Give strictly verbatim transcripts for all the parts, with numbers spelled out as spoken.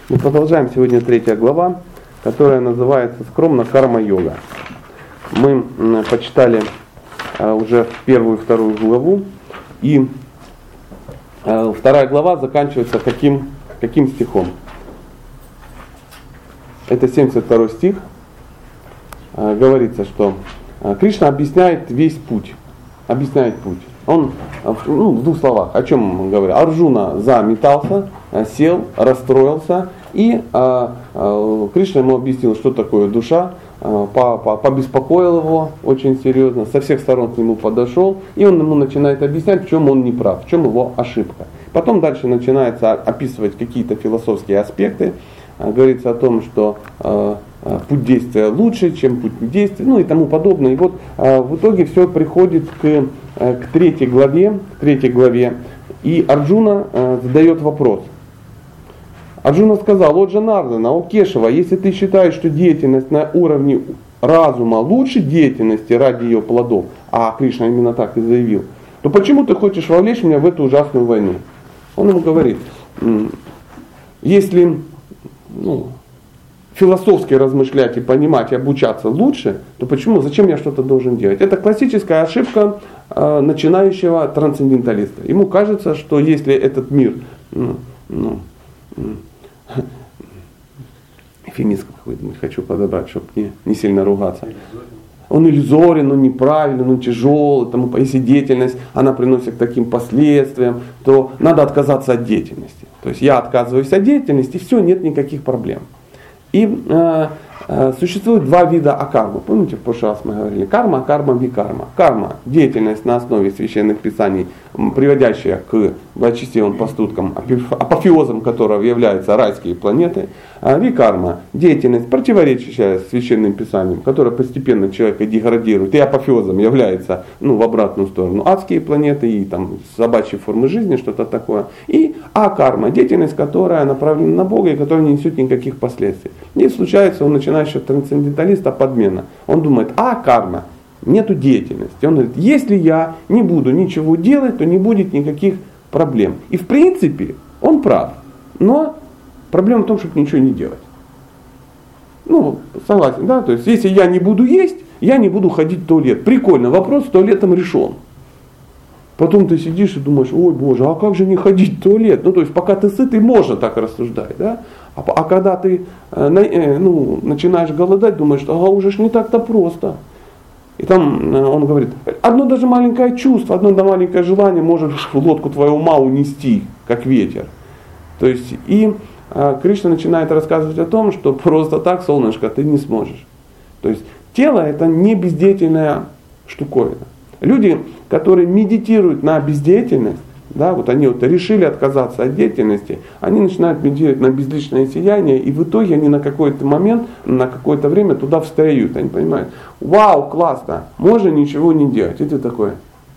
Мы продолжаем сегодня третья глава, которая называется скромно «Карма-йога». Мы почитали уже первую и вторую главу, и вторая глава заканчивается каким, каким стихом? Это семьдесят второй стих. Говорится, что Кришна объясняет весь путь. Объясняет путь. Он, ну, в двух словах, о чем он говорит. Арджуна заметался, сел, расстроился, и а, а, Кришна ему объяснил, что такое душа, а, по, по, побеспокоил его очень серьезно, со всех сторон к нему подошел, и он ему начинает объяснять, в чем он не прав, в чем его ошибка. Потом дальше начинается описывать какие-то философские аспекты, а, говорится о том, что а, путь действия лучше, чем путь действия, ну и тому подобное. И вот а, в итоге все приходит к, к третьей главе, к третьей главе, и Арджуна а, задает вопрос. Арджуна сказал: «О Джанардана, о Кешава, если ты считаешь, что деятельность на уровне разума лучше деятельности ради ее плодов, а Кришна именно так и заявил, то почему ты хочешь вовлечь меня в эту ужасную войну?» Он ему говорит: если ну, философски размышлять и понимать и обучаться лучше, то почему, зачем я что-то должен делать? Это классическая ошибка э, начинающего трансценденталиста. Ему кажется, что если этот мир, ну, ну, эфемизм какой-нибудь хочу подобрать, чтобы не, не сильно ругаться. Он иллюзорен, он неправильный, он тяжелый, тому, если деятельность она приносит к таким последствиям, то надо отказаться от деятельности. То есть я отказываюсь от деятельности, все, нет никаких проблем. И э, э, существует два вида акармы. Помните, в прошлый раз мы говорили? Карма, карма, викарма. Карма – деятельность на основе священных писаний, приводящая к благочестивым поступкам, апофеозом которого являются райские планеты. А викарма – деятельность, противоречащая священным писаниям, которая постепенно человека деградирует, и апофеозом является, ну, в обратную сторону, адские планеты и там собачьи формы жизни, что-то такое. И акарма – деятельность, которая направлена на Бога и которая не несет никаких последствий. И случается у начинающего трансценденталиста подмена. Он думает: а карма, нету деятельности. Он говорит: если я не буду ничего делать, то не будет никаких проблем. И в принципе он прав. Но проблема в том, чтобы ничего не делать. Ну, согласен, да? То есть если я не буду есть, я не буду ходить в туалет. Прикольно, вопрос с туалетом решен. Потом ты сидишь и думаешь: ой, Боже, а как же не ходить в туалет? Ну, то есть пока ты сытый, можно так рассуждать, да? А, а когда ты э, ну, начинаешь голодать, думаешь: ага, уже ж не так-то просто. И там э, он говорит: одно даже маленькое чувство, одно да маленькое желание может в лодку твоего ума унести, как ветер. То есть и э, Кришна начинает рассказывать о том, что просто так, солнышко, ты не сможешь. То есть тело это не бездеятельная штуковина. Люди, которые медитируют на бездеятельность, да, вот они вот решили отказаться от деятельности, они начинают медитировать на безличное сияние, и в итоге они на какой-то момент, на какое-то время туда встают. Они понимают: вау, классно, можно ничего не делать. И ты такой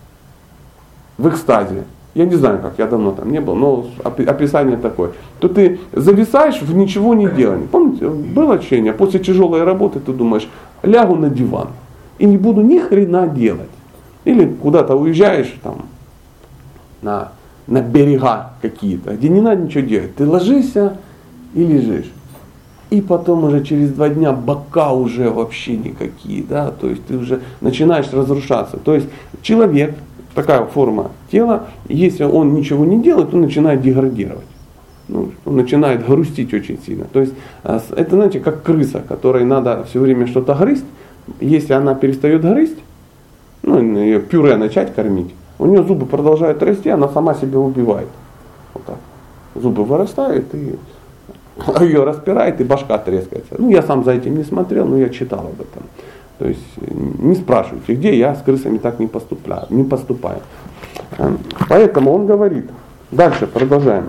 в экстазе. Я не знаю как, я давно там не был, но описание такое. То ты зависаешь в ничего не делании. Помните, было ощущение, после тяжелой работы ты думаешь: лягу на диван и не буду ни хрена делать. Или куда-то уезжаешь там, на, на берега какие-то, где не надо ничего делать. Ты ложишься и лежишь. И потом уже через два дня бока уже вообще никакие. Да? То есть ты уже начинаешь разрушаться. То есть человек, такая форма тела, если он ничего не делает, он начинает деградировать. Ну, он начинает грустить очень сильно. То есть это, знаете, как крыса, которой надо все время что-то грызть. Если она перестает грызть, ну, ее пюре начать кормить, у нее зубы продолжают расти, она сама себя убивает. Вот так. Зубы вырастают, и ее распирает, и башка трескается. Ну, я сам за этим не смотрел, но я читал об этом. То есть не спрашивайте, где, я с крысами так не поступаю. Не поступаю. Поэтому он говорит, дальше продолжаем.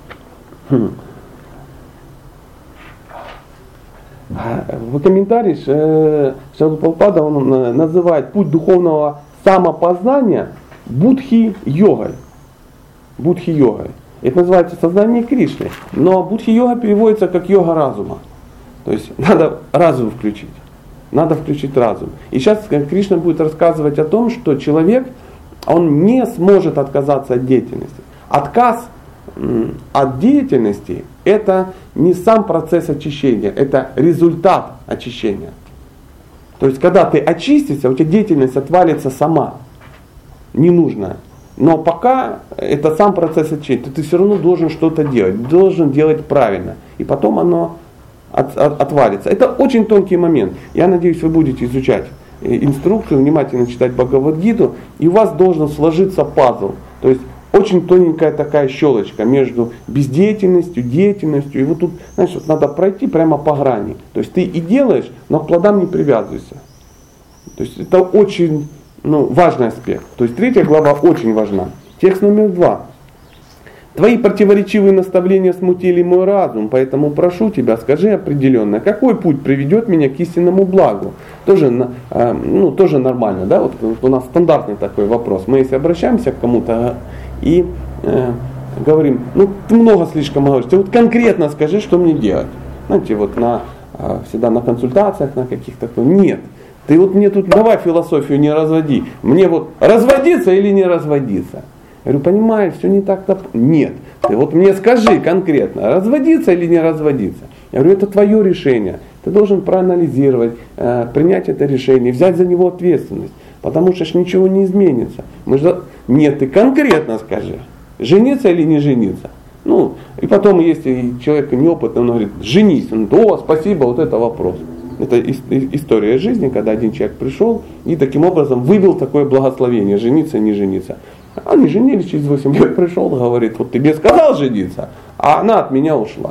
В комментарии Шрила Прабхупада он называет путь духовного самопознания будхи-йогой. Будхи-йогой. Это называется сознание Кришны. Но будхи-йога переводится как йога разума. То есть надо разум включить. Надо включить разум. И сейчас Кришна будет рассказывать о том, что человек, он не сможет отказаться от деятельности. Отказ от деятельности это не сам процесс очищения, это результат очищения. То есть когда ты очистишься, у тебя деятельность отвалится сама, ненужная. Но пока это сам процесс очищения, ты все равно должен что-то делать, должен делать правильно. И потом оно от, от, отвалится. Это очень тонкий момент. Я надеюсь, вы будете изучать инструкцию, внимательно читать Бхагавад-гиту, и у вас должен сложиться пазл. То есть очень тоненькая такая щелочка между бездеятельностью, деятельностью. И вот тут, знаешь, вот надо пройти прямо по грани. То есть ты и делаешь, но к плодам не привязывайся. То есть это очень ну, важный аспект. То есть третья глава очень важна. Текст номер два. Твои противоречивые наставления смутили мой разум, поэтому прошу тебя, скажи определенно, какой путь приведет меня к истинному благу? Тоже, ну, тоже нормально, да? Вот у нас стандартный такой вопрос. Мы если обращаемся к кому-то и э, говорим, ну ты много слишком говоришь, ты вот конкретно скажи, что мне делать. Знаете, вот на, всегда на консультациях, на каких-то, нет. Ты вот мне тут давай философию не разводи. Мне вот разводиться или не разводиться? Я говорю, понимаешь, все не так-то. Нет. Ты вот мне скажи конкретно, разводиться или не разводиться. Я говорю, это твое решение. Ты должен проанализировать, э, принять это решение, взять за него ответственность. Потому что ж ничего не изменится. Мы же... Нет, ты конкретно скажи, жениться или не жениться. Ну, и потом, если человек неопытный, он говорит, женись. Он говорит, о, спасибо, вот это вопрос. Это история жизни, когда один человек пришел и таким образом вывел такое благословение, жениться, не жениться. Они женились, через восемь лет пришел, говорит, вот тебе сказал жениться, а она от меня ушла.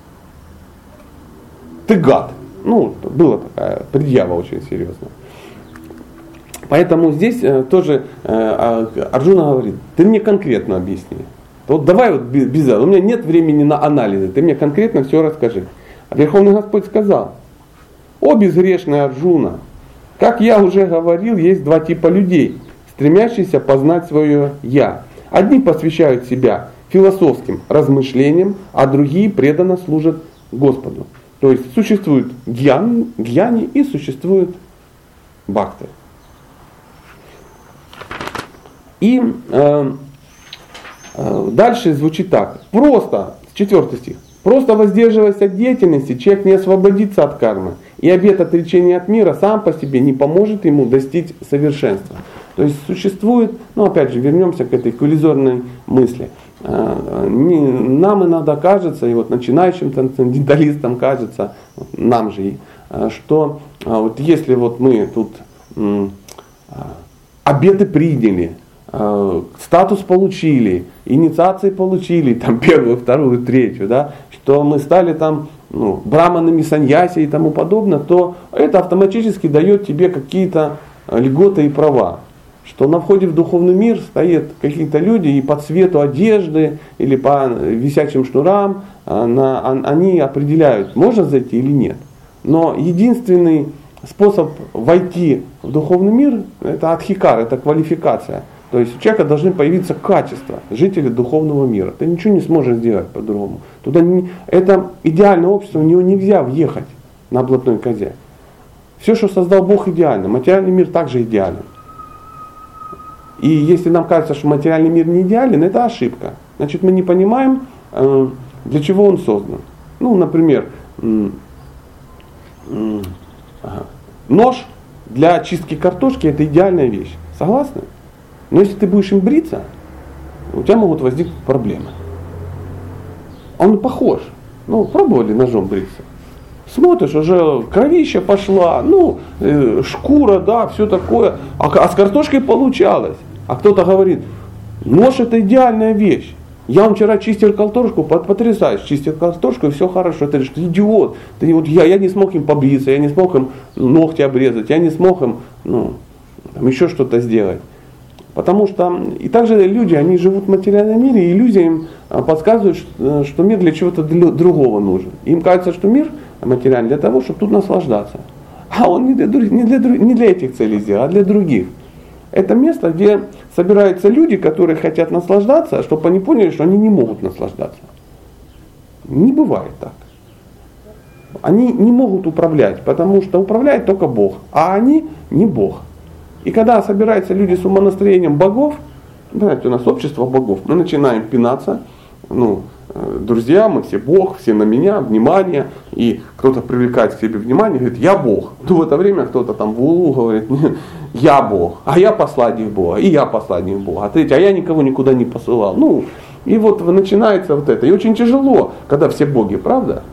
Ты гад. Ну, была такая предъява очень серьезная. Поэтому здесь тоже Арджуна говорит, ты мне конкретно объясни. Вот давай вот без, без этого, у меня нет времени на анализы, ты мне конкретно все расскажи. А Верховный Господь сказал, о безгрешный Арджуна, как я уже говорил, есть два типа людей, стремящиеся познать свое «я». Одни посвящают себя философским размышлениям, а другие преданно служат Господу. То есть существует гьян, гьяни и существует бхакти. И э, э, дальше звучит так. Просто, четвертый стих. Просто воздерживаясь от деятельности, человек не освободится от кармы. И обет отречения от мира сам по себе не поможет ему достичь совершенства. То есть существует, ну опять же, вернемся к этой иллюзорной мысли. Нам иногда кажется, и вот начинающим трансценденталистам кажется, нам же, что вот если вот мы тут обеты приняли, статус получили, инициации получили, там первую, вторую, третью, да, что мы стали там ну, браманами, саньяси и тому подобное, то это автоматически дает тебе какие-то льготы и права. Что на входе в духовный мир стоят какие-то люди и по цвету одежды или по висячим шнурам на, они определяют, можно зайти или нет. Но единственный способ войти в духовный мир это адхикар, это квалификация. То есть у человека должны появиться качества жителей духовного мира. Ты ничего не сможешь сделать по-другому. Туда не, это идеальное общество, в него нельзя въехать на блатной козе. Все, что создал Бог, идеально. Материальный мир также идеален. И если нам кажется, что материальный мир не идеален, это ошибка. Значит, мы не понимаем, для чего он создан. Ну, например, нож для чистки картошки это идеальная вещь. Согласны? Но если ты будешь им бриться, у тебя могут возникнуть проблемы. Он похож. Ну, пробовали ножом бриться? Смотришь, уже кровища пошла, ну, э, шкура, да, все такое. А, а с картошкой получалось. А кто-то говорит, нож это идеальная вещь. Я вам вчера чистил картошку, потрясающе, чистил картошку и все хорошо. Ты говоришь, ты идиот. Ты, вот, я, я не смог им побриться, я не смог им ногти обрезать, я не смог им ну, там, еще что-то сделать. Потому что и также люди, они живут в материальном мире, и иллюзия им подсказывает, что мир для чего-то другого нужен. Им кажется, что мир материальный для того, чтобы тут наслаждаться. А он не для, не для, не для этих целей сделан, а для других. Это место, где собираются люди, которые хотят наслаждаться, чтобы они поняли, что они не могут наслаждаться. Не бывает так. Они не могут управлять, потому что управляет только Бог, а они не Бог. И когда собираются люди с умонастроением богов, знаете, у нас общество богов, мы начинаем пинаться, ну, друзья, мы все Бог, все на меня, внимание, и кто-то привлекает к себе внимание, говорит, я Бог. Ну, в это время кто-то там в улу говорит, я Бог, а я посланник Бога, и я посланник Бога, а третий, а я никого никуда не посылал. Ну, и вот начинается вот это. И очень тяжело, когда все боги, правда?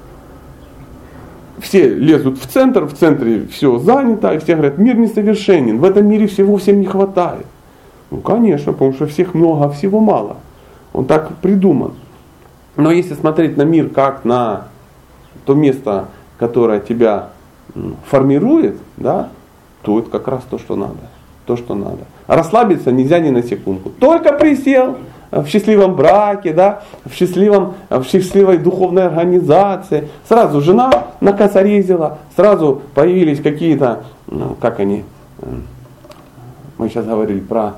Все лезут в центр, в центре все занято, и все говорят, мир несовершенен, в этом мире всего всем не хватает. Ну, конечно, потому что всех много, а всего мало. Он так придуман. Но если смотреть на мир как на то место, которое тебя формирует, да, то это как раз то, что надо. То, что надо. А расслабиться нельзя ни на секунду. Только присел в счастливом браке, да, в, счастливом, в счастливой духовной организации. Сразу жена накосорезила, сразу появились какие-то, ну, как они, мы сейчас говорили про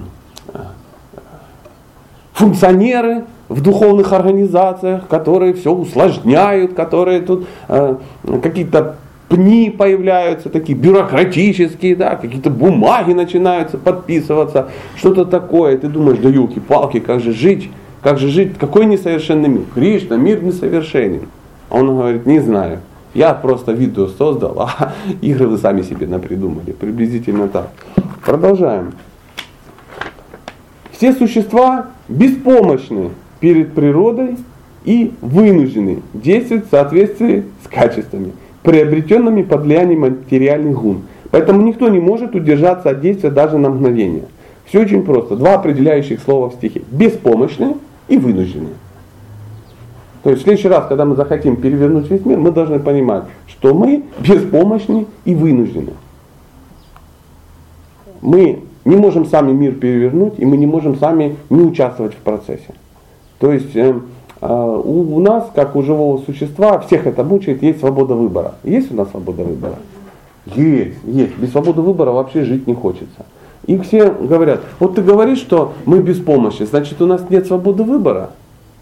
функционеры в духовных организациях, которые все усложняют, которые тут э, какие-то пни появляются, такие бюрократические, да, какие-то бумаги начинаются подписываться, что-то такое. Ты думаешь, да елки-палки, как же жить, как же жить, какой несовершенный мир? Кришна, мир несовершенен. А он говорит, не знаю, я просто видео создал, а игры вы сами себе напридумали. Приблизительно так. Продолжаем. Все существа беспомощны перед природой и вынуждены действовать в соответствии с качествами, приобретенными под влиянием материальных гун. Поэтому никто не может удержаться от действия даже на мгновение. Все очень просто. Два определяющих слова в стихе. Беспомощны и вынуждены. То есть в следующий раз, когда мы захотим перевернуть весь мир, мы должны понимать, что мы беспомощны и вынуждены. Мы не можем сами мир перевернуть, и мы не можем сами не участвовать в процессе. То есть э, э, у, у нас, как у живого существа, всех это мучает, есть свобода выбора. Есть у нас свобода выбора? Есть, есть. Без свободы выбора вообще жить не хочется. И все говорят, вот ты говоришь, что мы беспомощны, значит у нас нет свободы выбора.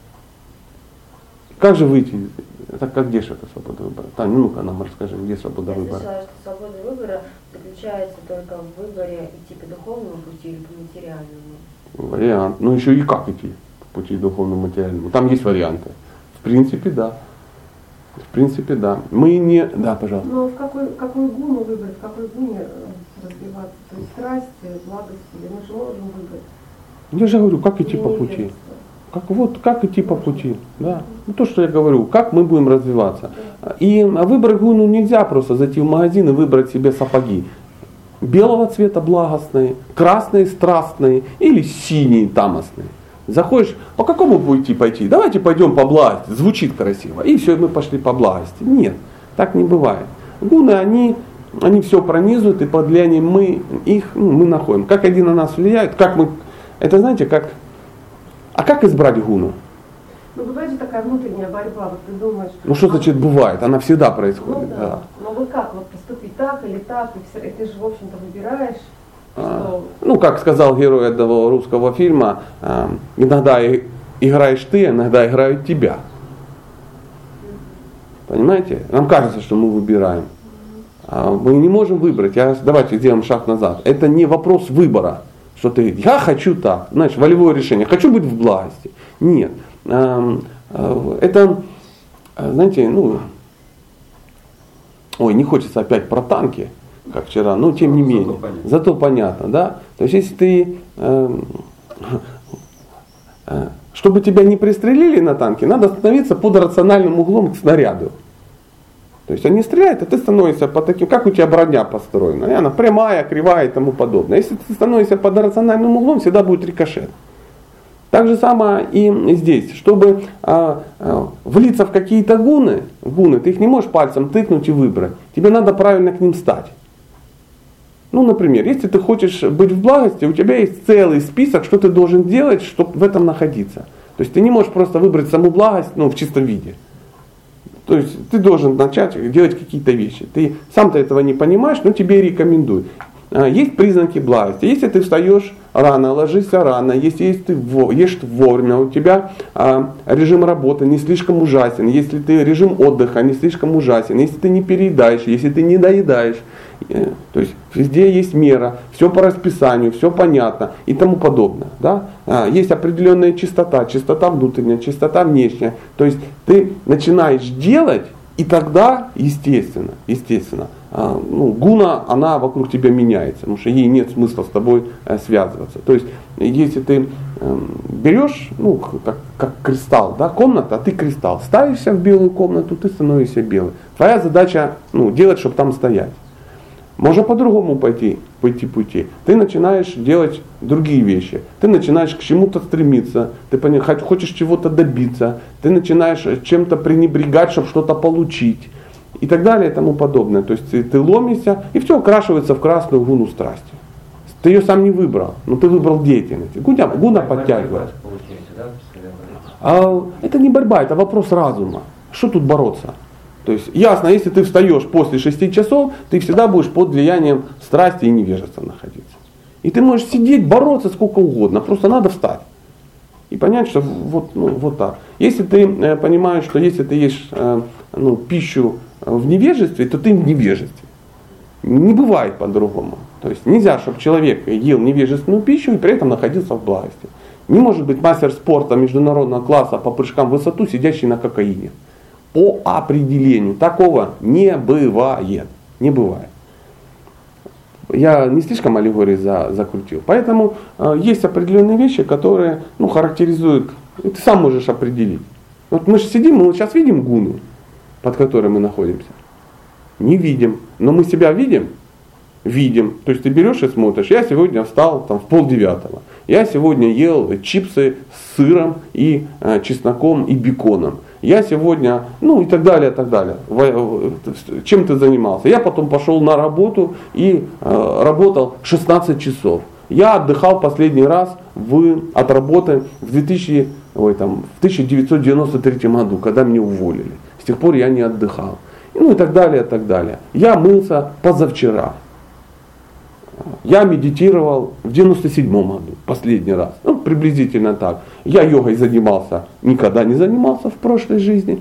Как же выйти? Так как где же эта свобода выбора? Таня, ну-ка нам расскажи, где свобода Я выбора? Я считаю, что свобода выбора заключается только в выборе идти по духовному пути или по материальному. Вариант. Ну еще и как идти по пути духовному материальному. Там есть варианты. В принципе, да. В принципе, да. Мы не... Да, пожалуйста. Но в какой, какую гуну выбрать, в какой гуне развиваться? То есть страсти, благости, или мы же можем выбрать? Я же говорю, как идти по пути. Как, вот, как идти по пути. Да. Ну, то, что я говорю, как мы будем развиваться. И выбрать гуну нельзя просто зайти в магазин и выбрать себе сапоги. Белого цвета благостные, красные страстные или синие тамостные. Заходишь, по какому пути пойти? Давайте пойдем по благости. Звучит красиво. И все, мы пошли по благости. Нет, так не бывает. Гуны, они, они все пронизывают, и под влиянием мы их ну, мы находим. Как они на нас влияют, как мы... Это знаете, как... А как избрать гуну? Ну, бывает же такая внутренняя борьба, вот ты думаешь... Ну, что значит бывает? Она всегда происходит. Ну, да. Да. Но вот как, вот поступить так или так, и, все, и ты же, в общем-то, выбираешь, а, что... Ну, как сказал герой одного русского фильма, э, иногда играешь ты, иногда играют тебя. Понимаете? Нам кажется, что мы выбираем. А мы не можем выбрать. Я, давайте сделаем шаг назад. Это не вопрос выбора. Что ты, я хочу так, знаешь, волевое решение, хочу быть в благости. Нет. Это, знаете, ну, ой, не хочется опять про танки, как вчера, но тем не менее. Зато понятно, Зато понятно, да. То есть если ты, чтобы тебя не пристрелили на танке, надо становиться под рациональным углом к снаряду. То есть они стреляют, а ты становишься по таким, как у тебя броня построена. И она прямая, кривая и тому подобное. Если ты становишься под рациональным углом, всегда будет рикошет. Так же самое и здесь. Чтобы а, а, влиться в какие-то гуны, гуны, ты их не можешь пальцем тыкнуть и выбрать. Тебе надо правильно к ним стать. Ну, например, если ты хочешь быть в благости, у тебя есть целый список, что ты должен делать, чтобы в этом находиться. То есть ты не можешь просто выбрать саму благость, ну, в чистом виде. То есть ты должен начать делать какие-то вещи. Ты сам-то этого не понимаешь, но тебе рекомендуют. Есть признаки благости. Если ты встаешь рано, ложишься рано, если, если ты ешь вовремя, у тебя а, режим работы не слишком ужасен, если ты режим отдыха не слишком ужасен, если ты не переедаешь, если ты не доедаешь, то есть везде есть мера, все по расписанию, все понятно и тому подобное. Да? Есть определенная чистота, чистота внутренняя, чистота внешняя. То есть ты начинаешь делать, и тогда, естественно, естественно, ну, гуна, она вокруг тебя меняется, потому что ей нет смысла с тобой связываться. То есть, если ты берешь, ну, как, как кристалл, да, комната, а ты кристалл, ставишься в белую комнату, ты становишься белым. Твоя задача, ну, делать, чтобы там стоять. Можно по-другому пойти, пойти пути. Ты начинаешь делать другие вещи. Ты начинаешь к чему-то стремиться. Ты хочешь чего-то добиться. Ты начинаешь чем-то пренебрегать, чтобы что-то получить. И так далее и тому подобное. То есть ты, ты ломишься, и все окрашивается в красную гуну страсти. Ты ее сам не выбрал, но ты выбрал деятельность. Гуна, гуна подтягивает. А, это не борьба, это вопрос разума. Что тут бороться? То есть ясно, если ты встаешь после шести часов, ты всегда будешь под влиянием страсти и невежества находиться. И ты можешь сидеть, бороться сколько угодно, просто надо встать. И понять, что вот, ну, вот так. Если ты э, понимаешь, что если ты ешь э, ну, пищу в невежестве, то ты в невежестве. Не бывает по-другому. То есть нельзя, чтобы человек ел невежественную пищу и при этом находился в благости. Не может быть мастер спорта международного класса по прыжкам в высоту, сидящий на кокаине. По определению. Такого не бывает. Не бывает. Я не слишком аллегории за, закрутил. Поэтому э, есть определенные вещи, которые ну, характеризуют, и ты сам можешь определить. Вот мы же сидим, мы вот сейчас видим гуну, под которой мы находимся. Не видим. Но мы себя видим? Видим. То есть ты берешь и смотришь. Я сегодня встал там, в полдевятого. Я сегодня ел чипсы с сыром и э, чесноком и беконом. Я сегодня, ну и так далее, и так далее. Чем ты занимался? Я потом пошел на работу и э, работал шестнадцать часов. Я отдыхал последний раз в, от работы в, две тысячи, ой, там, в тысяча девятьсот девяносто третьем году, когда меня уволили. С тех пор я не отдыхал. Ну и так далее, и так далее. Я мылся позавчера. Я медитировал в девяносто седьмом году, последний раз. Ну, приблизительно так. Я йогой занимался, никогда не занимался в прошлой жизни.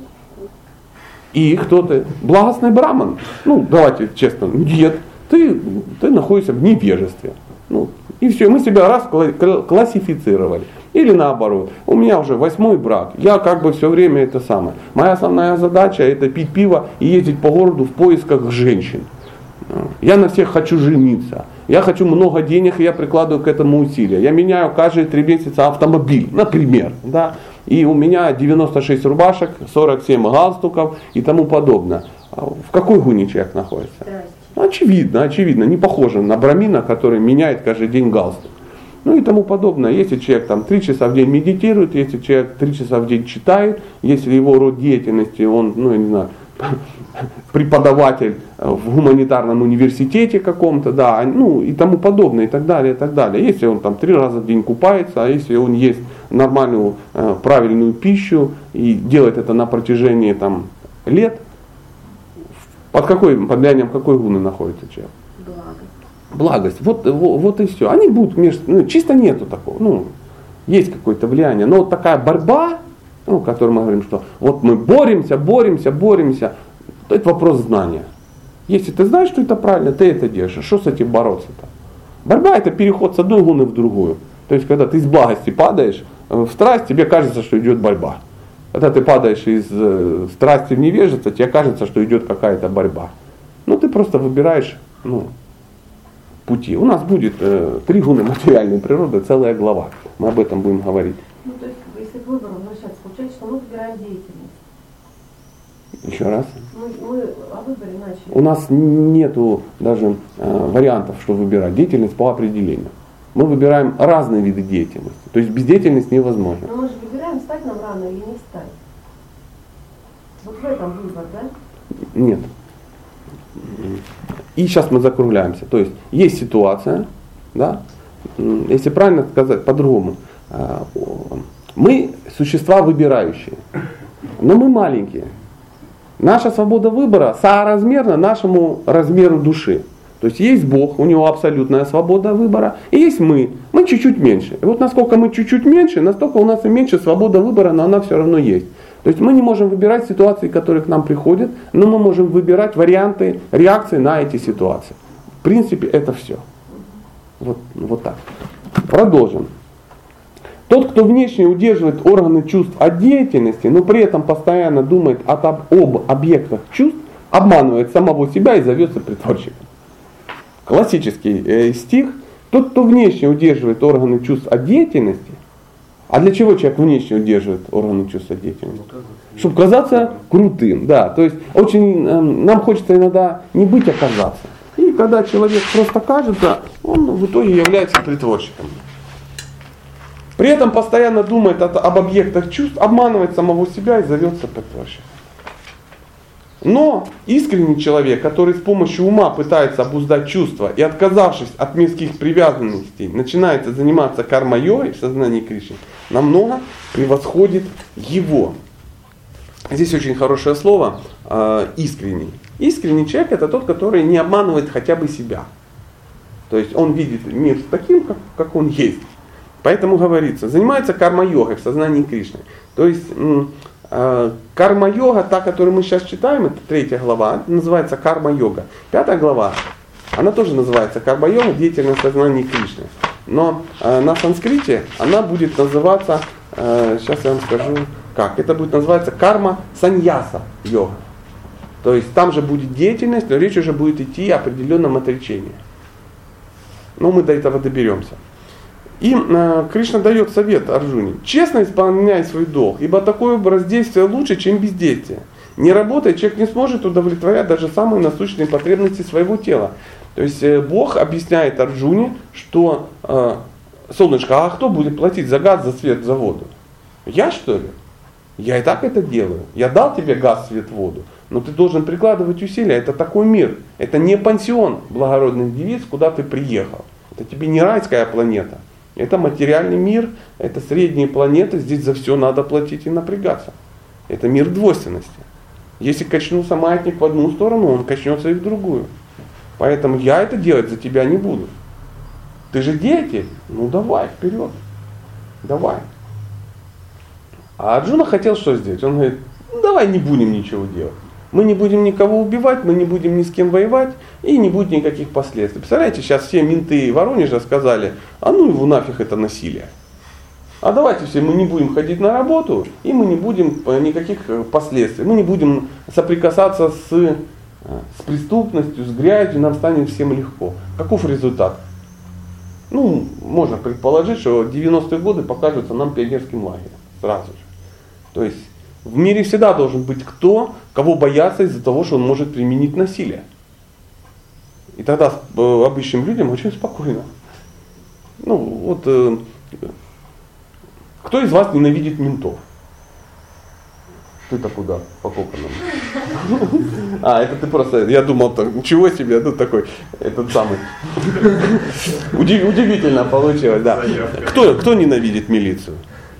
И кто ты? Благостный браман. Ну, давайте честно, нет. Ты, ты находишься в невежестве. Ну, и все, мы себя раз классифицировали. Или наоборот, у меня уже восьмой брак, я как бы все время это самое. Моя основная задача это пить пиво и ездить по городу в поисках женщин. Я на всех хочу жениться. Я хочу много денег, и я прикладываю к этому усилия. Я меняю каждые три месяца автомобиль, например. Да? И у меня девяносто шесть рубашек, сорок семь галстуков и тому подобное. В какой гуне человек находится? Очевидно, очевидно. Не похоже на брамина, который меняет каждый день галстук. Ну и тому подобное. Если человек там три часа в день медитирует, если человек три часа в день читает, если его род деятельности, он, ну я не знаю, преподаватель в гуманитарном университете каком-то, да, ну и тому подобное, и так далее, и так далее. Если он там три раза в день купается, а если он ест нормальную, э, правильную пищу и делает это на протяжении там лет, под какой, под влиянием какой гуны находится человек? Благость. Благость. Вот, вот, вот и все. Они будут между, ну, чисто нету такого, ну, есть какое-то влияние, но вот такая борьба, ну, о которой мы говорим, что вот мы боремся, боремся, боремся, то это вопрос знания. Если ты знаешь, что это правильно, ты это держишь. Что с этим бороться-то? Борьба это переход с одной гуны в другую. То есть, когда ты из благости падаешь в страсть, тебе кажется, что идет борьба. Когда ты падаешь из э, страсти в невежество, тебе кажется, что идет какая-то борьба. Ну, ты просто выбираешь ну, пути. У нас будет э, три гуны материальной природы, целая глава. Мы об этом будем говорить. Ну, то есть, если к выбору возвращаться, получается, что мы выбираем деятельность. Еще раз. Мы, мы о выборе начали. У нас нету даже э, вариантов, что выбирать. Деятельность по определению. Мы выбираем разные виды деятельности. То есть бездеятельность невозможна. Но мы же выбираем, встать нам рано или не встать. Вот в этом выбор, да? Нет. И сейчас мы закругляемся. То есть есть ситуация, да? Если правильно сказать по-другому, мы существа выбирающие, но мы маленькие. Наша свобода выбора соразмерна нашему размеру души. То есть есть Бог, у него абсолютная свобода выбора, и есть мы. Мы чуть-чуть меньше. И вот насколько мы чуть-чуть меньше, настолько у нас и меньше свобода выбора, но она все равно есть. То есть мы не можем выбирать ситуации, которые к нам приходят, но мы можем выбирать варианты реакции на эти ситуации. В принципе, это все. Вот, вот так. Продолжим. Тот, кто внешне удерживает органы чувств от деятельности, но при этом постоянно думает об, об объектах чувств, обманывает самого себя и зовется притворщиком. Классический э, стих. Тот, кто внешне удерживает органы чувств от деятельности. А для чего человек внешне удерживает органы чувств от деятельности? Чтобы казаться крутым. Да, то есть очень, э, нам хочется иногда не быть, а казаться. И когда человек просто кажется, он в итоге является притворщиком. При этом постоянно думает об объектах чувств, обманывает самого себя и зовется притворщиком. Но искренний человек, который с помощью ума пытается обуздать чувства и, отказавшись от мирских привязанностей, начинает заниматься карма-йогой в сознании Кришны, намного превосходит его. Здесь очень хорошее слово э, искренний. Искренний человек — это тот, который не обманывает хотя бы себя. То есть он видит мир таким, как, как он есть. Поэтому говорится, занимается карма-йогой в сознании Кришны. То есть э, карма-йога, та, которую мы сейчас читаем, это третья глава, называется карма-йога. Пятая глава, она тоже называется карма-йога, деятельность в сознании Кришны. Но э, на санскрите она будет называться, э, сейчас я вам скажу как, это будет называться карма-саньяса йога. То есть там же будет деятельность, но речь уже будет идти о определенном отречении. Но мы до этого доберемся. И э, Кришна дает совет Арджуне. Честно исполняй свой долг, ибо такой образ действия лучше, чем бездействие. Не работая, человек не сможет удовлетворять даже самые насущные потребности своего тела. То есть э, Бог объясняет Арджуне, что э, солнышко, а кто будет платить за газ, за свет, за воду? Я, что ли? Я и так это делаю. Я дал тебе газ, свет, воду. Но ты должен прикладывать усилия. Это такой мир. Это не пансион благородных девиц, куда ты приехал. Это тебе не райская планета. Это материальный мир, это средние планеты, здесь за все надо платить и напрягаться. Это мир двойственности. Если качнулся маятник в одну сторону, он качнется и в другую. Поэтому я это делать за тебя не буду. Ты же деятель, ну давай, вперед. Давай. А Арджуна хотел что сделать? Он говорит, ну давай не будем ничего делать. Мы не будем никого убивать, мы не будем ни с кем воевать и не будет никаких последствий. Представляете, сейчас все менты Воронежа сказали, а ну его нафиг это насилие. А давайте все, мы не будем ходить на работу и мы не будем никаких последствий. Мы не будем соприкасаться с, с преступностью, с грязью, нам станет всем легко. Каков результат? Ну, можно предположить, что девяностые годы покажутся нам пионерским лагерем. Сразу же. То есть в мире всегда должен быть кто, кого бояться из-за того, что он может применить насилие. И тогда обычным людям очень спокойно. Ну вот, э, кто из вас ненавидит ментов? Ты-то куда? По коконам. А, это ты просто, я думал, так, ничего себе, тут такой, этот самый. Удив, удивительно получилось, да. Кто, кто ненавидит милицию?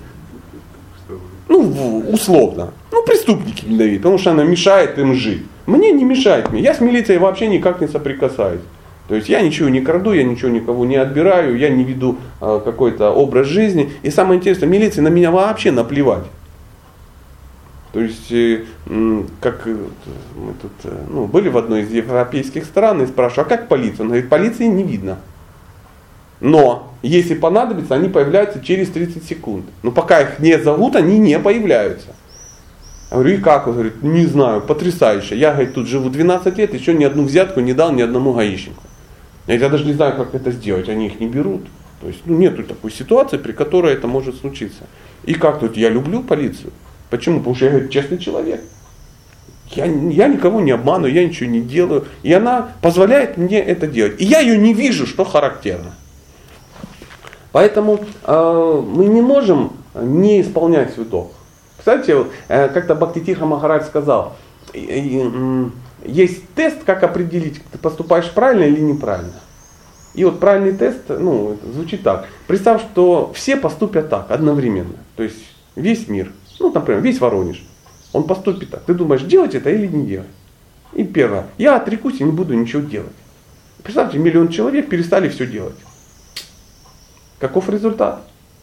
Ну, условно. Ну, преступники ненавидят, потому что она мешает им жить. Мне не мешает мне. Я с милицией вообще никак не соприкасаюсь. То есть я ничего не краду, я ничего никого не отбираю, я не веду э, какой-то образ жизни. И самое интересное, милиции на меня вообще наплевать. То есть, э, э, как э, мы тут э, ну, были в одной из европейских стран и спрашиваю, а как полиция? Он говорит, полиции не видно. Но, если понадобится, они появляются через тридцать секунд. Но пока их не зовут, они не появляются. Я говорю, и как? Он говорит, не знаю, потрясающе. Я, говорит, тут живу двенадцать лет, еще ни одну взятку не дал ни одному гаишнику. Я, я даже не знаю, как это сделать, они их не берут. То есть, ну, нету такой ситуации, при которой это может случиться. И как тут? Я люблю полицию. Почему? Потому что я, говорит, честный человек. Я, я никого не обманываю, я ничего не делаю. И она позволяет мне это делать. И я ее не вижу, что характерно. Поэтому э, мы не можем не исполнять свой долг. Кстати, вот, э, как-то Бхактитиха Махарадж сказал, э, э, есть тест, как определить, ты поступаешь правильно или неправильно. И вот правильный тест, ну, звучит так. Представь, что все поступят так одновременно. То есть весь мир, ну, например, весь Воронеж, он поступит так. Ты думаешь, делать это или не делать? И первое, я отрекусь и не буду ничего делать. Представьте, миллион человек перестали все делать. Каков результат?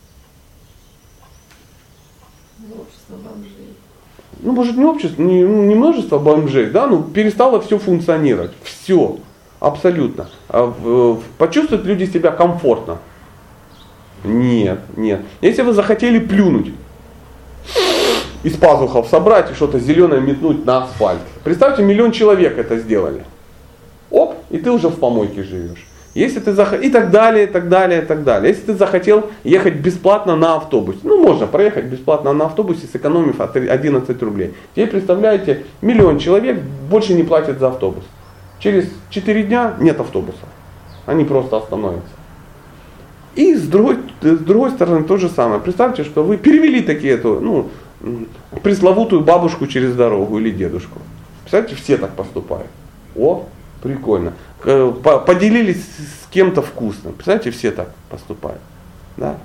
Общество бомжей. Ну, может, не общество, не, не множество бомжей, да, ну, перестало все функционировать. Все. Абсолютно. Почувствуют люди себя комфортно? Нет, нет. Если вы захотели плюнуть, из пазухов собрать и что-то зеленое метнуть на асфальт. Представьте, миллион человек это сделали. Оп, и ты уже в помойке живешь. Если ты зах... И так далее, и так далее, и так далее. Если ты захотел ехать бесплатно на автобусе, ну можно проехать бесплатно на автобусе, сэкономив одиннадцать рублей. Теперь представляете, миллион человек больше не платят за автобус. Через четыре дня нет автобусов. Они просто остановятся. И с другой, с другой стороны то же самое. Представьте, что вы перевели такие эту, ну, пресловутую бабушку через дорогу или дедушку. Представьте, все так поступают. О, прикольно. Поделились с кем-то вкусным. Представляете, все так поступают. Да?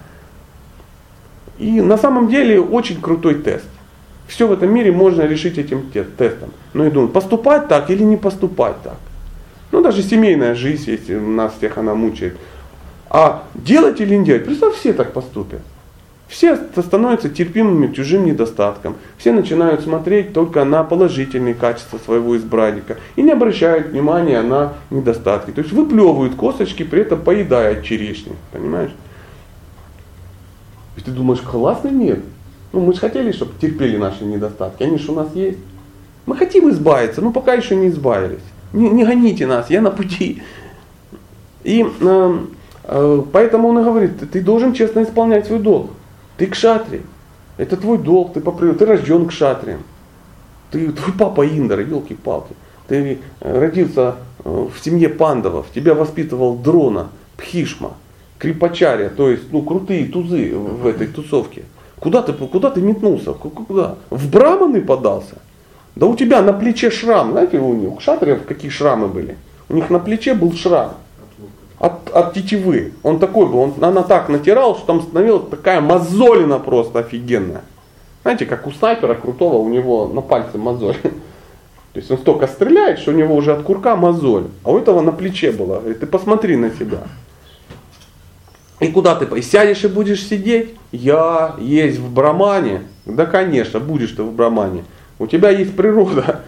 И на самом деле очень крутой тест. Все в этом мире можно решить этим тестом. Но я думаю, поступать так или не поступать так. Ну даже семейная жизнь, если нас всех она мучает. А делать или не делать? Представь, все так поступят. Все становятся терпимыми к чужим недостаткам. Все начинают смотреть только на положительные качества своего избранника. И не обращают внимания на недостатки. То есть выплевывают косточки, при этом поедая черешни. Понимаешь? И ты думаешь, классный мир. Ну мы же хотели, чтобы терпели наши недостатки. Они же у нас есть. Мы хотим избавиться, но пока еще не избавились. Не, не гоните нас, я на пути. И э, э, поэтому он и говорит, ты, ты должен честно исполнять свой долг. Ты кшатрий. Это твой долг, ты по природе, ты рожден кшатрием. Ты, твой папа Индра, елки-палки. Ты родился в семье пандавов, тебя воспитывал Дрона, Пхишма, Крипачарья, то есть ну, крутые тузы в этой тусовке. Куда ты, куда ты метнулся? Куда? В браманы подался? Да у тебя на плече шрам. Знаете, у них, у кшатриев какие шрамы были? У них на плече был шрам. От, от тетивы. Он такой был, он, она так натирала, что там становилась такая мозолина просто офигенная. Знаете, как у снайпера крутого, у него на пальце мозоль. То есть он столько стреляет, что у него уже от курка мозоль. А у этого на плече было. Говорит, ты посмотри на себя. И куда ты? И сядешь и будешь сидеть? Я есть в брамане. Да конечно, будешь ты в брамане. У тебя есть природа.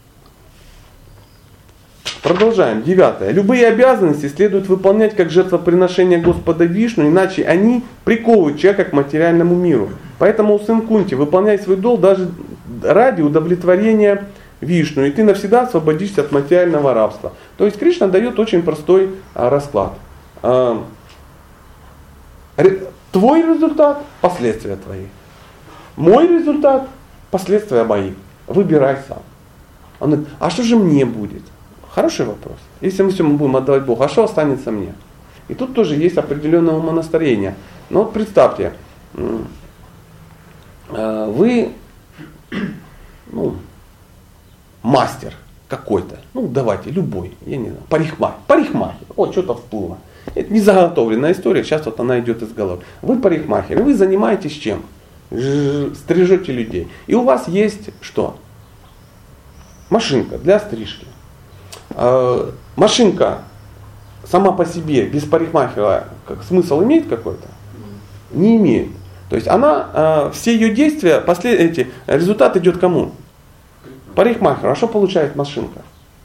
Продолжаем. Девятое. Любые обязанности следует выполнять как жертвоприношение Господа Вишну, иначе они приковывают человека к материальному миру. Поэтому, сын Кунти, выполняй свой долг даже ради удовлетворения Вишну, и ты навсегда освободишься от материального рабства. То есть Кришна дает очень простой а, расклад. А, твой результат – последствия твои. Мой результат – последствия мои. Выбирай сам. Он говорит, а что же мне будет? Хороший вопрос. Если мы все будем отдавать Богу, а что останется мне? И тут тоже есть определенное умонастроение. Но вот представьте, вы ну, мастер какой-то, ну давайте, любой, я не знаю, парикмахер, парикмахер, вот что-то всплыло. Это не заготовленная история, сейчас вот она идет из головы. Вы парикмахер, и вы занимаетесь чем? Стрижете людей. И у вас есть что? Машинка для стрижки. Машинка сама по себе, без парикмахера, как, смысл имеет какой-то? Не имеет. То есть она, все ее действия, послед... эти, результат идет кому? Парикмахеру. А что получает машинка?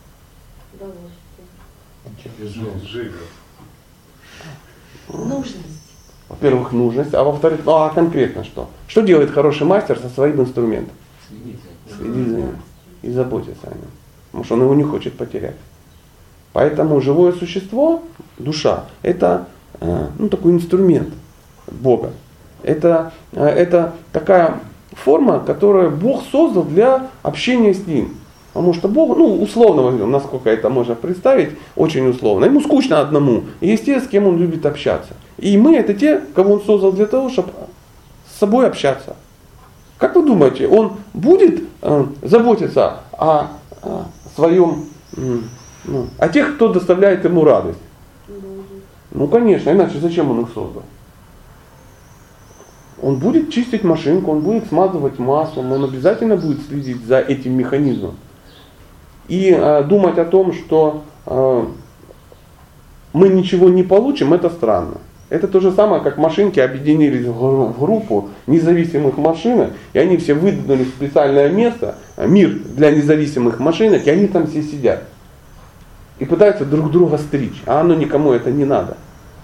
Нужность. Во-первых, нужность, а во-вторых, ну а конкретно что? Что делает хороший мастер со своим инструментом? Следит за ним и заботится о нем. Потому что он его не хочет потерять. Поэтому живое существо, душа, это ну, такой инструмент Бога. Это, это такая форма, которую Бог создал для общения с Ним. Потому что Бог, ну условно, насколько это можно представить, очень условно. Ему скучно одному. И есть те, с кем он любит общаться. И мы это те, кого он создал для того, чтобы с собой общаться. Как вы думаете, он будет э, заботиться о, о своем, э, ну, о тех, кто доставляет ему радость? Ну конечно, иначе зачем он их создал? Он будет чистить машинку, он будет смазывать маслом, он обязательно будет следить за этим механизмом. И э, думать о том, что э, мы ничего не получим, это странно. Это то же самое, как машинки объединились в группу независимых машинок, и они все выдвинули в специальное место, мир для независимых машинок, и они там все сидят. И пытаются друг друга стричь, а оно никому это не надо.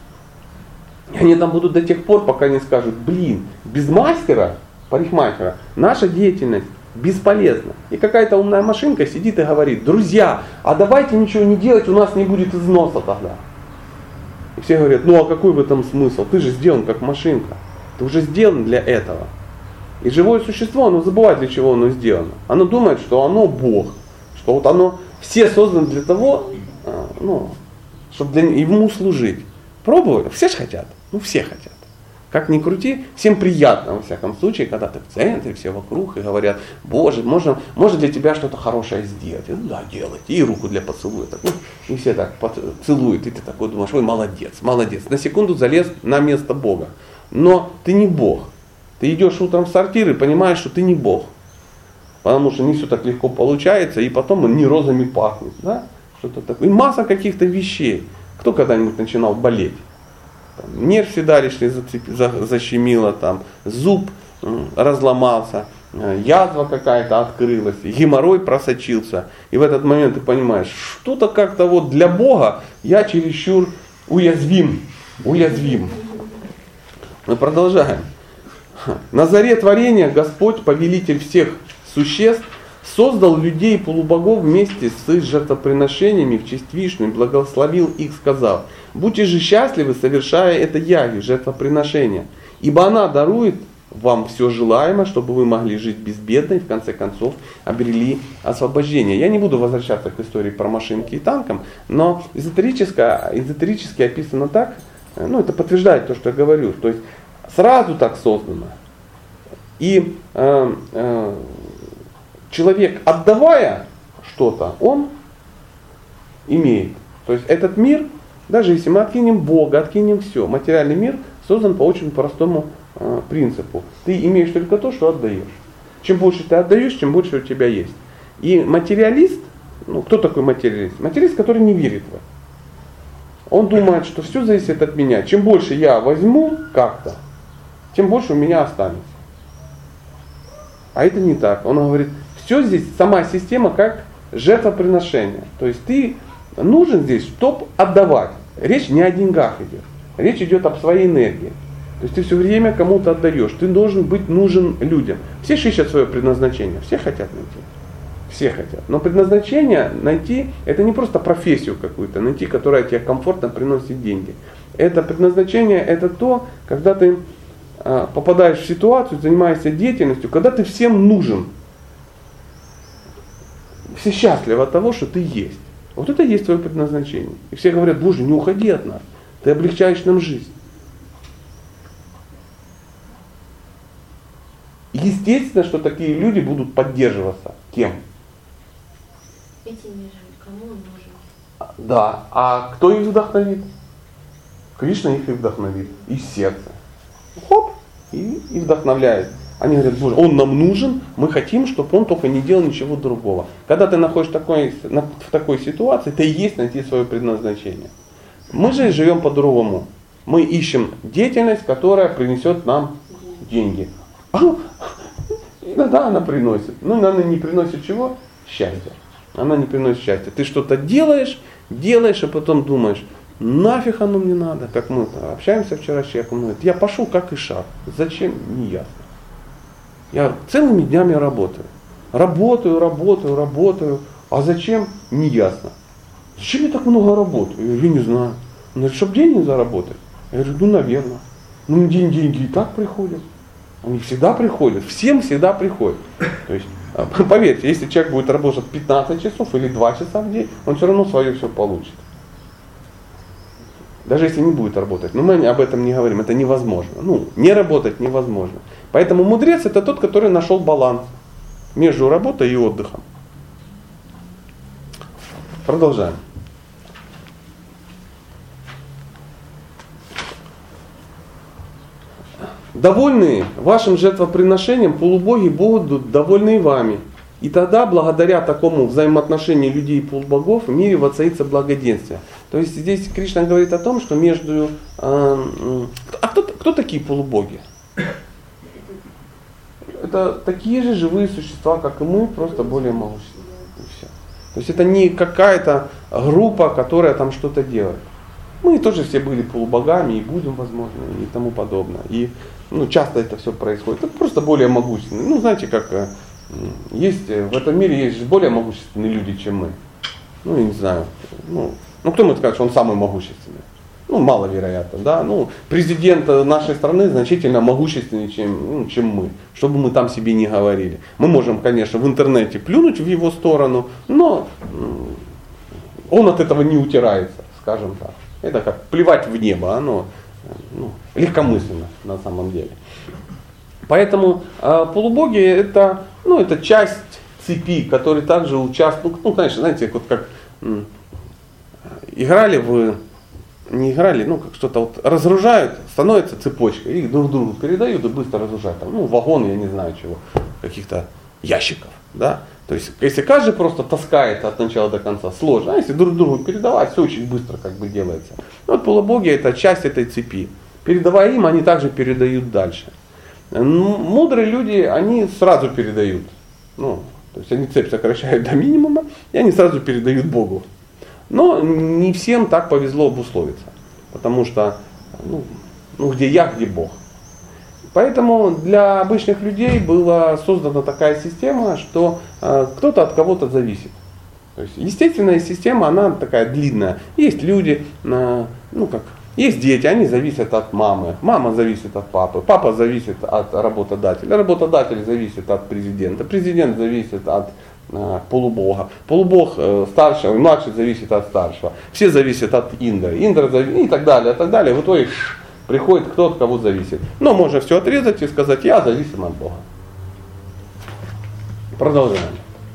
И они там будут до тех пор, пока не скажут, блин, без мастера, парикмахера, наша деятельность бесполезна. И какая-то умная машинка сидит и говорит, друзья, а давайте ничего не делать, у нас не будет износа тогда. И все говорят, ну а какой в этом смысл? Ты же сделан как машинка. Ты уже сделан для этого. И живое существо, оно забывает, для чего оно сделано. Оно думает, что оно Бог. Что вот оно, все созданы для того, ну, чтобы для, ему служить. Пробовали? Все же хотят. Ну все хотят. Как ни крути, всем приятно, во всяком случае, когда ты в центре, все вокруг и говорят, Боже, можно, можно для тебя что-то хорошее сделать. И, ну да, делать. И руку для поцелуя. Так, ну, и все так целуют. И ты такой думаешь, ой, молодец, молодец. На секунду залез на место Бога. Но ты не Бог. Ты идешь утром в сортир и понимаешь, что ты не Бог. Потому что не все так легко получается, и потом он не розами пахнет. Да? Что-то такое. И масса каких-то вещей. Кто когда-нибудь начинал болеть? Там, нерв седалищный защемило, там, зуб разломался, язва какая-то открылась, геморрой просочился. И в этот момент ты понимаешь, что-то как-то вот для Бога я чересчур уязвим. Уязвим. Мы продолжаем. На заре творения Господь, повелитель всех существ, создал людей и полубогов вместе с их жертвоприношениями в честь Вишну и благословил их, сказав, будьте же счастливы, совершая это яги, жертвоприношение, ибо она дарует вам все желаемое, чтобы вы могли жить безбедно и в конце концов обрели освобождение. Я не буду возвращаться к истории про машинки и танкам, но эзотерически, эзотерически описано так, ну это подтверждает то, что я говорю, то есть сразу так создано. И э, э, человек, отдавая что-то, он имеет. То есть этот мир, даже если мы откинем Бога, откинем все, материальный мир создан по очень простому э, принципу. Ты имеешь только то, что отдаешь. Чем больше ты отдаешь, тем больше у тебя есть. И материалист, ну кто такой материалист? Материалист, который не верит в это. Он думает, что все зависит от меня. Чем больше я возьму как-то, тем больше у меня останется. А это не так. Он говорит, все здесь, сама система как жертвоприношение. То есть ты нужен здесь, чтобы отдавать. Речь не о деньгах идет. Речь идет об своей энергии. То есть ты все время кому-то отдаешь. Ты должен быть нужен людям. Все ищут свое предназначение. Все хотят найти. Все хотят. Но предназначение найти, это не просто профессию какую-то найти, которая тебе комфортно приносит деньги. Это предназначение, это то, когда ты попадаешь в ситуацию, занимаешься деятельностью, когда ты всем нужен. Все счастливы от того, что ты есть. Вот это и есть твое предназначение. И все говорят, Боже, не уходи от нас. Ты облегчаешь нам жизнь. Естественно, что такие люди будут поддерживаться. Кем? Этими же, кому он нужен? Да. А кто их вдохновит? Кришна их и вдохновит. Из сердца. Хоп, и, и вдохновляет. Они говорят, Боже, он нам нужен, мы хотим, чтобы он только не делал ничего другого. Когда ты находишься в такой, в такой ситуации, ты и есть найти свое предназначение. Мы же живем по-другому. Мы ищем деятельность, которая принесет нам деньги. Иногда она приносит. Но она не приносит чего? Счастья. Она не приносит счастья. Ты что-то делаешь, делаешь, а потом думаешь, нафиг оно мне надо. Как мы общаемся вчера с человеком, он говорит, я пошел как ишак. Зачем? Не ясно. Я целыми днями работаю. Работаю, работаю, работаю. А зачем? Не ясно. Зачем я так много работаю? Я говорю, я не знаю. Он говорит, чтобы деньги заработать. Я говорю, ну наверное. Ну день деньги и так приходят. Они всегда приходят. Всем всегда приходят. То есть, поверьте, если человек будет работать пятнадцать часов или два часа в день, он все равно свое все получит. Даже если не будет работать. Но мы об этом не говорим, это невозможно. Ну, не работать невозможно. Поэтому мудрец это тот, который нашел баланс между работой и отдыхом. Продолжаем. Довольные вашим жертвоприношением, полубоги будут довольны вами. И тогда, благодаря такому взаимоотношению людей и полубогов, в мире воцарится благоденствие. То есть здесь Кришна говорит о том, что между... Э, а кто, кто такие полубоги? Это такие же живые существа, как и мы, просто более могущественные. И все. То есть это не какая-то группа, которая там что-то делает. Мы тоже все были полубогами и будем, возможно, и тому подобное. И ну, часто это все происходит. Это просто более могущественные. Ну, знаете, как э, есть в этом мире есть более могущественные люди, чем мы. Ну, я не знаю. Ну, ну кто может сказать, что он самый могущественный? Ну, маловероятно, да. Ну, президент нашей страны значительно могущественнее, чем, ну, чем мы. Что бы мы там себе не говорили. Мы можем, конечно, в интернете плюнуть в его сторону, но он от этого не утирается, скажем так. Это как плевать в небо, оно ну, легкомысленно на самом деле. Поэтому э, полубоги это, ну, это часть цепи, которые также участвуют. Ну, конечно, знаете, вот как м, играли в... Не играли, ну как что-то вот разгружают, становится цепочка, их друг другу передают и быстро разгружают. Там, ну, вагон, я не знаю чего, каких-то ящиков. Да? То есть, если каждый просто таскает от начала до конца, сложно. А если друг другу передавать, все очень быстро как бы делается. Ну, вот полубоги это часть этой цепи. Передавая им, они также передают дальше. Мудрые люди, они сразу передают. Ну, то есть они цепь сокращают до минимума, и они сразу передают Богу. Но не всем так повезло обусловиться, потому что ну, ну где я, где Бог. Поэтому для обычных людей была создана такая система, что э, кто-то от кого-то зависит. То есть естественная система, она такая длинная. Есть люди, э, ну как, есть дети, они зависят от мамы, мама зависит от папы, папа зависит от работодателя, работодатель зависит от президента, президент зависит от полубога. Полубог э, старший, младший зависит от старшего. Все зависят от Индры. Индра зависит и так далее, и так далее. В итоге приходит кто от кого зависит. Но можно все отрезать и сказать, я зависим от Бога. Продолжаем.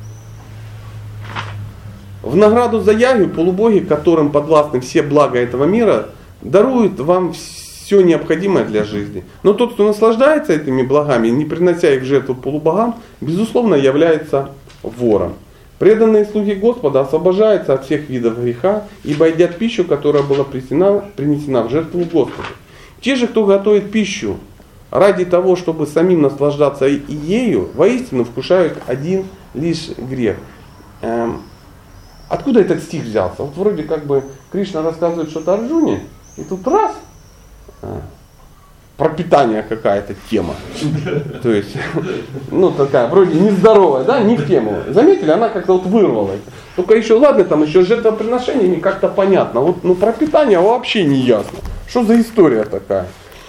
В награду за ягью полубоги, которым подвластны все блага этого мира, даруют вам все необходимое для жизни. Но тот, кто наслаждается этими благами, не принося их в жертву полубогам, безусловно является вором. Преданные слуги Господа освобождаются от всех видов греха, ибо едят пищу, которая была принесена, принесена в жертву Господу. Те же, кто готовит пищу ради того, чтобы самим наслаждаться и ею, воистину вкушают один лишь грех. Эм, откуда этот стих взялся? Вот вроде как бы Кришна рассказывает что-то Арджуне, и тут раз, э, пропитание какая-то тема. То есть, ну такая, вроде нездоровая, да, не в тему. Заметили, она как-то вот вырвалась. Только еще, ладно, там еще жертвоприношениями как-то понятно. Вот, ну пропитание вообще не ясно. Что за история такая?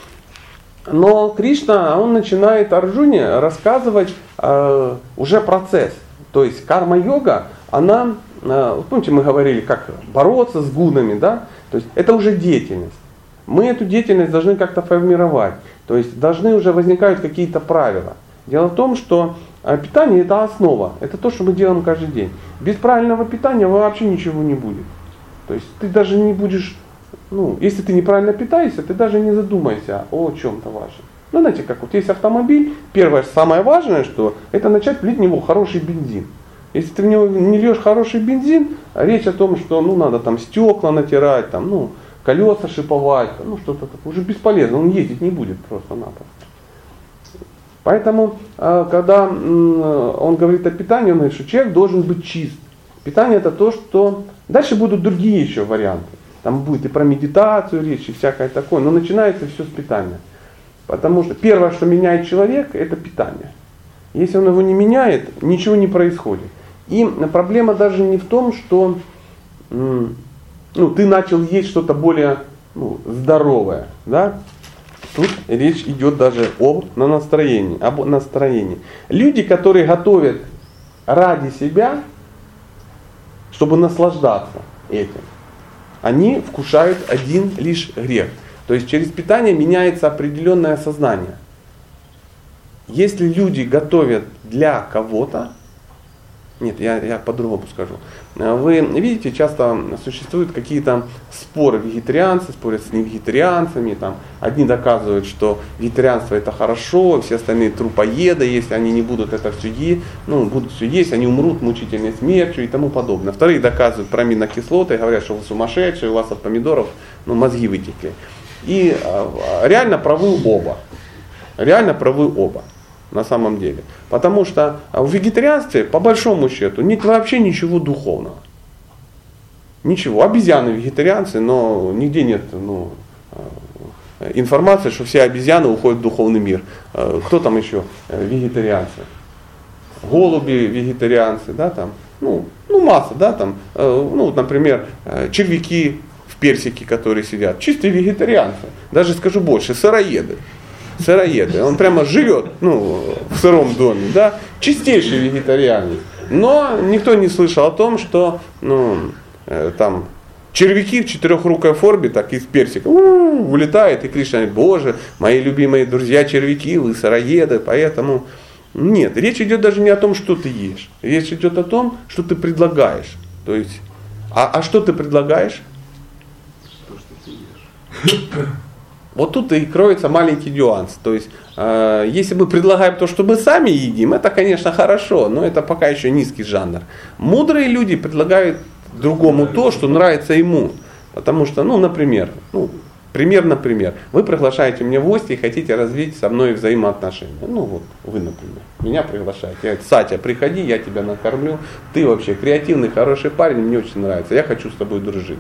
Но Кришна, он начинает Арджуне рассказывать э, уже процесс. То есть карма-йога, она, э, помните, мы говорили, как бороться с гунами, да? То есть это уже деятельность. Мы эту деятельность должны как-то формировать. То есть должны уже возникать какие-то правила. Дело в том, что питание это основа. Это то, что мы делаем каждый день. Без правильного питания вообще ничего не будет. То есть ты даже не будешь, ну, если ты неправильно питаешься, ты даже не задумайся о чем-то важном. Ну, знаете, как вот есть автомобиль, первое, самое важное, что это начать лить в него хороший бензин. Если ты в него не льешь хороший бензин, речь о том, что ну, надо там стекла натирать, там, ну, колеса шиповать, ну что-то такое, уже бесполезно, он ездить не будет просто-напросто. Поэтому, когда он говорит о питании, он говорит, что человек должен быть чист. Питание это то, что... Дальше будут другие еще варианты. Там будет и про медитацию речь, и всякое такое, но начинается все с питания. Потому что первое, что меняет человека, это питание. Если он его не меняет, ничего не происходит. И проблема даже не в том, что... Ну, ты начал есть что-то более ну, здоровое, да? Тут речь идет даже об настроении, об настроении. Люди, которые готовят ради себя, чтобы наслаждаться этим, они вкушают один лишь грех. То есть через питание меняется определенное сознание. Если люди готовят для кого-то, Нет, я, я по-другому скажу. Вы видите, часто существуют какие-то споры. Вегетарианцы спорят с невегетарианцами. Там, одни доказывают, что вегетарианство это хорошо, все остальные трупоеды, если они не будут это все есть, ну, будут все есть, они умрут мучительной смертью и тому подобное. Вторые доказывают про аминокислоты, говорят, что вы сумасшедшие, у вас от помидоров ну, мозги вытекли. И реально правы оба. Реально правы оба. На самом деле. Потому что в вегетарианстве, по большому счету, нет вообще ничего духовного. Ничего. Обезьяны вегетарианцы, но нигде нет ну, информации, что все обезьяны уходят в духовный мир. Кто там еще вегетарианцы? Голуби вегетарианцы, да, там, ну, ну масса, да, там, ну, например, червяки в персике, которые сидят, чистые вегетарианцы. Даже скажу больше, сыроеды. Сыроеды. Он прямо живет ну, в сыром доме, да, чистейший вегетарианец. Но никто не слышал о том, что ну, э, там червяки в четырехрукой форме, так из персика, у-у-у, вылетает, и Кришна говорит, Боже, мои любимые друзья червяки, вы сыроеды, поэтому... Нет, речь идет даже не о том, что ты ешь. Речь идет о том, что ты предлагаешь. То есть, а, а что ты предлагаешь? То, что ты ешь. Вот тут и кроется маленький нюанс. То есть, э, если мы предлагаем то, что мы сами едим, это, конечно, хорошо, но это пока еще низкий жанр. Мудрые люди предлагают другому то, что нравится ему. Потому что, ну, например, ну, пример, например, вы приглашаете меня в гости и хотите развить со мной взаимоотношения. Ну, вот вы, например, меня приглашаете. Я говорю, Сатя, приходи, я тебя накормлю. Ты вообще креативный, хороший парень, мне очень нравится. Я хочу с тобой дружить.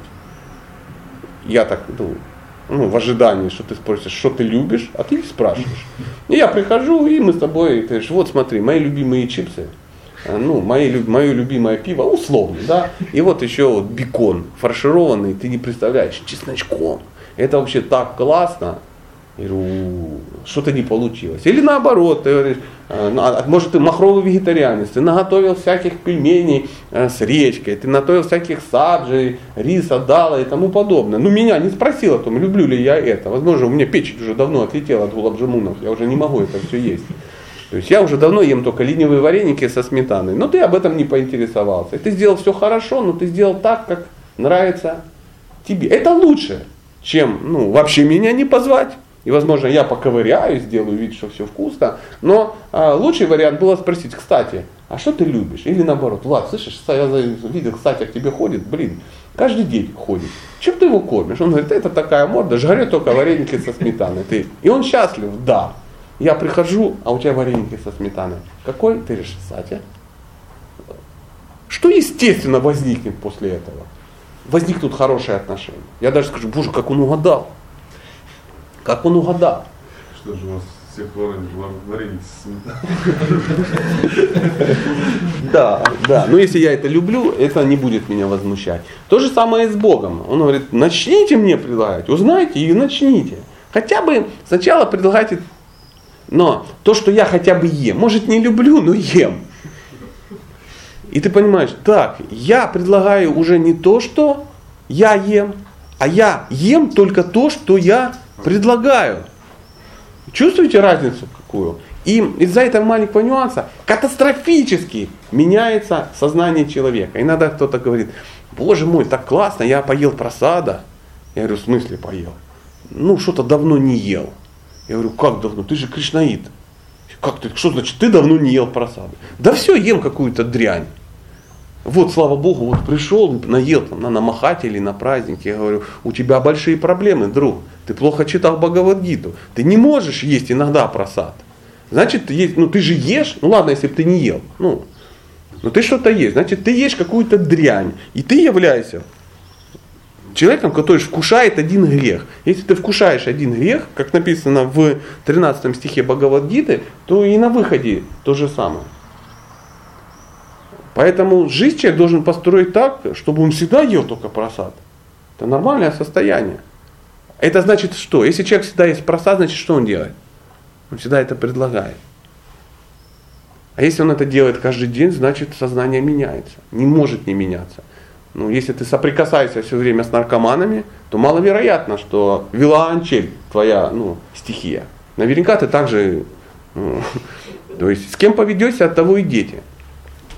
Я так думаю. Ну, в ожидании, что ты спросишь, что ты любишь, а ты спрашиваешь. И я прихожу, и мы с тобой, ты говоришь, вот смотри, мои любимые чипсы, ну, мои, мое любимое пиво, условно, да, и вот еще вот бекон фаршированный, ты не представляешь, чесночком. Это вообще так классно. Я говорю, что-то не получилось. Или наоборот, ты говоришь, может ты махровый вегетарианец, ты наготовил всяких пельменей с речкой, ты наготовил всяких саджей, риса, дала и тому подобное. Ну меня не спросил о том, люблю ли я это. Возможно, у меня печень уже давно отлетела от гулаб-джамунов, я уже не могу это все есть. То есть я уже давно ем только ленивые вареники со сметаной, но ты об этом не поинтересовался. И ты сделал все хорошо, но ты сделал так, как нравится тебе. Это лучше, чем ну, вообще меня не позвать. И, возможно, я поковыряю, сделаю вид, что все вкусно. Но а, лучший вариант было спросить, кстати, а что ты любишь? Или наоборот, Влад, слышишь, я видел, кстати, к тебе ходит, блин, каждый день ходит. Чем ты его кормишь? Он говорит, это такая морда, жарю только вареники со сметаной. Ты... И он счастлив, да. Я прихожу, а у тебя вареники со сметаной. Какой? Ты говоришь, Сатя. Что естественно возникнет после этого? Возникнут хорошие отношения. Я даже скажу, боже, как он угадал. Как он угадал? Что же у вас всех вареники со сметаной? Да, да. Но если я это люблю, это не будет меня возмущать. То же самое и с Богом. Он говорит, начните мне предлагать, узнайте и начните. Хотя бы сначала предлагайте, но то, что я хотя бы ем, может не люблю, но ем. И ты понимаешь, так, я предлагаю уже не то, что я ем, а я ем только то, что я предлагаю. Чувствуете разницу какую? И из-за этого маленького нюанса катастрофически меняется сознание человека. Иногда кто-то говорит, боже мой, так классно, я поел просада. Я говорю, в смысле поел? Ну, что-то давно не ел. Я говорю, как давно? Ты же кришнаит. Как ты? Что значит, ты давно не ел просады? Да все, ем какую-то дрянь. Вот, слава Богу, вот пришел, наел там, на намахате или на празднике. Я говорю, у тебя большие проблемы, друг. Ты плохо читал Бхагавад-гиту. Ты не можешь есть иногда просад. Значит, ты, есть, ну, ты же ешь. Ну ладно, если бы ты не ел. Ну, но ты что-то ешь. Значит, ты ешь какую-то дрянь. И ты являешься человеком, который вкушает один грех. Если ты вкушаешь один грех, как написано в тринадцатом стихе Бхагавад-гиты, то и на выходе то же самое. Поэтому жизнь человек должен построить так, чтобы он всегда ел только просад. Это нормальное состояние. Это значит что? Если человек всегда ест просад, значит что он делает? Он всегда это предлагает. А если он это делает каждый день, значит сознание меняется. Не может не меняться. Ну, если ты соприкасаешься все время с наркоманами, то маловероятно, что вилаанчель твоя ну, стихия. Наверняка ты также, ну, то есть с кем поведешься, от того и дети.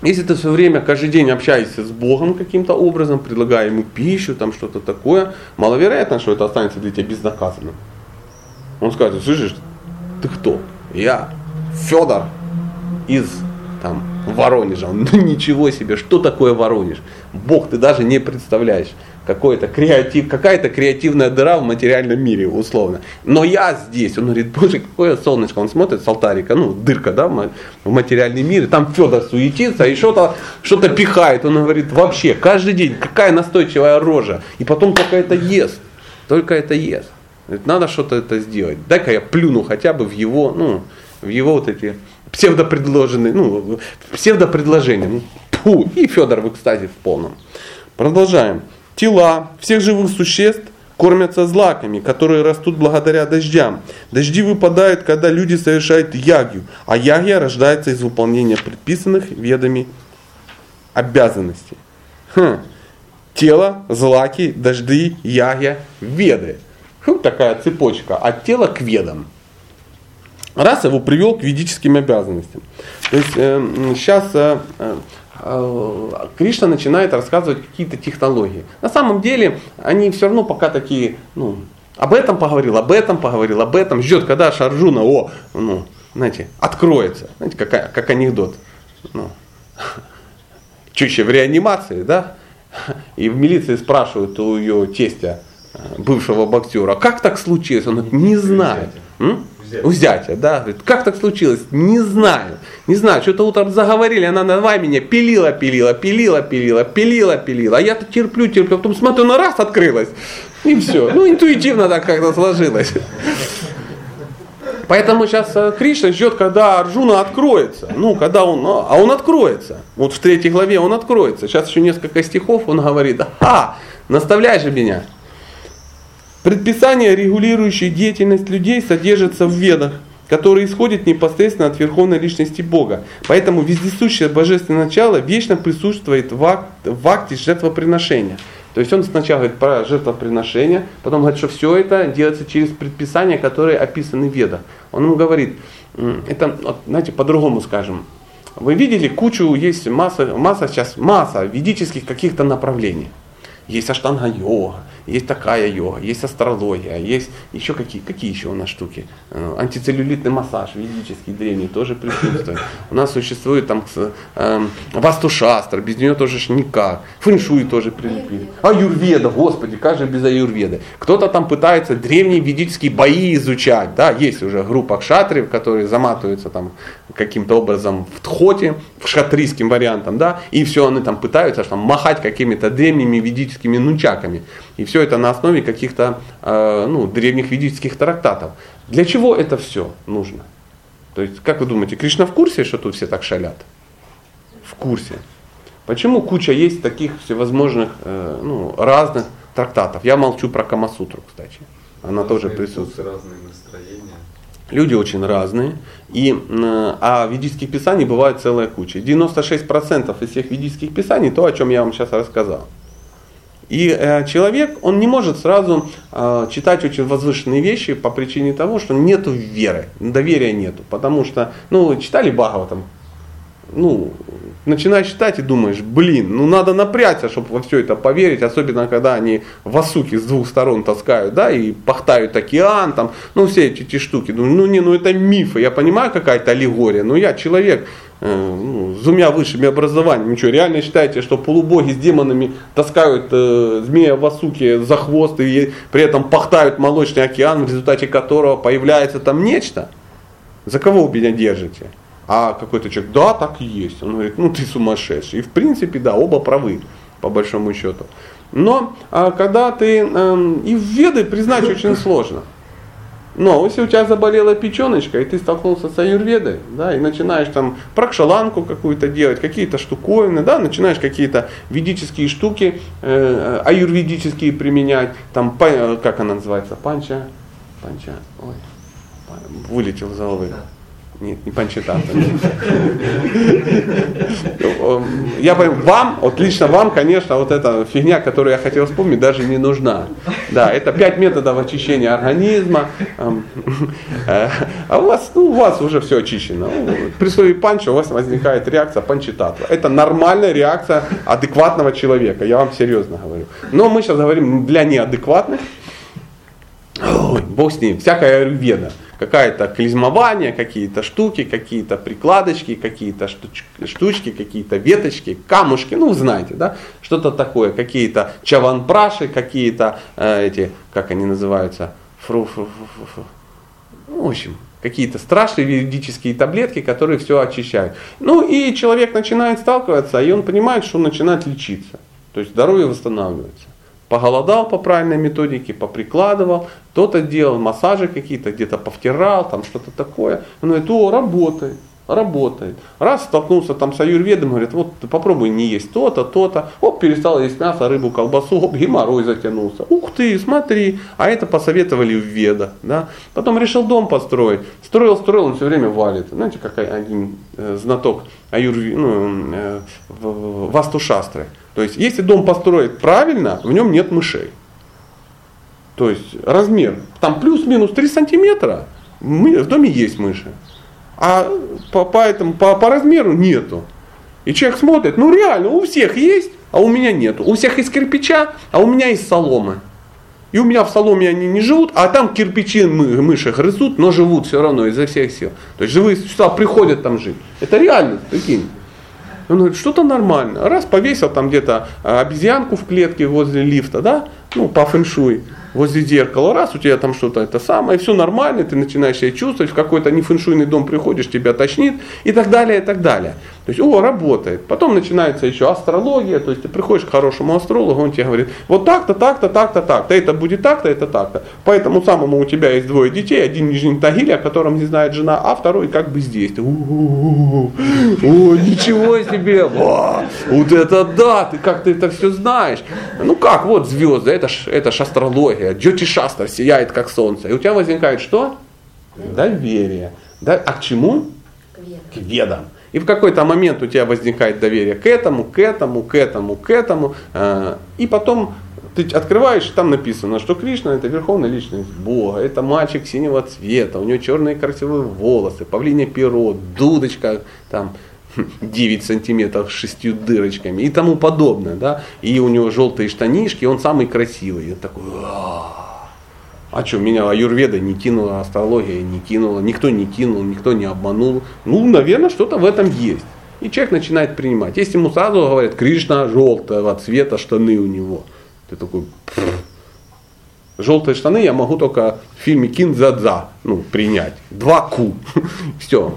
Если ты все время, каждый день общаешься с Богом каким-то образом, предлагая ему пищу, там что-то такое, маловероятно, что это останется для тебя безнаказанным. Он скажет: слышишь, ты кто? Я Федор из там, Воронежа. Ну ничего себе, что такое Воронеж? Бог, ты даже не представляешь. Какой-то креатив, какая-то креативная дыра в материальном мире, условно. Но я здесь. Он говорит: боже, какое солнышко. Он смотрит с алтарика, ну, дырка, да, в материальный мир. Там Федор суетится и что-то, что-то пихает. Он говорит: вообще, каждый день, какая настойчивая рожа. И потом только это ест. Только это ест. Говорит: надо что-то это сделать. Дай-ка я плюну хотя бы в его, ну, в его вот эти псевдопредложенные, ну, псевдопредложения. Ну, фу, и Федор в экстазе в полном. Продолжаем. Тела всех живых существ кормятся злаками, которые растут благодаря дождям. Дожди выпадают, когда люди совершают ягью, а ягья рождается из выполнения предписанных ведами обязанностей. Хм. Тело, злаки, дожди, ягья, веды. Хм, такая цепочка от тела к ведам. Раз его привел к ведическим обязанностям. То есть э, сейчас э, э, Кришна начинает рассказывать какие-то технологии. На самом деле они все равно пока такие, ну, об этом поговорил, об этом поговорил, об этом. Ждет, когда Арджуна, о, ну, знаете, откроется. Знаете, как, как анекдот. Ну, чуще в реанимации, да? И в милиции спрашивают у ее тестя, бывшего боксера: как так случилось? Он говорит: не знаю. Взятие, да. Говорит: как так случилось? Не знаю. Не знаю. Что-то утром заговорили, она давай меня пилила, пилила, пилила, пилила, пилила, пилила. А я-то терплю, терплю. Потом смотрю, на раз открылась. И все. Ну, интуитивно так как-то сложилось. Поэтому сейчас Кришна ждет, когда Арджуна откроется. Ну, когда он, а он откроется. Вот в третьей главе он откроется. Сейчас еще несколько стихов он говорит: а, наставляй же меня. Предписания, регулирующие деятельность людей, содержатся в ведах, которые исходят непосредственно от Верховной Личности Бога. Поэтому вездесущее Божественное начало вечно присутствует в, акт, в акте жертвоприношения. То есть он сначала говорит про жертвоприношение, потом говорит, что все это делается через предписания, которые описаны в ведах. Он ему говорит, это, вот, знаете, по-другому скажем. Вы видели, кучу, есть масса, масса сейчас, масса ведических каких-то направлений. Есть аштанга-йога, есть такая йога, есть астрология, есть еще какие, какие еще у нас штуки. Антицеллюлитный массаж, ведический, древний, тоже присутствует. У нас существует там э, васту-шастра, без нее тоже никак. Фэншуй тоже прилепили. Аюрведа, господи, как же без аюрведы. Кто-то там пытается древние ведические бои изучать. Да, есть уже группа кшатриев, которые заматываются там каким-то образом в тхоте, в шатрийским вариантом, да, и все они там пытаются там, махать какими-то древними ведическими нунчаками. И все это на основе каких-то э, ну, древних ведических трактатов. Для чего это все нужно? То есть, как вы думаете, Кришна в курсе, что тут все так шалят? В курсе. Почему куча есть таких всевозможных э, ну, разных трактатов? Я молчу про Камасутру, кстати. Она разные тоже присутствует. Разные настроения. Люди очень разные, и, а ведических писаний бывает целая куча. девяносто шесть процентов из всех ведических писаний то, о чем я вам сейчас рассказал. И э, человек, он не может сразу э, читать очень возвышенные вещи по причине того, что нету веры, доверия нету. Потому что, ну, читали Бхагаватам, ну, начинаешь читать и думаешь, блин, ну надо напрячься, чтобы во все это поверить, особенно когда они васуки с двух сторон таскают, да, и пахтают океан, там, ну все эти, эти штуки. Думаю, ну не, ну это мифы, я понимаю, какая-то аллегория, но я человек э, ну, с двумя высшими образованиями. Вы что, реально считаете, что полубоги с демонами таскают э, змея васуки за хвост и при этом пахтают молочный океан, в результате которого появляется там нечто? За кого вы меня держите? А какой-то человек, да, так и есть. Он говорит, ну ты сумасшедший. И в принципе, да, оба правы, по большому счету. Но а, когда ты, э, и в Веды признать очень сложно. Но если у тебя заболела печеночка, и ты столкнулся с аюрведой, да, и начинаешь там пракшаланку какую-то делать, какие-то штуковины, да, начинаешь какие-то ведические штуки, э, аюрведические применять, там, как она называется, панча, панча, ой, вылетел из головы. Нет, не панчитата. Я понимаю, вам, вот лично вам, конечно, вот эта фигня, которую я хотел вспомнить, даже не нужна. Да, это пять методов очищения организма. А у вас, ну, у вас уже все очищено. При слове панча у вас возникает реакция панчитата. Это нормальная реакция адекватного человека, я вам серьезно говорю. Но мы сейчас говорим для неадекватных. Ой, бог с ним, всякая аюрведа. Какая-то клизмование, какие-то штуки, какие-то прикладочки, какие-то штучки, какие-то веточки, камушки, ну знаете, да, что-то такое, какие-то чаванпраши, какие-то э, эти, как они называются, фру, фру, фру, фру. Ну, в общем, какие-то страшные ведические таблетки, которые все очищают. Ну и человек начинает сталкиваться, и он понимает, что он начинает лечиться, то есть здоровье восстанавливается. Поголодал по правильной методике, поприкладывал, кто-то делал массажи какие-то, где-то повтирал, там что-то такое. Он говорит, о, работает, работает. Раз столкнулся там с аюрведом, говорит, вот ты попробуй не есть то-то, то-то. Оп, перестал есть мясо, рыбу, колбасу, оп, геморрой затянулся. Ух ты, смотри, а это посоветовали в ведах. Да? Потом решил дом построить. Строил, строил, он все время валит. Знаете, как один э, знаток аюрведы, ну, э, вастушастры. То есть, если дом построить правильно, в нем нет мышей. То есть, размер, там плюс-минус три сантиметра, мы, в доме есть мыши. А по, по, этому, по, по размеру нету. И человек смотрит, ну реально, у всех есть, а у меня нету. У всех из кирпича, а у меня из соломы. И у меня в соломе они не живут, а там кирпичи мы, мыши грызут, но живут все равно изо всех сил. То есть, живые существа приходят там жить. Это реально, прикинь. Он говорит, что-то нормально. Раз повесил там где-то обезьянку в клетке возле лифта, да, ну по фэншуй, возле зеркала, раз у тебя там что-то это самое, все нормально, ты начинаешь себя чувствовать, в какой-то нефэншуйный дом приходишь, тебя тошнит и так далее, и так далее. То есть, о, работает. Потом начинается еще астрология, то есть ты приходишь к хорошему астрологу, он тебе говорит, вот так-то, так-то, так-то, так-то, это будет так-то, это так-то. Поэтому самому у тебя есть двое детей, один в Нижнем Тагиле, о котором не знает жена, а второй как бы здесь. Ты, о, ничего себе, о, вот это да, ты как ты это все знаешь. Ну как, вот звезды, это ж, это ж астрология, Джьотишастра сияет как солнце. И у тебя возникает что? Доверие. Да? А к чему? К ведам. К ведам. И в какой-то момент у тебя возникает доверие к этому, к этому, к этому, к этому. И потом ты открываешь, там написано, что Кришна это верховная личность Бога, это мальчик синего цвета, у него черные красивые волосы, павлинье перо, дудочка, там девять сантиметров с шестью дырочками и тому подобное. Да? И у него желтые штанишки, он самый красивый. И он такой, а что, меня аюрведа не кинула, астрология не кинула, никто не кинул, никто не обманул. Ну, наверное, что-то в этом есть. И человек начинает принимать. Если ему сразу говорят, Кришна желтого цвета, штаны у него. Ты такой, желтые штаны я могу только в фильме Киндзадза ну, принять. Два ку. Все.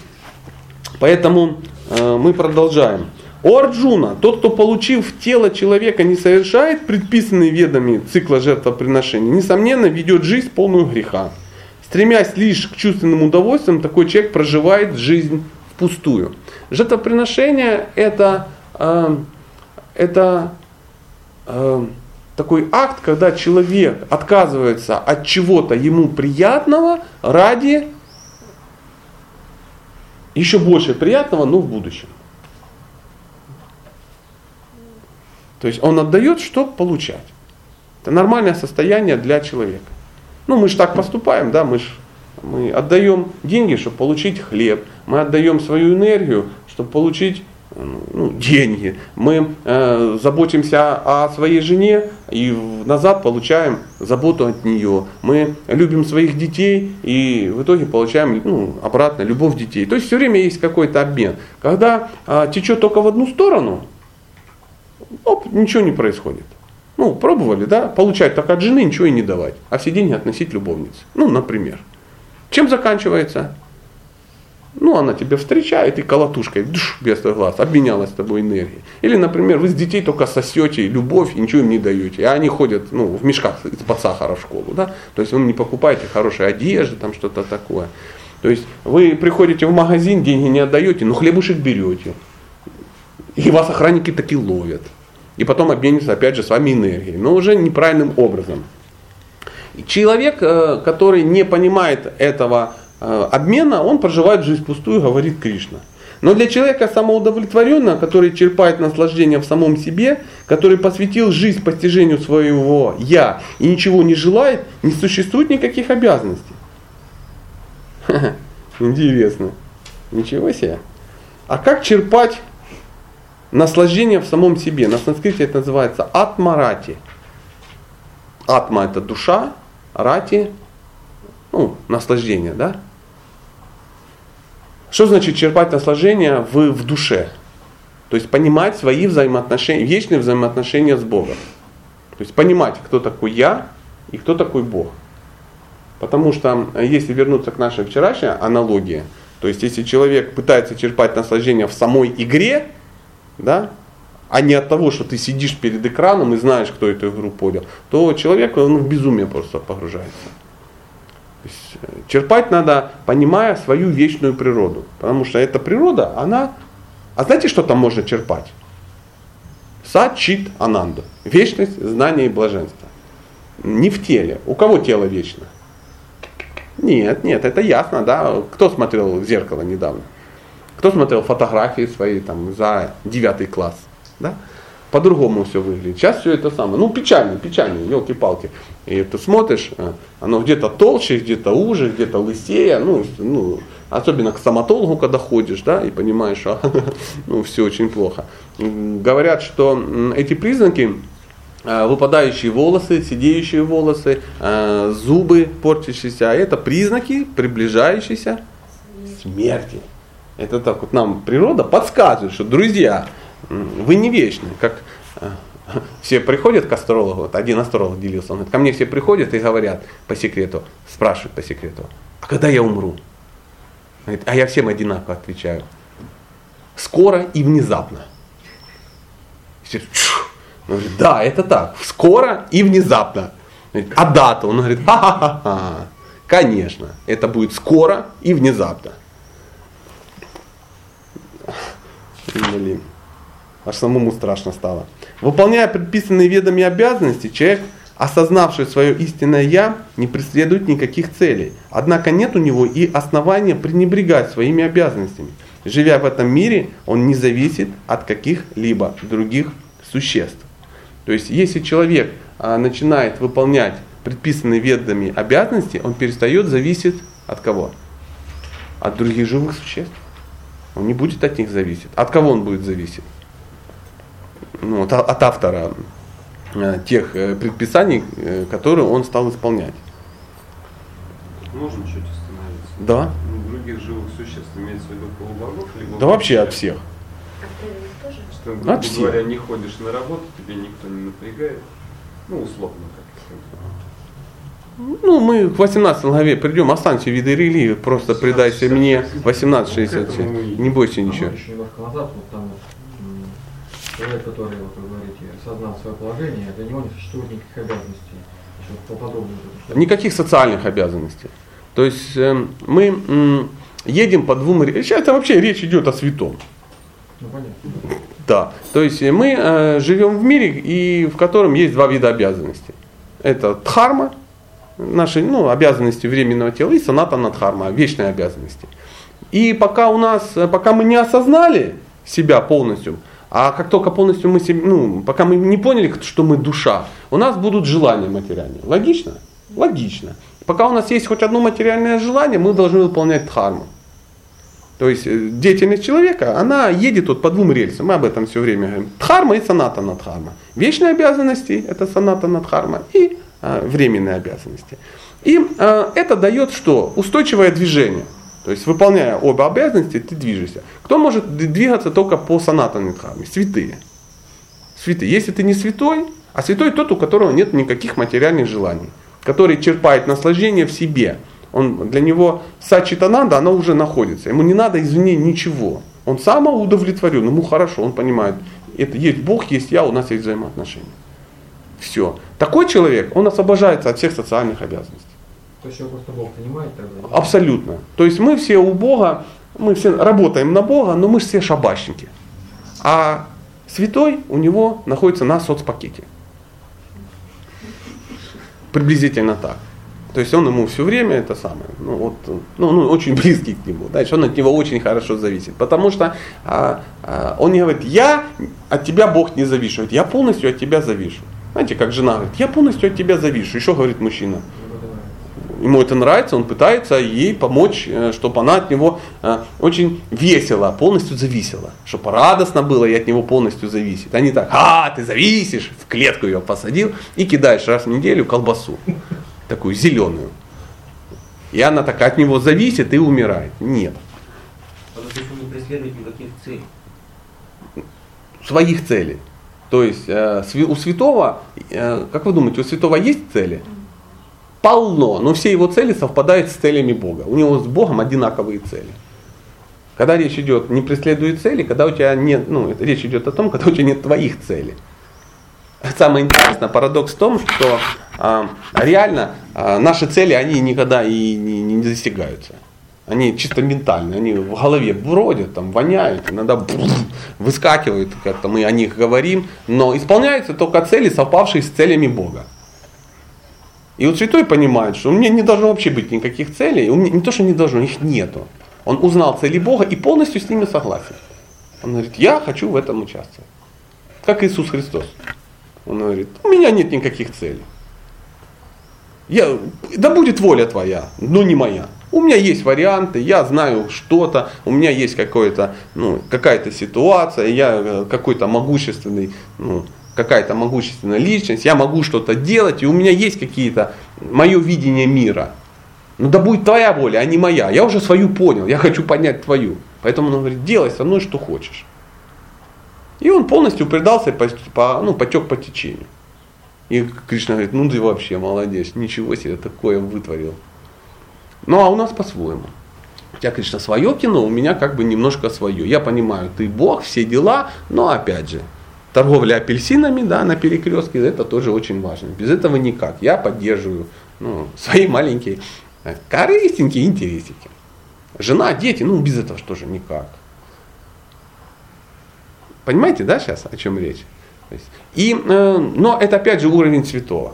Поэтому э, мы продолжаем. О Арджуна, тот, кто, получив тело человека, не совершает предписанные ведами цикла жертвоприношений, несомненно, ведет жизнь полную греха. Стремясь лишь к чувственным удовольствиям, такой человек проживает жизнь впустую. Жертвоприношение это, э, это э, такой акт, когда человек отказывается от чего-то ему приятного ради еще больше приятного, но в будущем. То есть он отдает, чтобы получать. Это нормальное состояние для человека. Ну мы же так поступаем, да, мы, ж, мы отдаем деньги, чтобы получить хлеб. Мы отдаем свою энергию, чтобы получить ну, деньги. Мы э, заботимся о своей жене и назад получаем заботу от нее. Мы любим своих детей и в итоге получаем ну, обратно любовь детей. То есть все время есть какой-то обмен. Когда э, течет только в одну сторону, оп, ничего не происходит. Ну, пробовали, да, получать так от жены, ничего и не давать, а все деньги относить любовнице. Ну, например. Чем заканчивается? Ну, она тебя встречает и колотушкой, душ, без глаз, обменялась с тобой энергией. Или, например, вы с детей только сосете любовь и ничего им не даете. А они ходят ну, в мешках из-под сахара в школу. Да? То есть вы не покупаете хорошей одежды, там что-то такое. То есть вы приходите в магазин, деньги не отдаете, но хлебушек берете. И вас охранники таки ловят. И потом обмениваются опять же с вами энергией. Но уже неправильным образом. И человек, который не понимает этого обмена он проживает жизнь пустую, говорит Кришна. Но для человека самоудовлетворенного, который черпает наслаждение в самом себе, который посвятил жизнь постижению своего «я» и ничего не желает, не существует никаких обязанностей. Интересно. Ничего себе. А как черпать наслаждение в самом себе? На санскрите это называется атма-рати. Атма это душа, рати, ну, наслаждение, да? Что значит черпать наслаждение в, в душе? То есть понимать свои взаимоотношения, вечные взаимоотношения с Богом. То есть понимать, кто такой я и кто такой Бог. Потому что, если вернуться к нашей вчерашней аналогии, то есть если человек пытается черпать наслаждение в самой игре, да, а не от того, что ты сидишь перед экраном и знаешь, кто эту игру понял, то человек он в безумие просто погружается. То есть, черпать надо, понимая свою вечную природу. Потому что эта природа, она... А знаете, что там можно черпать? Сат-чит ананда. Вечность, знание и блаженство. Не в теле. У кого тело вечно? Нет, нет, это ясно, да. Кто смотрел в зеркало недавно? Кто смотрел фотографии свои там за девятый класс? Да? По-другому все выглядит. Сейчас все это самое. Ну, печально, печально, елки-палки. И ты смотришь, оно где-то толще, где-то уже, где-то лысее. Ну, ну, особенно к стоматологу, когда ходишь, да, и понимаешь, что ну, все очень плохо. Говорят, что эти признаки, выпадающие волосы, сидеющие волосы, зубы портящиеся, это признаки приближающейся смерти. Это так вот нам природа подсказывает, что, друзья, вы не вечны, как все приходят к астрологу, вот один астролог делился, он говорит, ко мне все приходят и говорят по секрету, спрашивают по секрету, а когда я умру? Говорит, а я всем одинаково отвечаю, скоро и внезапно. Все, он говорит, да, это так, скоро и внезапно. Говорит, а дата? Он говорит, ха-ха-ха, конечно, это будет скоро и внезапно. Блин. Аж самому страшно стало. Выполняя предписанные ведами обязанности, человек, осознавший свое истинное «я», не преследует никаких целей. Однако нет у него и основания пренебрегать своими обязанностями. Живя в этом мире, он не зависит от каких-либо других существ. То есть, если человек а, начинает выполнять предписанные ведами обязанности, он перестает зависеть от кого? От других живых существ. Он не будет от них зависеть. От кого он будет зависеть? Ну, от, от автора э, тех э, предписаний, э, которые он стал исполнять. Можно чуть остановиться? Да. Ну, других живых существ имеется в виду полубогов? Либо да вообще от всех. Что, грубо от всех. говоря, не ходишь на работу, тебе никто не напрягает. Ну, условно как. Ну, мы к восемнадцатой главе придем, останься в виде религии, просто предайся мне восемнадцать шестьдесят шесть. Не бойся ничего. Еще немножко назад, вот там вот, человек, который, вот вы говорите, осознал свое положение, для него не существует никаких обязанностей. Еще поподробнее. Никаких социальных обязанностей. То есть э, мы э, едем по двум... Сейчас это вообще речь идет о святом. Ну, понятно. Да. То есть мы э, живем в мире, и в котором есть два вида обязанностей. Это дхарма, наши ну, обязанности временного тела, и санатана дхарма, вечные обязанности. И пока у нас, пока мы не осознали себя полностью, а как только полностью мы себе, ну, пока мы не поняли, что мы душа, у нас будут желания материальные. Логично? Логично. Пока у нас есть хоть одно материальное желание, мы должны выполнять дхарму. То есть деятельность человека, она едет вот по двум рельсам, мы об этом все время говорим. Дхарма и санатана дхарма. Вечные обязанности – это санатана дхарма, и а, временные обязанности. И а, это дает что? Устойчивое движение. То есть, выполняя оба обязанности, ты движешься. Кто может двигаться только по санатане дхарме? Святые. Святые. Если ты не святой, а святой тот, у которого нет никаких материальных желаний, который черпает наслаждение в себе. Он, для него сачитананда, она уже находится. Ему не надо извне ничего. Он самоудовлетворен, ему хорошо, он понимает, это есть Бог, есть я, у нас есть взаимоотношения. Все. Такой человек, он освобождается от всех социальных обязанностей. То есть его просто Бог понимает тогда? Абсолютно. То есть мы все у Бога, мы все работаем на Бога, но мы все шабашники. А святой у него находится на соцпакете. Приблизительно так. То есть он ему все время это самое, ну, вот, ну, ну, очень близкий к нему, дальше он от него очень хорошо зависит. Потому что а, а, он не говорит, я от тебя, Бог, не завишу, говорит, я полностью от тебя завишу. Знаете, как жена говорит, я полностью от тебя завишу. Еще говорит мужчина. Ему это нравится, он пытается ей помочь, чтобы она от него очень весело, полностью зависела. Чтобы радостно было и от него полностью зависит. А не так, а, ты зависишь, в клетку ее посадил и кидаешь раз в неделю колбасу. Такую зеленую. И она так от него зависит и умирает. Нет. А то есть он не преследует никаких целей? Своих целей. То есть у святого, как вы думаете, у святого есть цели? Полно, но все его цели совпадают с целями Бога. У него с Богом одинаковые цели. Когда речь идет, не преследует цели, когда у тебя нет, ну, речь идет о том, когда у тебя нет твоих целей. Самое интересное, парадокс в том, что а, реально а, наши цели, они никогда и не, не достигаются. Они чисто ментальные, они в голове бродят, там, воняют, иногда выскакивают, как-то мы о них говорим, но исполняются только цели, совпавшие с целями Бога. И вот святой понимает, что у меня не должно вообще быть никаких целей, у меня не то, что не должно, их нету. Он узнал цели Бога и полностью с ними согласен. Он говорит, я хочу в этом участвовать. Как Иисус Христос. Он говорит, у меня нет никаких целей. Я, да будет воля твоя, но не моя. У меня есть варианты, я знаю что-то, у меня есть какое-то, ну, какая-то ситуация, я какой-то могущественный, ну, какая-то могущественная личность, я могу что-то делать, и у меня есть какие-то, мое видение мира. Ну да будет твоя воля, а не моя. Я уже свою понял, я хочу понять твою. Поэтому он говорит, делай со мной что хочешь. И он полностью предался, по, ну, потек по течению. И Кришна говорит, ну ты вообще молодец, ничего себе такое вытворил. Ну а у нас по-своему. У тебя, Кришна, свое кино, у меня как бы немножко свое. Я понимаю, ты Бог, все дела, но опять же, торговля апельсинами, да, на перекрестке, это тоже очень важно. Без этого никак. Я поддерживаю, ну, свои маленькие корыстенькие интересики. Жена, дети, ну без этого тоже никак. Понимаете, да, сейчас о чем речь? И, э, но это опять же уровень святого.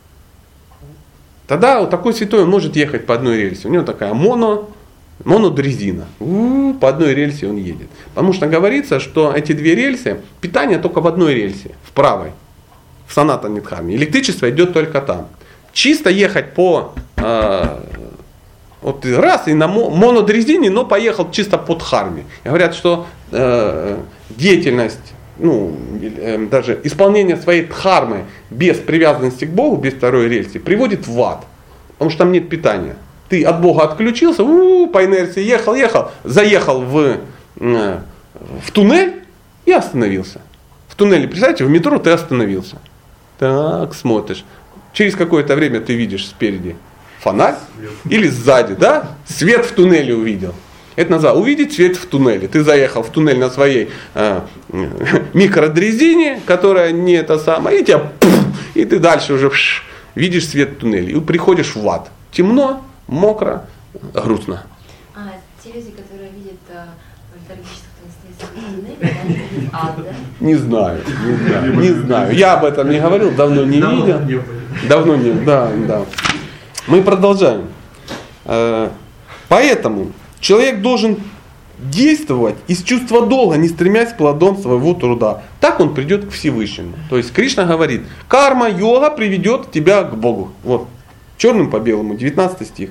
Тогда вот такой святой он может ехать по одной рельсе. У него такая моно, монодрезина. У-у-у, по одной рельсе он едет. Потому что говорится, что эти две рельсы, питание только в одной рельсе, в правой, в Санатана-дхарме. Электричество идет только там. Чисто ехать по э, вот раз и на монодрезине, но поехал чисто по дхарме. И говорят, что э, деятельность, ну, э, даже исполнение своей дхармы без привязанности к Богу, без второй рельсы, приводит в ад. Потому что там нет питания. Ты от Бога отключился, у-у-у, по инерции ехал, ехал, заехал в, э, в туннель и остановился. В туннеле, представляете, в метро ты остановился. Так, смотришь. Через какое-то время ты видишь спереди фонарь или сзади, да? Свет в туннеле увидел. Это называется увидеть свет в туннеле. Ты заехал в туннель на своей э, микродрезине, которая не это самое, и тебя пфф, и ты дальше уже пш, видишь свет в туннеле. И приходишь в ад. Темно, мокро, грустно. А, те люди, которые видят э, в альтруистическом туннеле, они видят ад, да? Не знаю, не знаю, не знаю. Я об этом не говорил, давно не видел. Давно не, да, да. Мы продолжаем. Поэтому человек должен действовать из чувства долга, не стремясь к плодам своего труда. Так он придет к Всевышнему. То есть Кришна говорит, карма-йога приведет тебя к Богу. Вот, черным по белому, девятнадцатый стих.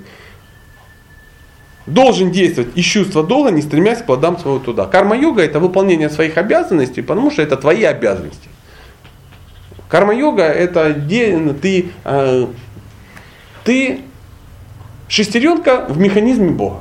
Должен действовать из чувства долга, не стремясь к плодам своего труда. Карма-йога это выполнение своих обязанностей, потому что это твои обязанности. Карма-йога это где ты, э, ты шестеренка в механизме Бога.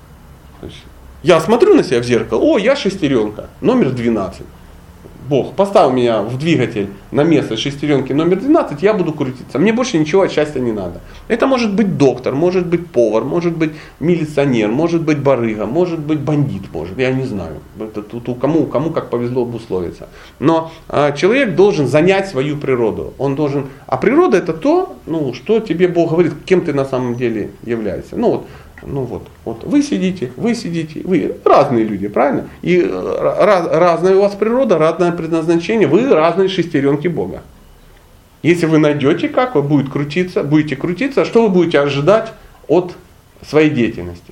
Я смотрю на себя в зеркало, о, я шестеренка, номер двенадцать. Бог, поставь меня в двигатель на место шестеренки номер двенадцать, я буду крутиться. Мне больше ничего от счастья не надо. Это может быть доктор, может быть повар, может быть милиционер, может быть барыга, может быть бандит, может, я не знаю. Это тут кому, кому как повезло обусловиться. Но а, человек должен занять свою природу. Он должен, а природа это то, ну, что тебе Бог говорит, кем ты на самом деле являешься. Ну вот. Ну вот, вот вы сидите, вы сидите, вы разные люди, правильно? И раз, разная у вас природа, разное предназначение, вы разные шестеренки Бога. Если вы найдете, как вы будете крутиться, будете крутиться, что вы будете ожидать от своей деятельности?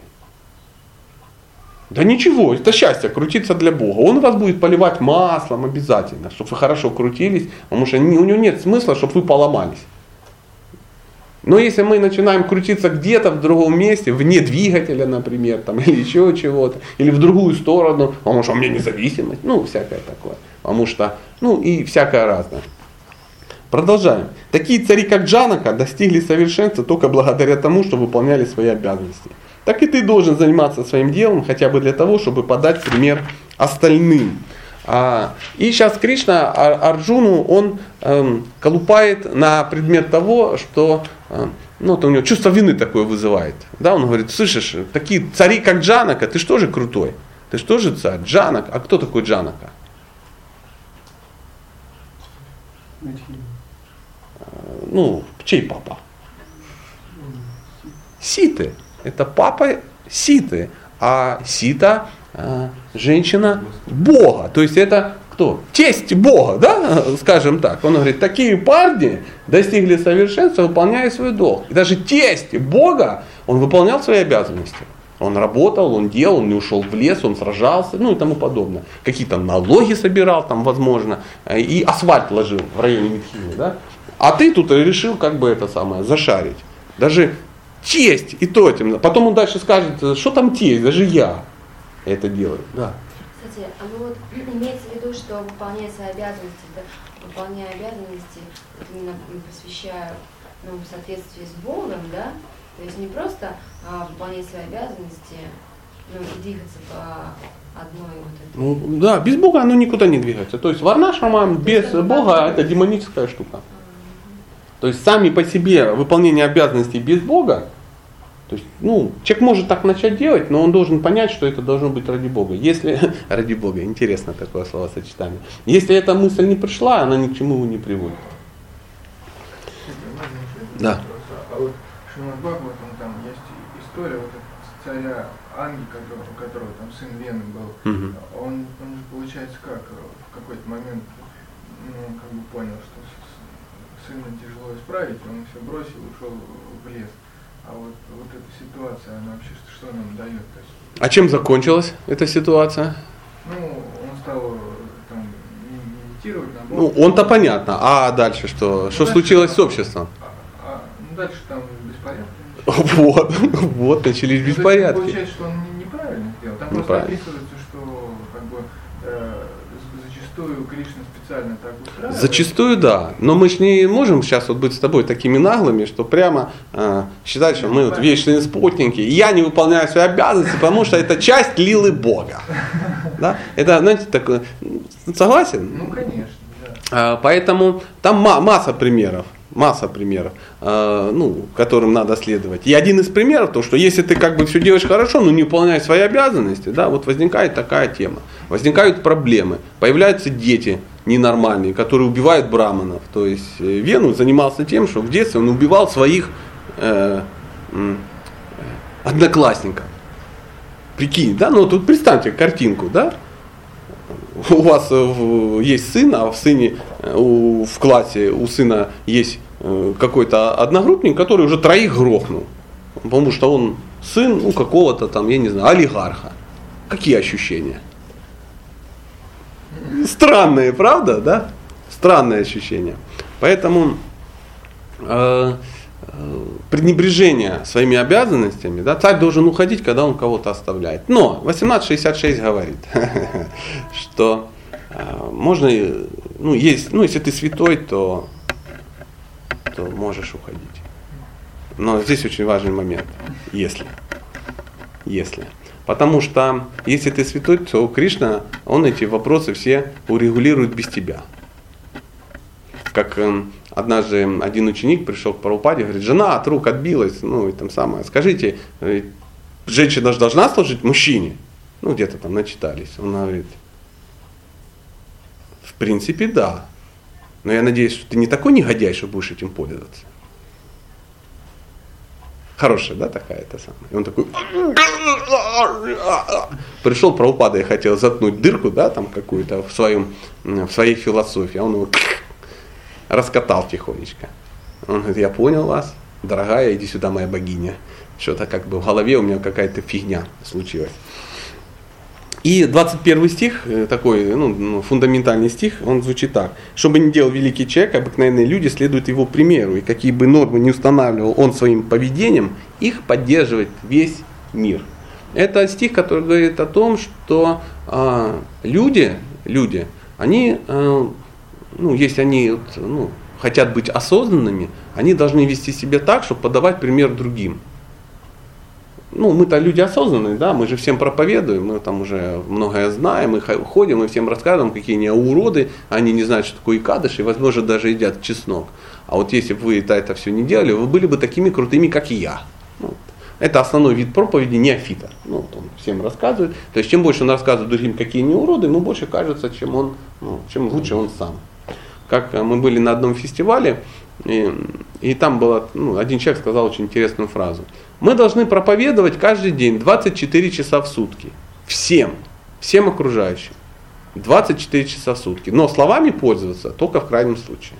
Да ничего, это счастье, крутиться для Бога. Он вас будет поливать маслом обязательно, чтобы вы хорошо крутились, потому что у него нет смысла, чтобы вы поломались. Но если мы начинаем крутиться где-то в другом месте, вне двигателя, например, там, или еще чего-то, или в другую сторону, потому что у меня независимость, ну, всякое такое, потому что, ну, и всякое разное. Продолжаем. Такие цари, как Джанака, достигли совершенства только благодаря тому, что выполняли свои обязанности. Так и ты должен заниматься своим делом, хотя бы для того, чтобы подать пример остальным. А, и сейчас Кришна Арджуну, он эм, колупает на предмет того, что э, ну, это у него чувство вины такое вызывает. Да, он говорит, слышишь, такие цари, как Джанака, ты что же крутой? Ты что же царь? Джанак. А кто такой Джанака? Ну, чей папа? Ситы. Это папа Ситы. А Сита э, женщина Бога. То есть это кто? Тесть Бога, да? Скажем так. Он говорит, такие парни достигли совершенства, выполняя свой долг. И даже тесть Бога, он выполнял свои обязанности. Он работал, он делал, он не ушел в лес, он сражался, ну и тому подобное. Какие-то налоги собирал там, возможно, и асфальт ложил в районе Митхины, да? А ты тут решил как бы это самое, зашарить. Даже тесть и то этим. Потом он дальше скажет, что там тесть, даже я это делаю. Да. Кстати, а ну вот имеется в виду, что выполняя свои обязанности, да, выполняя обязанности, вот именно посвящая, ну, в соответствии с Богом, да, то есть не просто а, выполнять свои обязанности, ну, и двигаться по одной вот этой. Ну, да, без Бога оно никуда не двигается. То есть варнашрама без Бога это демоническая штука. То есть сами по себе выполнение обязанностей без Бога, то есть, ну, человек может так начать делать, но он должен понять, что это должно быть ради Бога. Если, ради Бога, интересно такое словосочетание. Если эта мысль не пришла, она ни к чему не приводит. Да. А вот в Шримад Бхагаватам там есть история вот царя Анги, который, у которого там сын Вены был. Угу. Он, он получается как, в какой-то момент, ну, как бы понял, что сына тяжело исправить, он все бросил и ушел в лес. А вот, вот эта ситуация, она вообще что нам дает? То есть, а чем закончилась эта ситуация? Ну, он стал там медитировать на Бога. Ну, он-то понятно. А дальше что? Ну, что дальше, случилось с обществом? А, а, ну, дальше там беспорядки. Вот, вот, начались ну, беспорядки. Получается, что он неправильно сделал. Там просто описывается, что как бы э, зачастую Кришна специально так устраивает. Зачастую да, но мы же не можем сейчас вот быть с тобой такими наглыми, что прямо э, считать, что мы вот вечные спутники, и я не выполняю свои обязанности, потому что это часть лилы Бога. Да? Это, знаете, такое, согласен? Ну, конечно, да. Поэтому там масса примеров. Масса примеров, э, ну, которым надо следовать. И один из примеров, то, что если ты как бы все делаешь хорошо, но не выполняешь свои обязанности, да, вот возникает такая тема. Возникают проблемы, появляются дети ненормальные, которые убивают браманов. То есть э, Вену занимался тем, что в детстве он убивал своих э, э, одноклассников. Прикинь, да, ну тут представьте картинку, да. У вас э, есть сын, а в сыне, э, у, в классе у сына есть э, какой-то одногруппник, который уже троих грохнул. Потому что он сын, ну, какого-то там, я не знаю, олигарха. Какие ощущения? Странные, правда, да? Странные ощущения. Поэтому э, э, пренебрежение своими обязанностями, да, царь должен уходить, когда он кого-то оставляет. Но восемнадцать шестьдесят шесть говорит, что э, можно, ну, есть, ну, если ты святой, то, то можешь уходить. Но здесь очень важный момент. Если. Если. Потому что если ты святой, то Кришна, он эти вопросы все урегулирует без тебя. Как э, однажды один ученик пришел к Прабхупаде и говорит, жена от рук отбилась, ну и там самое. Скажите, женщина же должна служить мужчине? Ну где-то там начитались. Он говорит, в принципе да. Но я надеюсь, что ты не такой негодяй, что будешь этим пользоваться. Хорошая, да, такая-то самая. И он такой, пришел Прабхупада и хотел заткнуть дырку, да, там какую-то в, своем, в своей философии, а он его раскатал тихонечко. Он говорит, я понял вас, дорогая, иди сюда, моя богиня. Что-то как бы в голове у меня какая-то фигня случилась. И двадцать первый стих, такой ну, фундаментальный стих, он звучит так. Что бы ни делал великий человек, обыкновенные люди следуют его примеру. И какие бы нормы не устанавливал он своим поведением, их поддерживает весь мир. Это стих, который говорит о том, что а, люди, люди, они, а, ну, если они вот, ну, хотят быть осознанными, они должны вести себя так, чтобы подавать пример другим. Ну, мы-то люди осознанные, да, мы же всем проповедуем, мы там уже многое знаем, мы ходим, мы всем рассказываем, какие они уроды, они не знают, что такое икадыш, и, возможно, даже едят чеснок. А вот если бы вы это, это все не делали, вы были бы такими крутыми, как и я. Вот. Это основной вид проповеди неофита. Ну, вот он всем рассказывает. То есть, чем больше он рассказывает другим, какие они уроды, ему больше кажется, чем, он, ну, чем лучше он сам. Как мы были на одном фестивале, и, и там было, ну, один человек сказал очень интересную фразу. Мы должны проповедовать каждый день двадцать четыре часа в сутки. Всем, всем окружающим. двадцать четыре часа в сутки. Но словами пользоваться только в крайнем случае.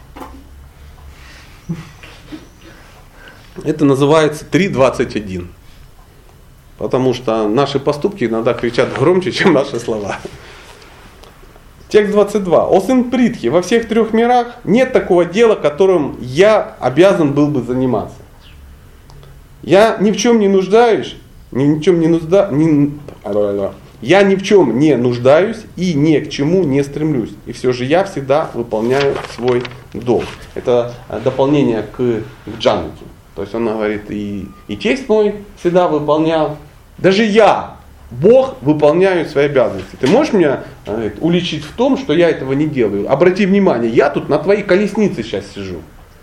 Это называется три двадцать один. Потому что наши поступки иногда кричат громче, чем наши слова. Текст двадцать два. О сын Притхи, во всех трех мирах нет такого дела, которым я обязан был бы заниматься. Я ни в чем не нуждаюсь, ни в чем не нужда... ни... я ни в чем не нуждаюсь и ни к чему не стремлюсь. И все же я всегда выполняю свой долг. Это дополнение к, к Джанаке. То есть он говорит, и, и тесть мой всегда выполнял. Даже я, Бог, выполняю свои обязанности. Ты можешь меня говорит, уличить в том, что я этого не делаю? Обрати внимание, я тут на твоей колеснице сейчас сижу.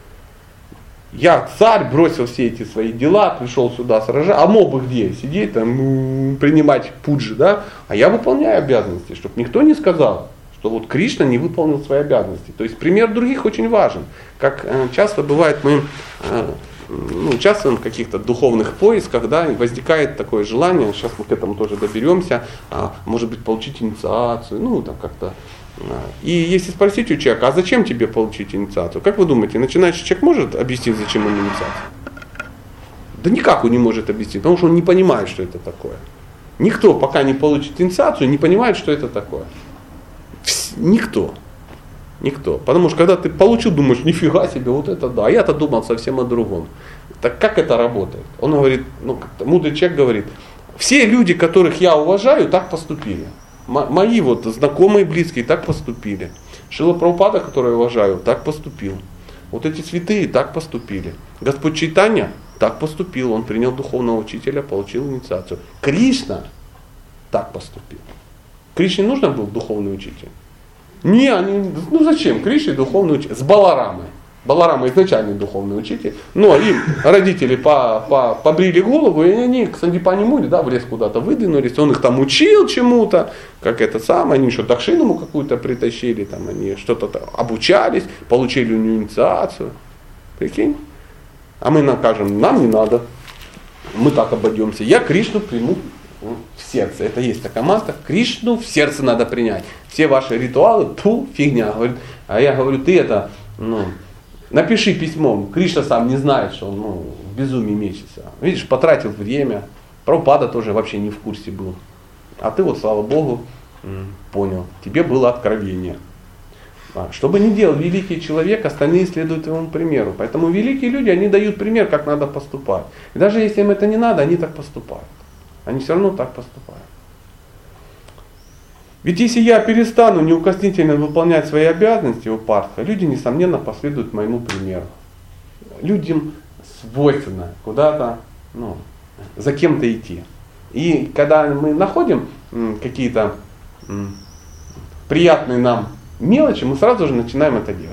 Я царь, бросил все эти свои дела, пришел сюда сражаться. А мог бы где? Сидеть там, принимать пуджи, да? А я выполняю обязанности, чтобы никто не сказал, что вот Кришна не выполнил свои обязанности. То есть пример других очень важен. Как э, часто бывает, мы э, ну, участвуем в каких-то духовных поисках, да, и возникает такое желание, сейчас мы к этому тоже доберемся, а, может быть, получить инициацию, ну, там как-то. И если спросить у человека, а зачем тебе получить инициацию? Как вы думаете, начинающий человек может объяснить, зачем ему инициация? Да никак он не может объяснить, потому что он не понимает, что это такое. Никто, пока не получит инициацию, не понимает, что это такое. Никто. Никто. Потому что когда ты получил, думаешь, нифига себе, вот это да. А я-то думал совсем о другом. Так как это работает? Он говорит, ну, мудрый человек говорит, все люди, которых я уважаю, так поступили. Мои вот знакомые, близкие так поступили. Шрила Прабхупада, которого я уважаю, так поступил. Вот эти святые так поступили. Господь Чайтанья так поступил. Он принял духовного учителя, получил инициацию. Кришна так поступил. Кришне нужно был духовный учитель? Не, они, ну зачем? Кришне духовный учитель. С Баларамой. Баларама изначальный духовный учитель, но им родители по, по, побрили голову, и они к Сандипани Муни, да, в лес куда-то выдвинулись, он их там учил чему-то, как это самое, они еще дакшину ему какую-то притащили, там они что-то обучались, получили у него инициацию. Прикинь? А мы накажем, нам не надо, мы так обойдемся. Я Кришну приму в сердце. Это есть такая маска, Кришну в сердце надо принять. Все ваши ритуалы, тьфу, фигня. А я говорю, ты это, ну, напиши письмо. Кришна сам не знает, что он ну, в безумии мечется. Видишь, потратил время. Прабхупада тоже вообще не в курсе был. А ты вот, слава Богу, понял. Тебе было откровение. Что бы ни делал великий человек, остальные следуют его примеру. Поэтому великие люди, они дают пример, как надо поступать. И даже если им это не надо, они так поступают. Они все равно так поступают. Ведь если я перестану неукоснительно выполнять свои обязанности у Партха, люди, несомненно, последуют моему примеру. Людям свойственно куда-то, ну, за кем-то идти. И когда мы находим м, какие-то м, приятные нам мелочи, мы сразу же начинаем это делать.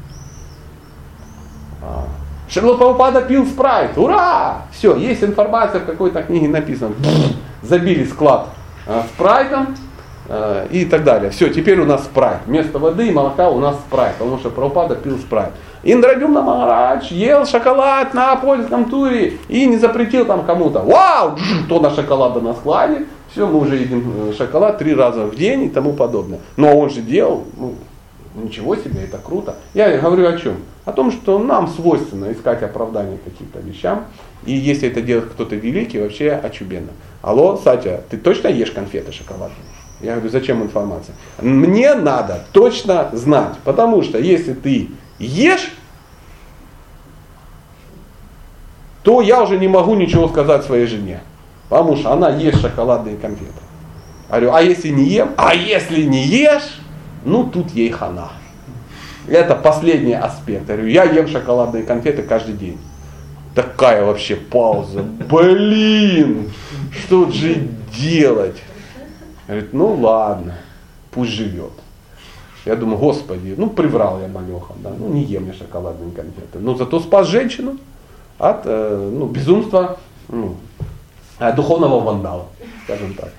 Шрила Прабхупада пил спрайт. Ура! Все, есть информация в какой-то книге написано. Забили склад э, спрайтом. И так далее. Все, теперь у нас спрайт. Вместо воды и молока у нас спрайт, потому что Прабхупада пил спрайт. Индрадюмна Махарадж ел шоколад на польском туре и не запретил там кому-то. Вау! Тонна шоколада на складе. Все, мы уже едим шоколад три раза в день и тому подобное. Но он же делал, ну, ничего себе, это круто. Я говорю о чем? О том, что нам свойственно искать оправдание каким-то вещам. И если это делает кто-то великий, вообще очубенно. Алло, Сатя, ты точно ешь конфеты шоколадные? Я говорю, зачем информация? Мне надо точно знать. Потому что если ты ешь, то я уже не могу ничего сказать своей жене. Потому что она ест шоколадные конфеты. Я говорю, а если не ем? А если не ешь, ну тут ей хана. Это последний аспект. Я говорю, я ем шоколадные конфеты каждый день. Такая вообще пауза. Блин, что же делать? Говорит, ну ладно, пусть живет. Я думаю, господи, ну приврал я малехом, да, ну не ем я шоколадные конфеты. Но зато спас женщину от э, ну, безумства, ну, духовного вандала, скажем так.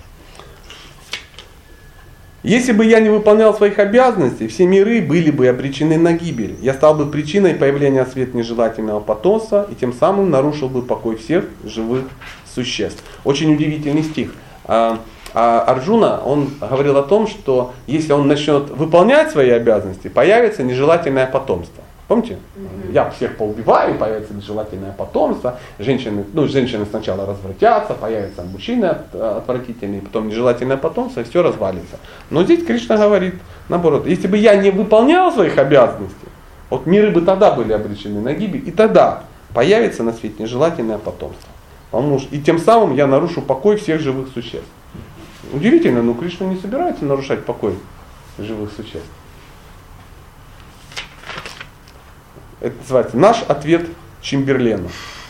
Если бы я не выполнял своих обязанностей, все миры были бы обречены на гибель. Я стал бы причиной появления в свет нежелательного потомства и тем самым нарушил бы покой всех живых существ. Очень удивительный стих. А Арджуна, он говорил о том, что если он начнет выполнять свои обязанности, появится нежелательное потомство. Помните? Mm-hmm. Я всех поубиваю, появится нежелательное потомство. Женщины, ну, женщины сначала развратятся, появятся мужчины отвратительные, потом нежелательное потомство, и все развалится. Но здесь Кришна говорит, наоборот, если бы я не выполнял своих обязанностей, вот миры бы тогда были обречены на гибель, и тогда появится на свете нежелательное потомство. Потому что, и тем самым я нарушу покой всех живых существ. Удивительно, но Кришна не собирается нарушать покой живых существ. Это называется наш ответ Чимберлену.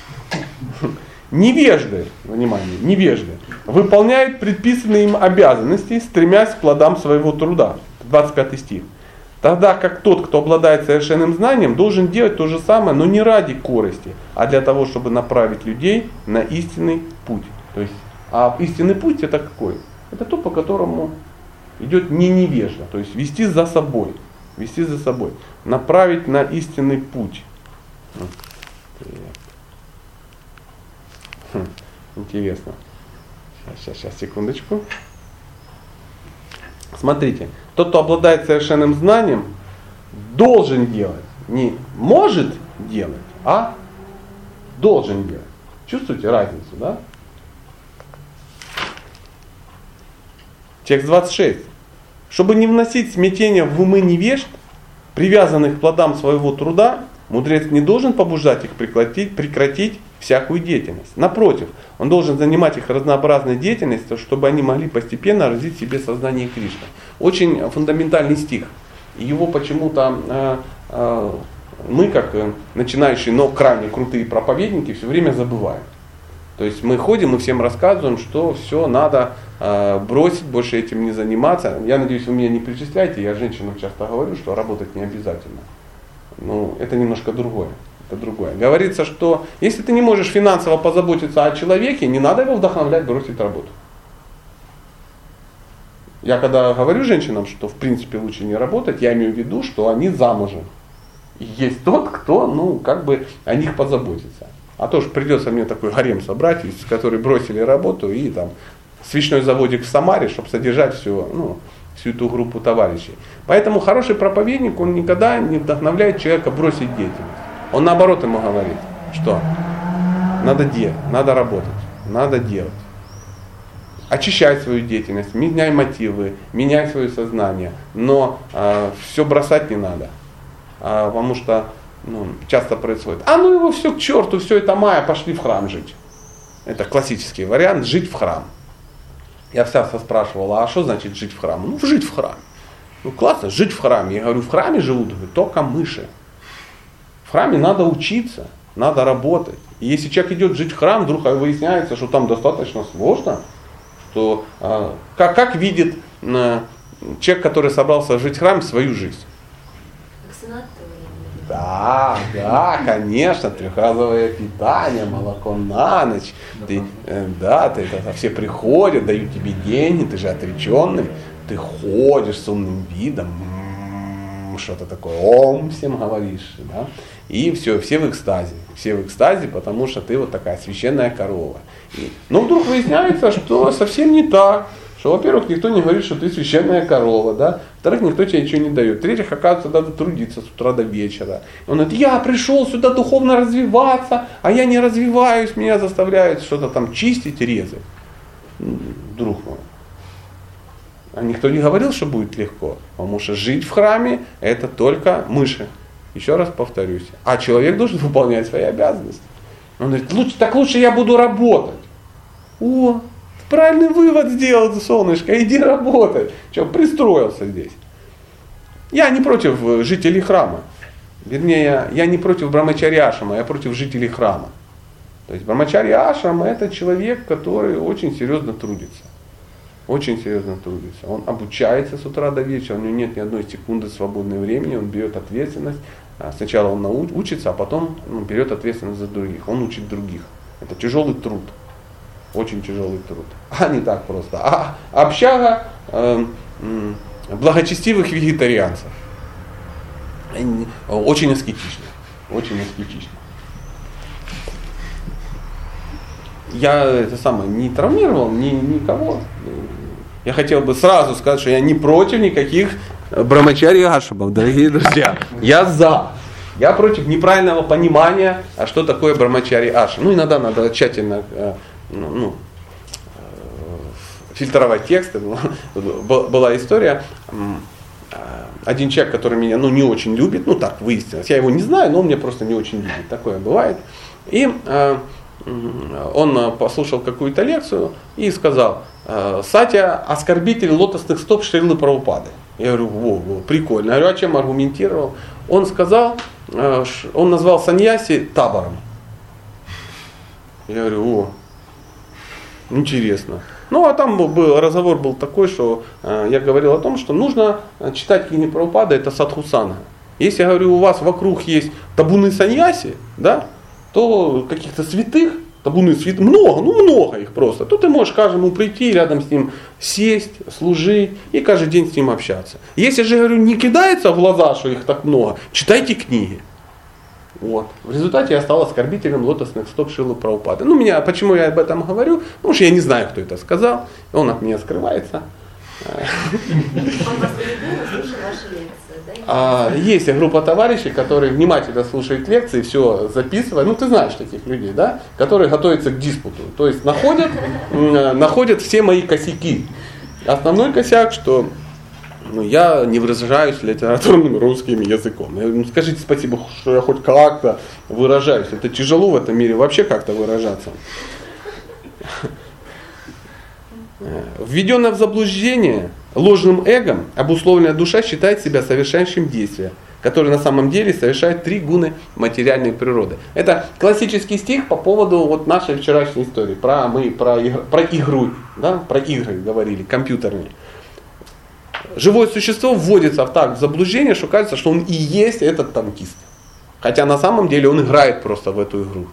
Невежды, внимание, невежды, выполняют предписанные им обязанности, стремясь к плодам своего труда. двадцать пятый стих. Тогда как тот, кто обладает совершенным знанием, должен делать то же самое, но не ради корысти, а для того, чтобы направить людей на истинный путь. То есть, а истинный путь это какой? Это тот, по которому идет не невежда, то есть вести за собой. Вести за собой. Направить на истинный путь. Хм, интересно. Сейчас, сейчас, секундочку. Смотрите, тот, кто обладает совершенным знанием, должен делать. Не может делать, а должен делать. Чувствуете разницу, да? Текст двадцать шесть. Чтобы не вносить смятения в умы невежд, привязанных к плодам своего труда, мудрец не должен побуждать их прекратить, прекратить всякую деятельность. Напротив, он должен занимать их разнообразной деятельностью, чтобы они могли постепенно развить в себе сознание Кришны. Очень фундаментальный стих. Его почему-то э, э, мы, как начинающие, но крайне крутые проповедники, все время забываем. То есть мы ходим и всем рассказываем, что все надо э, бросить, больше этим не заниматься. Я надеюсь, вы меня не причисляете, я женщинам часто говорю, что работать не обязательно. Ну, это немножко другое. Это другое. Говорится, что если ты не можешь финансово позаботиться о человеке, не надо его вдохновлять бросить работу. Я когда говорю женщинам, что в принципе лучше не работать, я имею в виду, что они замужем. И есть тот, кто, ну, как бы о них позаботится. А то ж придется мне такой гарем собрать, из которые бросили работу и там свечной заводик в Самаре, чтобы содержать всю, ну, всю эту группу товарищей. Поэтому хороший проповедник, он никогда не вдохновляет человека бросить деятельность. Он наоборот ему говорит, что надо делать, надо работать, надо делать. Очищай свою деятельность, меняй мотивы, меняй свое сознание, но э, все бросать не надо, э, потому что ну, часто происходит. А ну его все к черту, все это майя, пошли в храм жить. Это классический вариант, жить в храм. Я вся спрашивал, а что значит жить в храм? Ну, жить в храме. Ну, классно, жить в храме. Я говорю, в храме живут только мыши. В храме надо учиться, надо работать. И если человек идет жить в храм, вдруг выясняется, что там достаточно сложно, то э, как, как видит э, человек, который собрался жить в храме, свою жизнь? Да, да, конечно, трехразовое питание, молоко на ночь. Ты, э, да, ты, это, все приходят, дают тебе деньги, ты же отреченный, ты ходишь с умным видом, м-м, что-то такое, ом, всем говоришь, да, и все, все в экстазе, все в экстазе, потому что ты вот такая священная корова. И, но вдруг выясняется, что совсем не так. Что, во-первых, никто не говорит, что ты священная корова, да? Во-вторых, никто тебе ничего не дает. В-третьих, оказывается, надо трудиться с утра до вечера. Он говорит, я пришел сюда духовно развиваться, а я не развиваюсь, меня заставляют что-то там чистить, резать. Друг мой. А никто не говорил, что будет легко. Потому что жить в храме это только мыши. Еще раз повторюсь. А человек должен выполнять свои обязанности. Он говорит, лучше, так лучше я буду работать. О, правильный вывод сделал, солнышко, иди работай. Че, пристроился здесь. Я не против жителей храма. Вернее, я не против Брамачари Ашрама, я против жителей храма. То есть Брамачари Ашрама это человек, который очень серьезно трудится. Очень серьезно трудится. Он обучается с утра до вечера, у него нет ни одной секунды свободного времени, он берет ответственность. Сначала он науч, учится, а потом ну, берет ответственность за других. Он учит других. Это тяжелый труд. Очень тяжелый труд. А не так просто. А общага э, э, благочестивых вегетарианцев. Очень аскетично. Очень аскетично. Я это самое не травмировал ни, никого. Я хотел бы сразу сказать, что я не против никаких Брамачари Ашрамов, дорогие друзья. Я за. Я против неправильного понимания, а что такое Брамачари Ашрам. Ну, иногда надо тщательно ну, ну, фильтровать тексты. Была история. Один человек, который меня ну, не очень любит, ну так выяснилось. Я его не знаю, но он меня просто не очень любит. Такое бывает. И он послушал какую-то лекцию и сказал, Сатья оскорбитель лотосных стоп Шрилы Прабхупады. Я говорю, во, во, прикольно. Я говорю, а чем аргументировал? Он сказал, он назвал саньяси табором. Я говорю, о, интересно. Ну, а там был, разговор был такой, что я говорил о том, что нужно читать книги Прабхупады, это садхусанга. Если, я говорю, у вас вокруг есть табуны саньяси, да, то каких-то святых, табуны святых, много, ну много их просто, то ты можешь каждому прийти, рядом с ним сесть, служить и каждый день с ним общаться. Если же, говорю, не кидается в глаза, что их так много, читайте книги. Вот. В результате я стал оскорбителем лотосных стоп Шрилы Прабхупады. Ну, меня, почему я об этом говорю? Потому что я не знаю, кто это сказал, он от меня скрывается. Он вас любил, слушал ваши лекции, да? А, есть группа товарищей, которые внимательно слушают лекции, все записывают. Ну, ты знаешь таких людей, да? Которые готовятся к диспуту. То есть находят, находят все мои косяки. Основной косяк, что ну, я не выражаюсь литературным русским языком. Я говорю, ну, скажите спасибо, что я хоть как-то выражаюсь. Это тяжело в этом мире вообще как-то выражаться. Введенная в заблуждение ложным эгом, обусловленная душа считает себя совершающим действие, которое на самом деле совершает три гуны материальной природы. Это классический стих по поводу вот нашей вчерашней истории. Про, мы про, про игру, да, про игры говорили, компьютерные. Живое существо вводится в так заблуждение, что кажется, что он и есть этот танкист. Хотя на самом деле он играет просто в эту игру.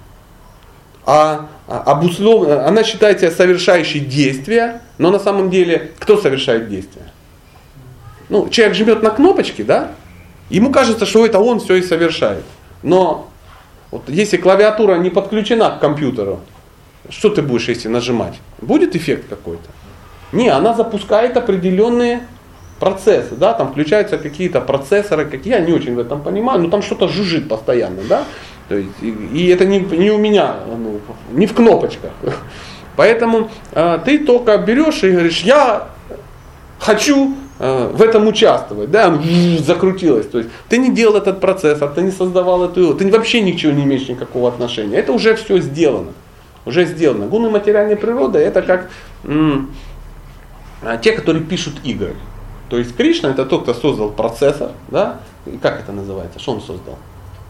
А обусловлена, она считает себя совершающей действия, но на самом деле кто совершает действия? Ну, человек жмет на кнопочки, да? Ему кажется, что это он все и совершает. Но вот если клавиатура не подключена к компьютеру, что ты будешь, если нажимать? Будет эффект какой-то? Не, она запускает определенные процессы, да, там включаются какие-то процессоры, какие я не очень в этом понимаю, но там что-то жужжит постоянно, да? То есть, и, и это не, не у меня, ну, не в кнопочках. Поэтому э, ты только берешь и говоришь, я хочу э, в этом участвовать, да, закрутилось. То есть ты не делал этот процессор, ты не создавал эту, ты вообще ничего не имеешь никакого отношения. Это уже все сделано. Уже сделано. Гуны материальной природы это как м, те, которые пишут игры. То есть Кришна это тот, кто создал процессор, да, и как это называется, что он создал?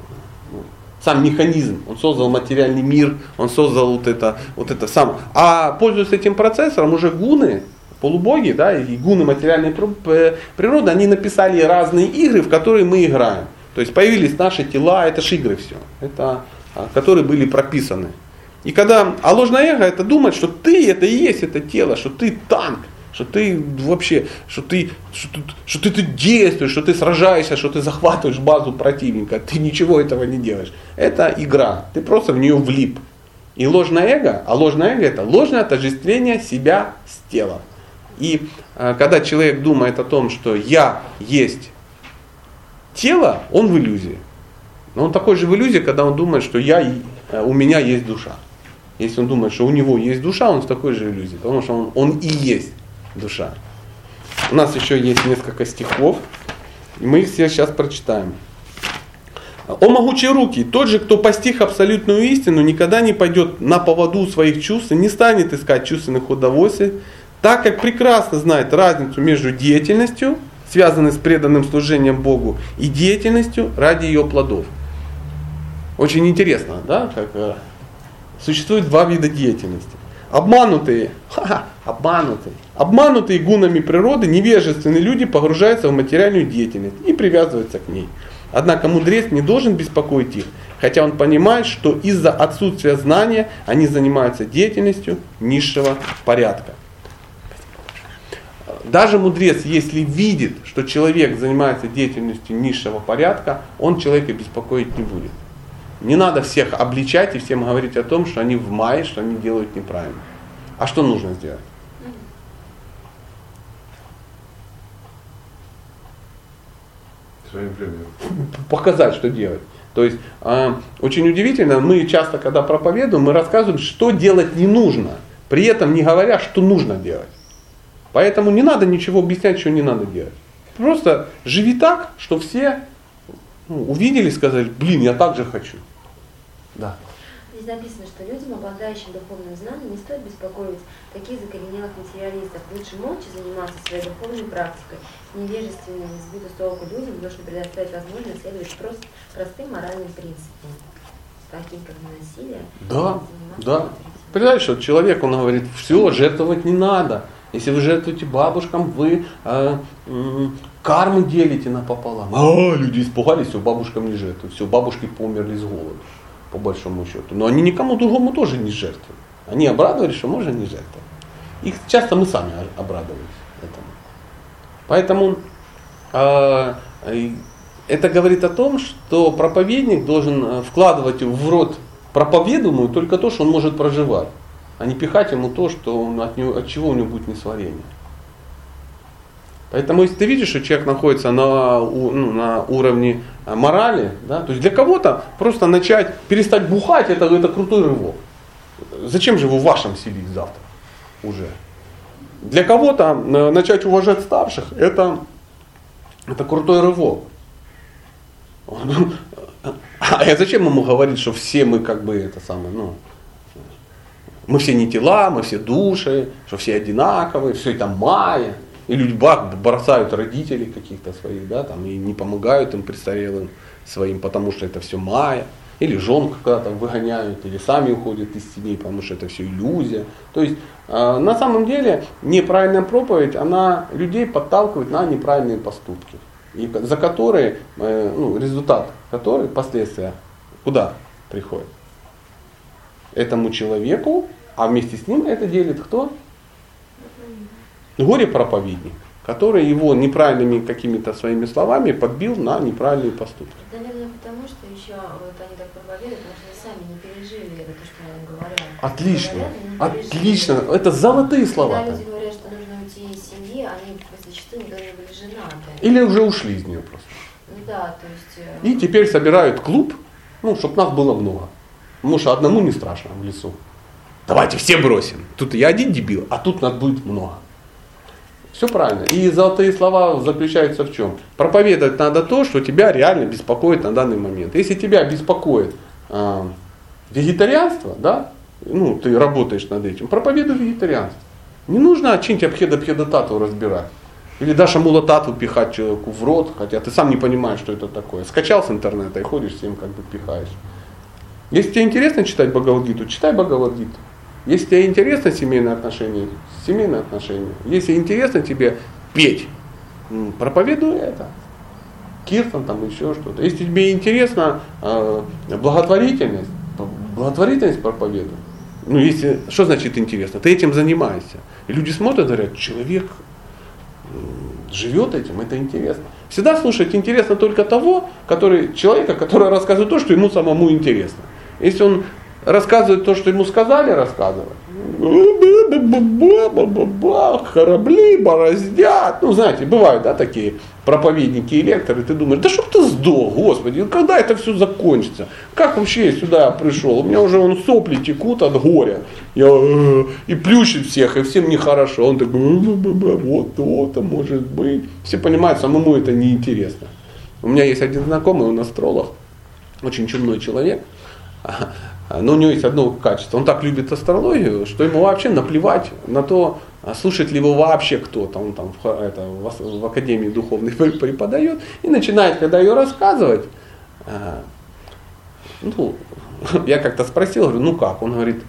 Сам механизм, он создал материальный мир, он создал вот это, вот это сам. А пользуясь этим процессором, уже гуны, полубоги, да, и гуны материальной природы, они написали разные игры, в которые мы играем. То есть появились наши тела, это же игры все, это, которые были прописаны. И когда, а ложное эго это думать, что ты это и есть это тело, что ты танк, что ты вообще, что ты, что ты, что ты, ты действуешь, что ты сражаешься, что ты захватываешь базу противника, ты ничего этого не делаешь. Это игра, ты просто в нее влип. И ложное эго, а ложное эго это ложное отождествление себя с телом. И э, когда человек думает о том, что я есть тело, он в иллюзии. Но он такой же в иллюзии, когда он думает, что я, э, у меня есть душа. Если он думает, что у него есть душа, он в такой же иллюзии, потому что он, он и есть душа. У нас еще есть несколько стихов, и мы их все сейчас прочитаем. «О могучие руки, тот же, кто постиг абсолютную истину, никогда не пойдет на поводу своих чувств и не станет искать чувственных удовольствий, так как прекрасно знает разницу между деятельностью, связанной с преданным служением Богу, и деятельностью ради ее плодов». Очень интересно, да, как э, существует два вида деятельности. Обманутые, ха-ха, обманутые, обманутые гунами природы, невежественные люди погружаются в материальную деятельность и привязываются к ней. Однако мудрец не должен беспокоить их, хотя он понимает, что из-за отсутствия знания они занимаются деятельностью низшего порядка. Даже мудрец, если видит, что человек занимается деятельностью низшего порядка, он человека беспокоить не будет. Не надо всех обличать и всем говорить о том, что они в мае, что они делают неправильно. А что нужно сделать? Своим примером. Показать, что делать. То есть э, очень удивительно, мы часто, когда проповедуем, мы рассказываем, что делать не нужно, при этом не говоря, что нужно делать. Поэтому не надо ничего объяснять, что не надо делать. Просто живи так, что все ну, увидели и сказали, блин, я так же хочу. Да. Здесь написано, что людям, обладающим духовным знанием, не стоит беспокоить таких закоренелых материалистов. Лучше молча заниматься своей духовной практикой. Невежественным, сбитым с толку людям нужно предоставить возможность следовать просто простым моральным принципам, таким как насилие. Да, да. Понимаешь, что человек, он говорит, все, жертвовать не надо. Если вы жертвуете бабушкам, вы э, э, карму делите напополам. А, люди испугались, все, бабушкам не жертвуют. Все, бабушки померли с голоду, по большому счету. Но они никому другому тоже не жертвуют. Они обрадовались, что можно не жертвовать. Их часто мы сами обрадовались этому. Поэтому э, это говорит о том, что проповедник должен вкладывать в рот проповедуемую только то, что он может проживать, а не пихать ему то, что он, от, него, от чего у него будет несварение. Поэтому если ты видишь, что человек находится на, ну, на уровне морали, да, то есть для кого-то просто начать, перестать бухать, это, это крутой рывок. Зачем же его в вашем селить завтра уже? Для кого-то начать уважать старших, это, это крутой рывок. А зачем ему говорить, что все мы как бы это самое, ну, мы все не тела, мы все души, что все одинаковые, все это майя. И люди бросают родителей каких-то своих, да, там, и не помогают им престарелым своим, потому что это все майя. Или жен когда-то выгоняют, или сами уходят из семьи, потому что это все иллюзия. То есть э, на самом деле неправильная проповедь, она людей подталкивает на неправильные поступки. И за которые, э, ну, результат который, последствия, куда приходит? Этому человеку, а вместе с ним это делит кто? Горе-проповедник, который его неправильными какими-то своими словами подбил на неправильные поступки. Наверное, потому что еще вот они так проповедуют, потому что они сами не пережили это, то, что они говорят. Отлично, Говорят, отлично, это золотые слова. Когда люди говорят, что нужно уйти из семьи, они зачастую никогда не были женаты. Или уже ушли из нее просто. Ну да, то есть... И теперь собирают клуб, ну, чтобы нас было много. Потому что одному не страшно в лесу. Давайте все бросим. Тут я один дебил, а тут нас будет много. Все правильно. И золотые слова заключаются в чем? Проповедовать надо то, что тебя реально беспокоит на данный момент. Если тебя беспокоит э, вегетарианство, да, ну, ты работаешь над этим, проповедуй вегетарианство. Не нужно чинить абхеда-абхеда-тату разбирать. Или даже мула-тату пихать человеку в рот, хотя ты сам не понимаешь, что это такое. Скачал с интернета и ходишь всем как бы пихаешь. Если тебе интересно читать Бхагавад-гиту, читай Бхагавад-гиту. Если тебе интересно семейные отношения, семейные отношения. Если интересно тебе петь, проповедуй это. Киртан там еще что-то. Если тебе интересна э, благотворительность, благотворительность проповедуй. Ну, если, что значит интересно? Ты этим занимаешься. И люди смотрят и говорят, человек живет этим, это интересно. Всегда слушать интересно только того, который, человека, который рассказывает то, что ему самому интересно. Если он рассказывает то, что ему сказали рассказывать, корабли бороздят. Ну, знаете, бывают, да, такие проповедники и лекторы, ты думаешь, да чтоб ты сдох, Господи, когда это все закончится? Как вообще я сюда пришел? У меня уже вон сопли текут от горя. Я, и плющит всех, и всем нехорошо. Он такой, вот то-то может быть. Все понимают, самому это неинтересно. У меня есть один знакомый, он астролог, очень чумной человек. Но у него есть одно качество. Он так любит астрологию, что ему вообще наплевать на то, слушает ли его вообще кто-то. Он там в, это, в Академии духовных преподает и начинает, когда ее рассказывать. Ну, я как-то спросил, говорю, ну как? Он говорит,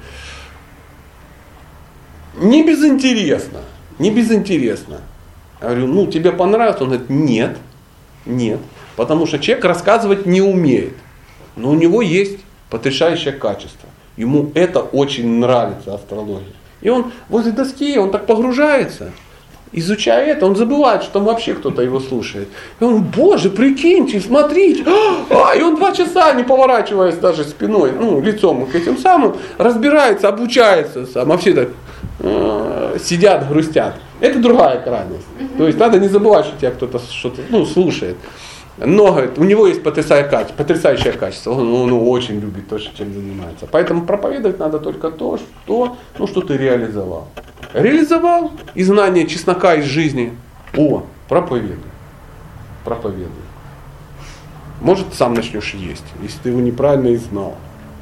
не безинтересно, не безинтересно. Я говорю, ну тебе понравилось? Он говорит, нет, нет, потому что человек рассказывать не умеет, но у него есть потрясающее качество. Ему это очень нравится, астрология. И он возле доски, он так погружается, изучая это, он забывает, что там вообще кто-то его слушает. И он, боже, прикиньте, смотрите. А, и он два часа, не поворачиваясь даже спиной, ну, лицом к этим самым, разбирается, обучается сам. А все так э, сидят, грустят. Это другая крайность. То есть надо не забывать, что тебя кто-то что-то, ну, слушает. Но, говорит, у него есть потрясающее, потрясающее качество, он, он очень любит то, чем занимается. Поэтому проповедовать надо только то, что, ну, что ты реализовал. Реализовал и знание чеснока из жизни. О, проповедуй. Проповедуй. Может, сам начнешь есть, если ты его неправильно и знал.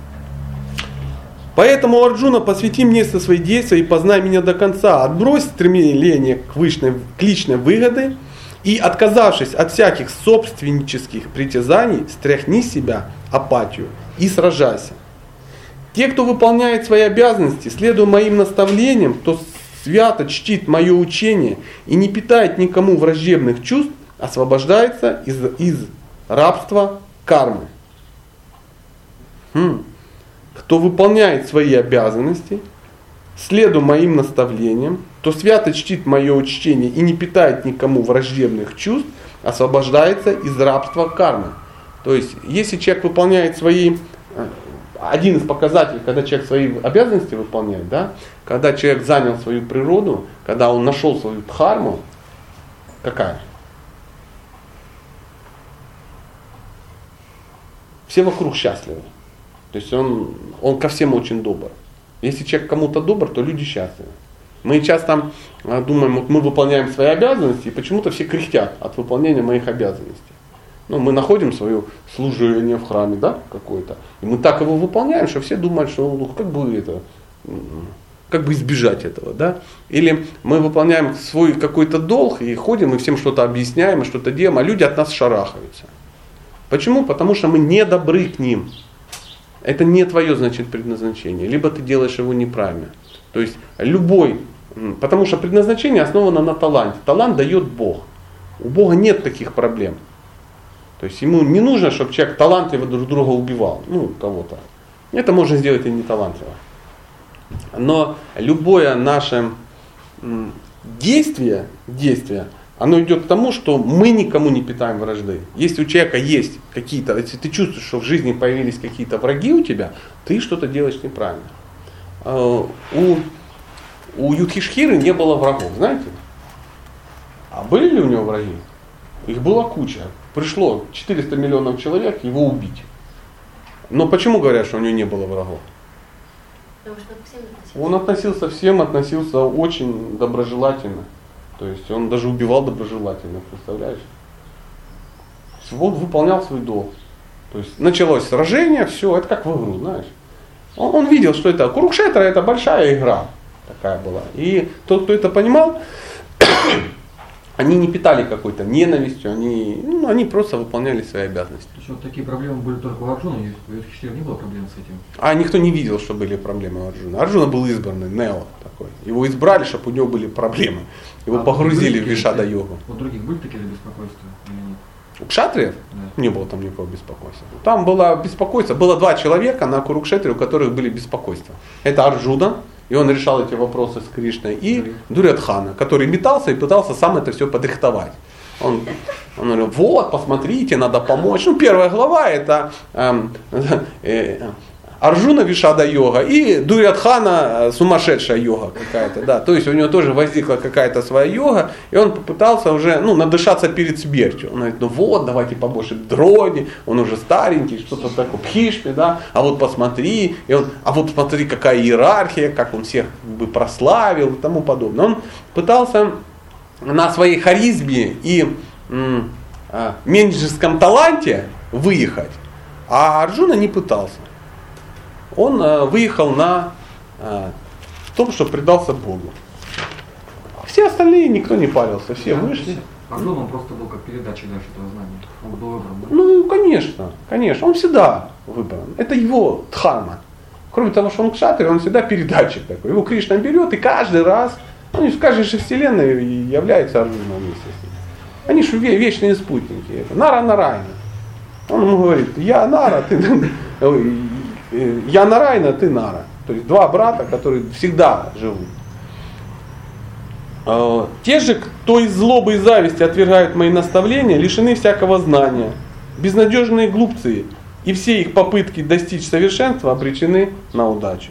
Поэтому, Арджуна, посвяти мне свои действия и познай меня до конца. Отбрось стремление к, вышной, к личной выгоде. И, отказавшись от всяких собственнических притязаний, стряхни с себя апатию и сражайся. Те, кто выполняет свои обязанности, следуя моим наставлениям, кто свято чтит мое учение и не питает никому враждебных чувств, освобождается из, из рабства кармы. Хм. Кто выполняет свои обязанности, следуя моим наставлениям, кто свято чтит мое учение и не питает никому враждебных чувств, освобождается из рабства кармы. То есть, если человек выполняет свои, один из показателей, когда человек свои обязанности выполняет, да, когда человек занял свою природу, когда он нашел свою дхарму, какая? Все вокруг счастливы. То есть он, он ко всем очень добр. Если человек кому-то добр, то люди счастливы. Мы часто думаем, вот мы выполняем свои обязанности, и почему-то все кряхтят от выполнения моих обязанностей. Ну, мы находим свое служение в храме, да, какое-то, и мы так его выполняем, что все думают, что ну, как бы это, как бы избежать этого, да. Или мы выполняем свой какой-то долг и ходим, и всем что-то объясняем, и что-то делаем, а люди от нас шарахаются. Почему? Потому что мы не добры к ним. Это не твое, значит, предназначение. Либо ты делаешь его неправильно. То есть любой, потому что предназначение основано на таланте. Талант дает Бог. У Бога нет таких проблем. То есть ему не нужно, чтобы человек талантливо друг друга убивал. Ну, кого-то. Это можно сделать и не талантливо. Но любое наше действие, действие, оно идет к тому, что мы никому не питаем вражды. Если у человека есть какие-то, если ты чувствуешь, что в жизни появились какие-то враги у тебя, ты что-то делаешь неправильно. У, у Юдхишхиры не было врагов, знаете? А были ли у него враги? Их была куча. Пришло четыреста миллионов человек его убить. Но почему говорят, что у него не было врагов? Потому что он к всем относился. Он относился всем, относился очень доброжелательно. То есть он даже убивал доброжелательно, представляешь? Он выполнял свой долг. То есть началось сражение, все, это как в игру, знаешь. Он, он видел, что это Курукшетра, это большая игра такая была. И тот, кто это понимал, они не питали какой-то ненавистью, они, ну, они просто выполняли свои обязанности. То есть вот такие проблемы были только у Арджуны, у Юдхишхиры не было проблем с этим? А никто не видел, что были проблемы у Арджуна. Арджуна был избранный, Нео такой. Его избрали, чтобы у него были проблемы. Его а погрузили в Вишада-йогу. У других были такие беспокойства или нет? У кшатриев Да. не было там никакого беспокойства. Там было беспокойство. Было два человека на Курукшетре, у которых были беспокойства. Это Арджуна, и он решал эти вопросы с Кришной, и Дурьодхана, который метался и пытался сам это все подрихтовать. Он, он говорил, вот, посмотрите, надо помочь. Ну, первая глава это э, э, Арджуна Вишада йога и Дурьодхана сумасшедшая йога какая-то, да. То есть у него тоже возникла какая-то своя йога, и он попытался уже, ну, надышаться перед смертью. Он говорит, ну вот, давайте побольше дрони, он уже старенький, что-то такое, пхишми, да, а вот посмотри, и он, а вот смотри, какая иерархия, как он всех бы прославил и тому подобное. Он пытался на своей харизме и м, а, менеджерском таланте выехать, а Арджуна не пытался. Он э, выехал на э, том, что предался Богу. Все остальные никто не парился, все вышли. Арджуна, он просто был как передатчик дальше этого знания. Он был выбран, да? Ну, конечно, конечно, он всегда выбран. Это его дхарма. Кроме того, что он кшатри, он всегда передатчик такой. Его Кришна берет и каждый раз, ну, в каждой же вселенной является Арджуна вместе с ним. Они же вечные спутники. Нара Нарайна. Он ему говорит, я Нара, ты... Я Нарайна, ты Нара. То есть два брата, которые всегда живут. Те же, кто из злобы и зависти отвергают мои наставления, лишены всякого знания. Безнадежные глупцы. И все их попытки достичь совершенства обречены на удачу.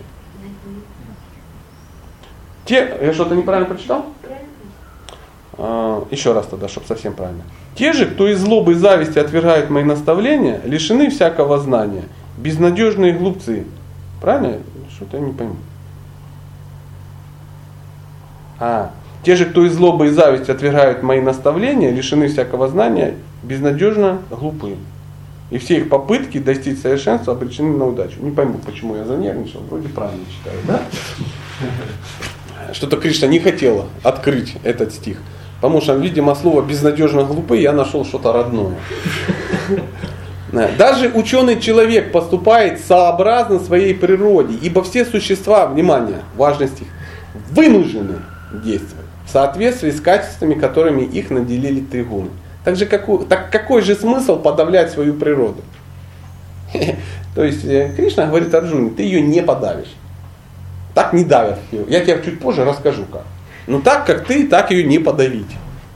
Те, я что-то неправильно прочитал? Еще раз тогда, чтобы совсем правильно. Те же, кто из злобы и зависти отвергают мои наставления, лишены всякого знания. Безнадежные глупцы. Правильно? Что-то я не пойму. А, те же, кто из злобы и зависти отвергают мои наставления, лишены всякого знания, безнадежно глупы. И все их попытки достичь совершенства обречены на удачу. Не пойму, почему я занервничал. Вроде правильно читаю, да? Что-то Кришна не хотела открыть этот стих. Потому что, видимо, слово безнадежно глупы я нашел что-то родное. Даже ученый человек поступает сообразно своей природе, ибо все существа, внимание, важный стих, вынуждены действовать в соответствии с качествами, которыми их наделили тригуны. Так, же, какой, так какой же смысл подавлять свою природу? То есть Кришна говорит Арджуне, ты ее не подавишь. Так не давят ее. Я тебе чуть позже расскажу как. Но так как ты, так ее не подавить.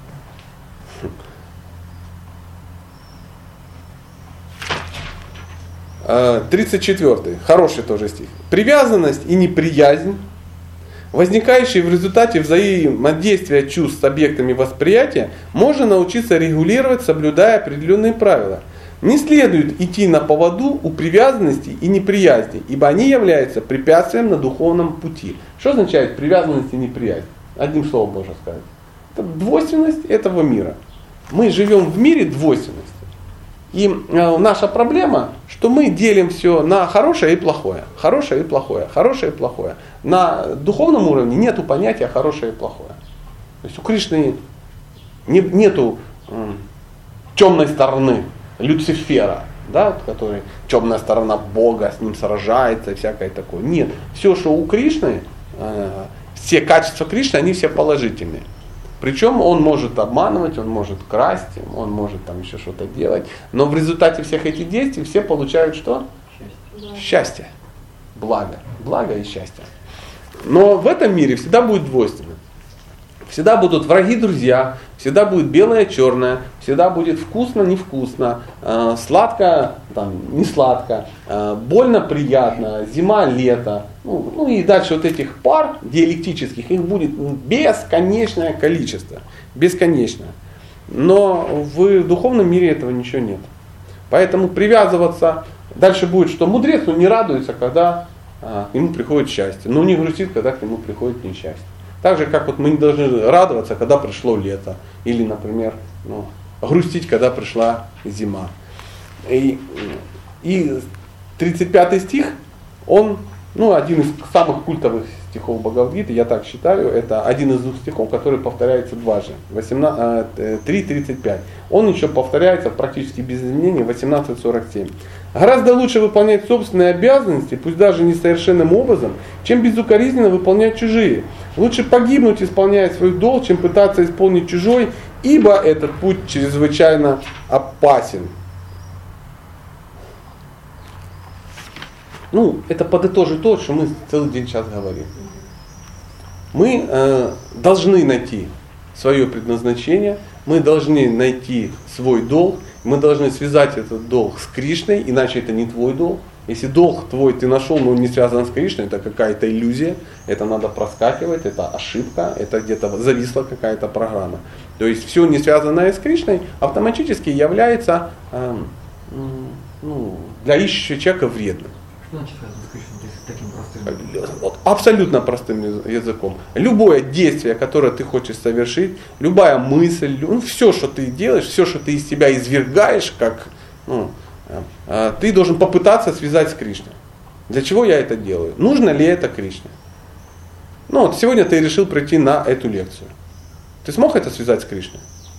тридцать четвёртый. Хороший тоже стих. Привязанность и неприязнь, возникающие в результате взаимодействия чувств с объектами восприятия, можно научиться регулировать, соблюдая определенные правила. Не следует идти на поводу у привязанности и неприязни, ибо они являются препятствием на духовном пути. Что означает привязанность и неприязнь? Одним словом можно сказать. Это двойственность этого мира. Мы живем в мире двойственности. И э, наша проблема, что мы делим все на хорошее и плохое. Хорошее и плохое. Хорошее и плохое. На духовном уровне нету понятия хорошее и плохое. То есть у Кришны не, нету э, темной стороны Люцифера, да, который темная сторона Бога, с ним сражается и всякое такое. Нет. Все, что у Кришны, э, все качества Кришны, они все положительные. Причем он может обманывать, он может красть, он может там еще что-то делать. Но в результате всех этих действий все получают что? Счастье. Счастье. Благо. Благо и счастье. Но в этом мире всегда будет двойственно. Всегда будут враги-друзья, всегда будет белое-черное, всегда будет вкусно-невкусно, э, сладко, там, не сладко, э, больно-приятно, зима-лето. Ну, ну и дальше вот этих пар диалектических, их будет бесконечное количество. Бесконечное. Но в духовном мире этого ничего нет. Поэтому привязываться, дальше будет, что мудрец ну, не радуется, когда э, к нему приходит счастье, но не грустит, когда к нему приходит несчастье. Так же, как вот мы не должны радоваться, когда пришло лето. Или, например, ну, грустить, когда пришла зима. И, и тридцать пятый стих, он ну, один из самых культовых стихов Бхагавад-гиты, я так считаю, это один из двух стихов, который повторяется дважды. три тридцать пять. Он еще повторяется практически без изменений восемнадцать сорок семь. Гораздо лучше выполнять собственные обязанности, пусть даже несовершенным образом, чем безукоризненно выполнять чужие. Лучше погибнуть, исполняя свой долг, чем пытаться исполнить чужой, ибо этот путь чрезвычайно опасен. Ну, это подытожит то, что мы целый день сейчас говорим. Мы э, должны найти свое предназначение, мы должны найти свой долг, мы должны связать этот долг с Кришной, иначе это не твой долг, Если долг твой ты нашел, но он не связан с Кришной, это какая-то иллюзия, это надо проскакивать, это ошибка, это где-то зависла какая-то программа. То есть все не связанное с Кришной автоматически является э, ну, для ищущего человека вредным. Что значит связано с Кришной, если таким простым? Вот, абсолютно простым языком. Любое действие, которое ты хочешь совершить, любая мысль, ну, все, что ты делаешь, все, что ты из себя извергаешь, как, ну, ты должен попытаться связать с Кришной. Для чего я это делаю? Нужно ли это Кришне? Ну вот сегодня ты решил прийти на эту лекцию. Ты смог это связать с Кришной?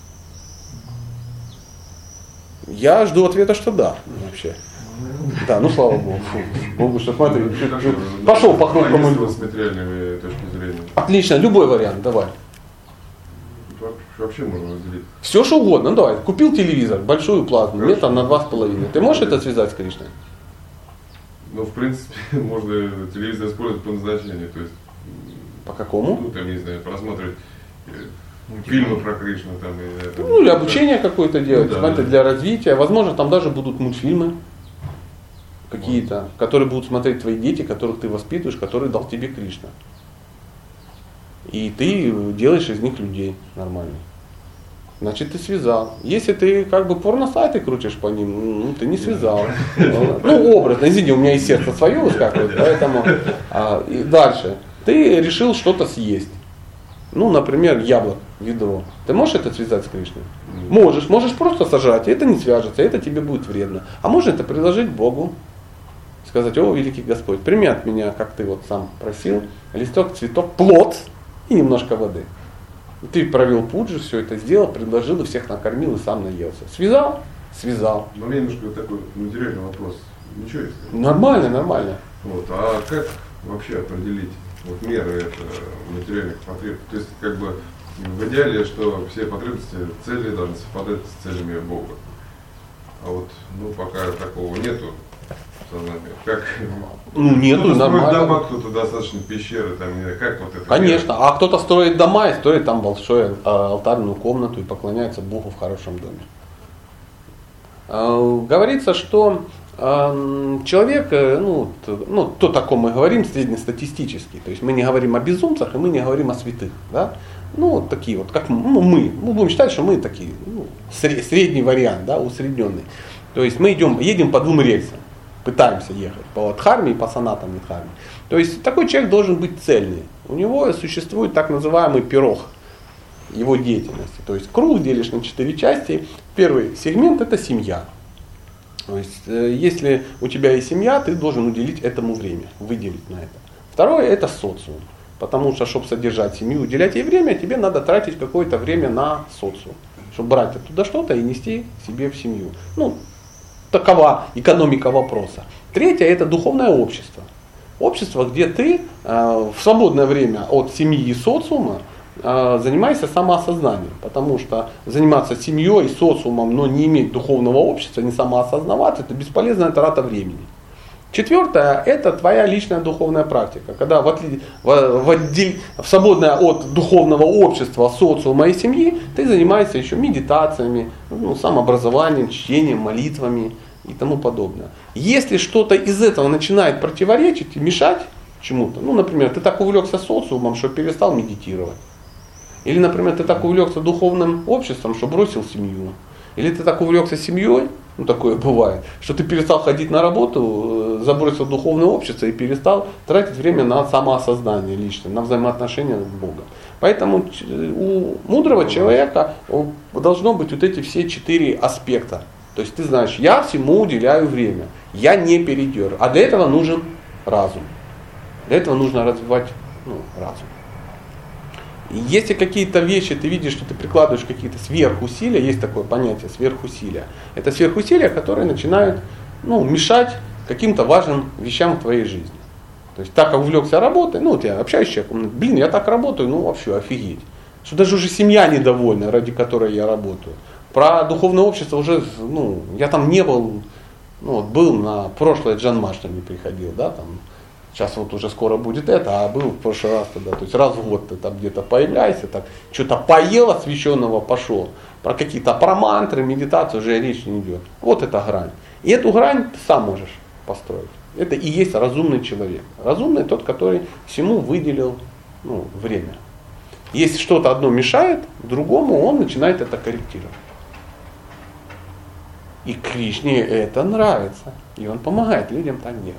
Я жду ответа, что да, вообще. Да, ну слава Богу. Богу, что смотри. Пошел по кругу. С материальной точки зрения. Отлично, любой вариант, давай. Вообще можно разделить. Все что угодно, ну давай. Купил телевизор, большую плазму, метр на два с половиной. Ты можешь это связать с Кришной? Ну, в принципе, можно телевизор использовать по назначению. То есть, по какому? Ну, там, не знаю, просматривать фильмы про Кришну. Там, и, там, ну, или обучение какое-то делать, ну, да, это да. для развития. Возможно, там даже будут мультфильмы какие-то, которые будут смотреть твои дети, которых ты воспитываешь, которые дал тебе Кришна. И ты делаешь из них людей нормальных. Значит, ты связал. Если ты как бы порно-сайты крутишь по ним, ну, ты не связал. Ну, образно, извини, у меня и сердце свое выскакивает, поэтому... А, и дальше. Ты решил что-то съесть. Ну, например, яблок, ведро. Ты можешь это связать с Кришной? Можешь. Можешь просто сожрать, и это не свяжется, и это тебе будет вредно. А можно это предложить Богу. Сказать: о, великий Господь, прими от меня, как ты вот сам просил, листок, цветок, плод и немножко воды. Ты провел пуджу, все это сделал, предложил, и всех накормил, и сам наелся. Связал? Связал. Но у меня немножко такой материальный вопрос. Ничего, если... Нормально, нормально. Вот. А как вообще определить вот меры это, материальных потребностей? То есть, как бы, в идеале, что все потребности, цели должны совпадать с целями Бога. А вот, ну, пока такого нету сознания. Как... Ну, нету, кто-то нормально. строит дома, кто-то достаточно пещеры, там, не знаю, как вот это. Конечно. А кто-то строит дома и строит там большую алтарную комнату и поклоняется Богу в хорошем доме. Говорится, что человек, ну, ну, то, о ком мы говорим, среднестатистический. То есть мы не говорим о безумцах, и мы не говорим о святых. Да? Ну, вот такие вот, как ну, мы. Мы будем считать, что мы такие, ну, средний вариант, да, усредненный. То есть мы идем, едем по двум рельсам. Пытаемся ехать по Дхарме и по санатам Дхарме. То есть такой человек должен быть цельный. У него существует так называемый пирог его деятельности. То есть круг делишь на четыре части. Первый сегмент — это семья. То есть если у тебя есть семья, ты должен уделить этому время, выделить на это. Второе — это социум. Потому что, чтобы содержать семью, уделять ей время, тебе надо тратить какое-то время на социум. Чтобы брать оттуда что-то и нести себе в семью. Ну, такова экономика вопроса. Третье — это духовное общество. Общество, где ты э, в свободное время от семьи и социума э, занимаешься самоосознанием. Потому что заниматься семьей и социумом, но не иметь духовного общества, не самоосознаваться, это бесполезная трата времени. Четвертое — это твоя личная духовная практика. Когда в, отли, в, в, отдель, в свободное от духовного общества, социума и семьи, ты занимаешься еще медитациями, ну, самообразованием, чтением, молитвами и тому подобное. Если что-то из этого начинает противоречить и мешать чему-то, ну, например, ты так увлекся социумом, что перестал медитировать. Или, например, ты так увлекся духовным обществом, что бросил семью. Или ты так увлекся семьей, ну такое бывает, что ты перестал ходить на работу, забросил духовное общество и перестал тратить время на самоосознание личное, на взаимоотношения с Богом. Поэтому у мудрого человека должно быть вот эти все четыре аспекта. То есть ты знаешь, я всему уделяю время, я не передер. А для этого нужен разум. Для этого нужно развивать ну, разум. Если какие-то вещи ты видишь, что ты прикладываешь какие-то сверхусилия, есть такое понятие сверхусилия. Это сверхусилия, которые начинают ну, мешать каким-то важным вещам в твоей жизни. То есть так как увлекся работой, ну вот я общаюсь с человеком, блин, я так работаю, ну вообще офигеть. Что даже уже семья недовольна, ради которой я работаю. Про духовное общество уже, ну, я там не был, ну вот был на прошлое Джанмаштами не приходил, да, там. Сейчас вот уже скоро будет это, а был в прошлый раз тогда. То есть раз в год ты там где-то появляешься, так что-то поел освященного, пошел. Про какие-то про мантры, медитацию уже речь не идет. Вот эта грань. И эту грань ты сам можешь построить. Это и есть разумный человек. Разумный тот, который всему выделил ну, время. Если что-то одно мешает другому, он начинает это корректировать. И Кришне это нравится. И он помогает людям так делать.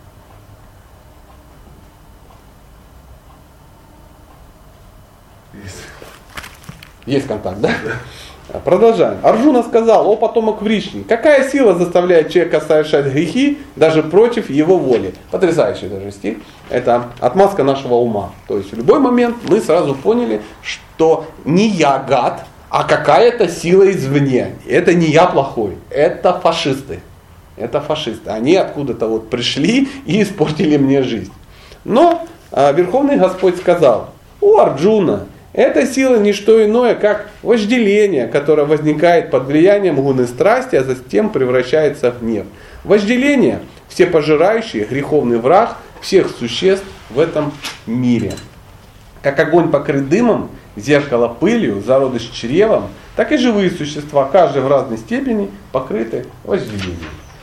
Есть. Есть контакт, да? Продолжаем. Арджуна сказал: о потомок Вришни, какая сила заставляет человека совершать грехи даже против его воли? Потрясающий даже стих. Это отмазка нашего ума. То есть в любой момент мы сразу поняли, что не я гад, а какая-то сила извне. Это не я плохой, это фашисты. Это фашисты. Они откуда-то вот пришли и испортили мне жизнь. Но а, Верховный Господь сказал: о Арджуна, эта сила не что иное, как вожделение, которое возникает под влиянием гуны страсти, а затем превращается в гнев. Вожделение – всепожирающий греховный враг всех существ в этом мире. Как огонь покрыт дымом, зеркало пылью, зародыш чревом, так и живые существа, каждый в разной степени, покрыты вожделением.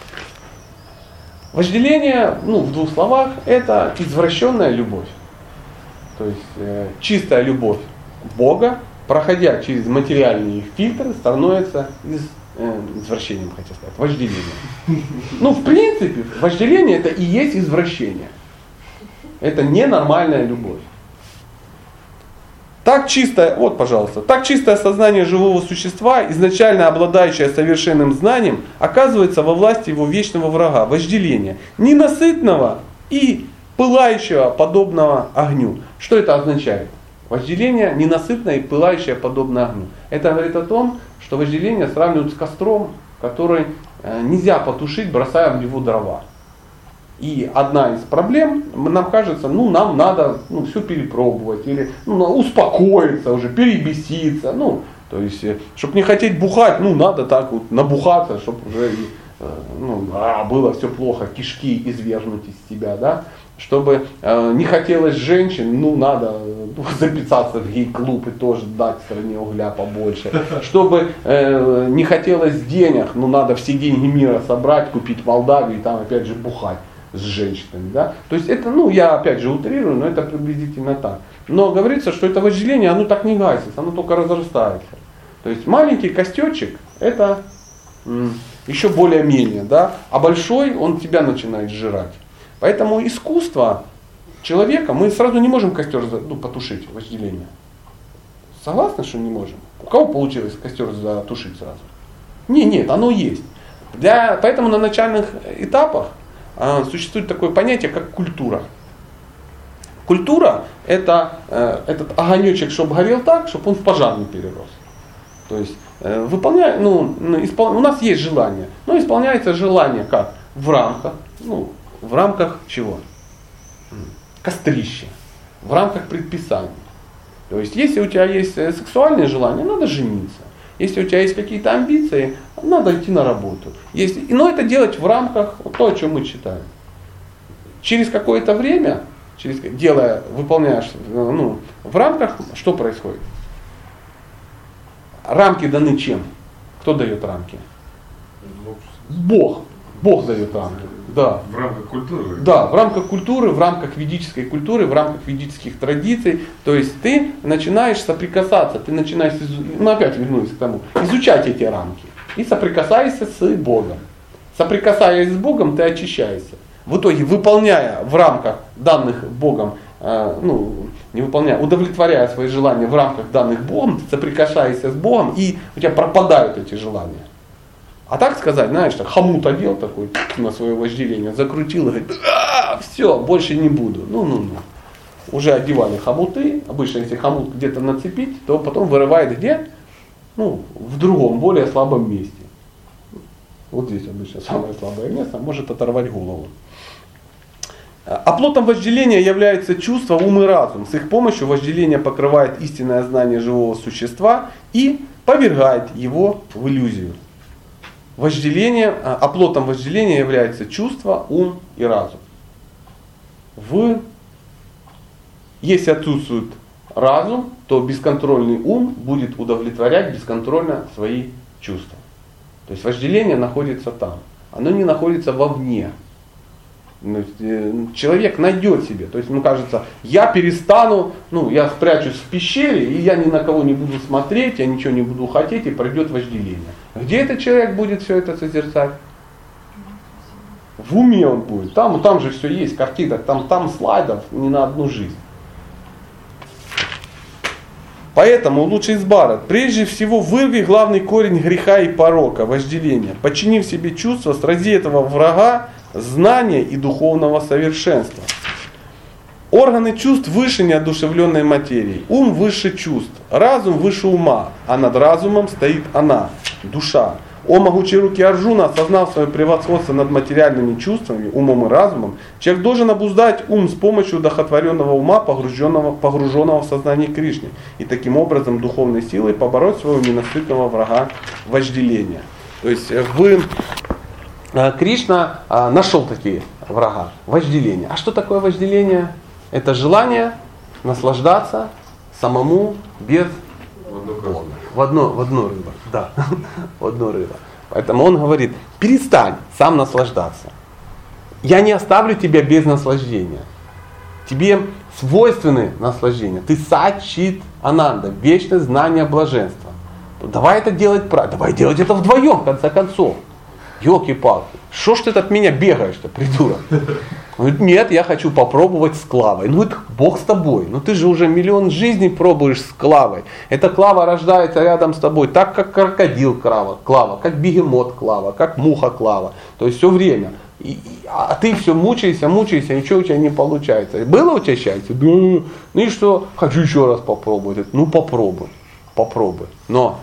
Вожделение, ну, в двух словах, это извращенная любовь. То есть э, чистая любовь Бога, проходя через материальные фильтры, становится из, э, извращением, хотел сказать, вожделением. Ну, в принципе, вожделение это и есть извращение. Это ненормальная любовь. Так чистое, вот, пожалуйста, так чистое сознание живого существа, изначально обладающее совершенным знанием, оказывается во власти его вечного врага, вожделения, ненасытного и пылающего, подобного огню. Что это означает? Вожделение ненасытное и пылающее, подобно огню. Это говорит о том, что вожделение сравнивают с костром, который нельзя потушить, бросая в него дрова. И одна из проблем, нам кажется, ну нам надо ну, все перепробовать, или ну, успокоиться уже, перебеситься. Ну, то есть, чтобы не хотеть бухать, ну надо так вот набухаться, чтобы уже ну, а, было все плохо, кишки извергнуть из себя, да. Чтобы э, не хотелось женщин, ну надо ну, записаться в гей-клуб и тоже дать стране угля побольше. Чтобы э, не хотелось денег, ну надо все деньги мира собрать, купить Молдавию и там опять же бухать с женщинами. Да? То есть это, ну я опять же утрирую, но это приблизительно так. Но говорится, что это вожделение, оно так не гасится, оно только разрастается. То есть маленький костечек это м, еще более-менее, да? А большой он тебя начинает сжирать. Поэтому искусство человека, мы сразу не можем костер ну, потушить, вожделение. Согласны, что не можем? У кого получилось костер затушить сразу? Не, нет, оно есть. Для, поэтому на начальных этапах а, существует такое понятие, как культура. Культура это э, этот огонечек, чтобы горел так, чтобы он в пожар не перерос. То есть э, выполняя, ну, испол, у нас есть желание, но исполняется желание как? В рамках, ну, в рамках чего? Кострища. В рамках предписаний. То есть, если у тебя есть сексуальные желания, надо жениться. Если у тебя есть какие-то амбиции, надо идти на работу. Если, но это делать в рамках то, о чем мы читаем. Через какое-то время, через, делая, выполняешь ну, в рамках, что происходит? Рамки даны чем? Кто дает рамки? Бог. Бог дает рамки. Да. В рамках культуры? Да, в рамках культуры, в рамках ведической культуры, в рамках ведических традиций. То есть ты начинаешь соприкасаться, ты начинаешь, ну опять вернусь к тому, изучать эти рамки. И соприкасаешься с Богом. Соприкасаясь с Богом, ты очищаешься. В итоге, выполняя в рамках данных Богом, э, ну, не выполняя, удовлетворяя свои желания в рамках данных Богом, ты соприкасаешься с Богом, и у тебя пропадают эти желания. А так сказать, знаешь, так, хомут одел такой на свое вожделение, закрутил и говорит, а, все, больше не буду. Ну, ну, ну. Уже одевали хомуты. Обычно, если хомут где-то нацепить, то потом вырывает где? Ну, в другом, более слабом месте. Вот здесь обычно самое слабое место, может оторвать голову. Оплотом вожделения является чувство, ум и разум. С их помощью вожделение покрывает истинное знание живого существа и повергает его в иллюзию. Вожделение, оплотом вожделения является чувство, ум и разум. В, если отсутствует разум, то бесконтрольный ум будет удовлетворять бесконтрольно свои чувства. То есть вожделение находится там. Оно не находится вовне. Человек найдет себе. То есть ему кажется, я перестану, ну, я спрячусь в пещере, и я ни на кого не буду смотреть, я ничего не буду хотеть, и пройдет вожделение. Где этот человек будет все это созерцать? В уме он будет. Там, там же все есть, картинок, там, там слайдов не на одну жизнь. Поэтому лучше из бара. Прежде всего вырви главный корень греха и порока, вожделения. Подчини в себе чувства, срази этого врага, знания и духовного совершенства. Органы чувств выше неодушевленной материи. Ум выше чувств. Разум выше ума. А над разумом стоит она, душа. О могучие руки Арджуна, осознав свое превосходство над материальными чувствами, умом и разумом, человек должен обуздать ум с помощью удохотворенного ума, погруженного, погруженного в сознание Кришны. И таким образом духовной силой побороть своего ненасытного врага вожделения. То есть вы... Кришна нашел такие врага, вожделение. А что такое вожделение? Это желание наслаждаться самому без Бога. В одно, в одно рыба. Да, в одно рыба. Поэтому он говорит, перестань сам наслаждаться. Я не оставлю тебя без наслаждения. Тебе свойственны наслаждения. Ты сачит ананда, вечное знание блаженства. Давай это делать правильно. Давай делать это вдвоем, в конце концов. Ёлки-палки, что ж ты от меня бегаешь-то, придурок? Он говорит, нет, я хочу попробовать с Клавой. Ну это Бог с тобой. Ну ты же уже миллион жизней пробуешь с Клавой. Эта Клава рождается рядом с тобой, так как крокодил Клава, Клава, как бегемот Клава, как муха Клава. То есть все время. И, а ты все мучаешься, мучаешься, ничего у тебя не получается. Было у тебя счастье? Да. Ну и что? Хочу еще раз попробовать. Ну попробуй, попробуй. Но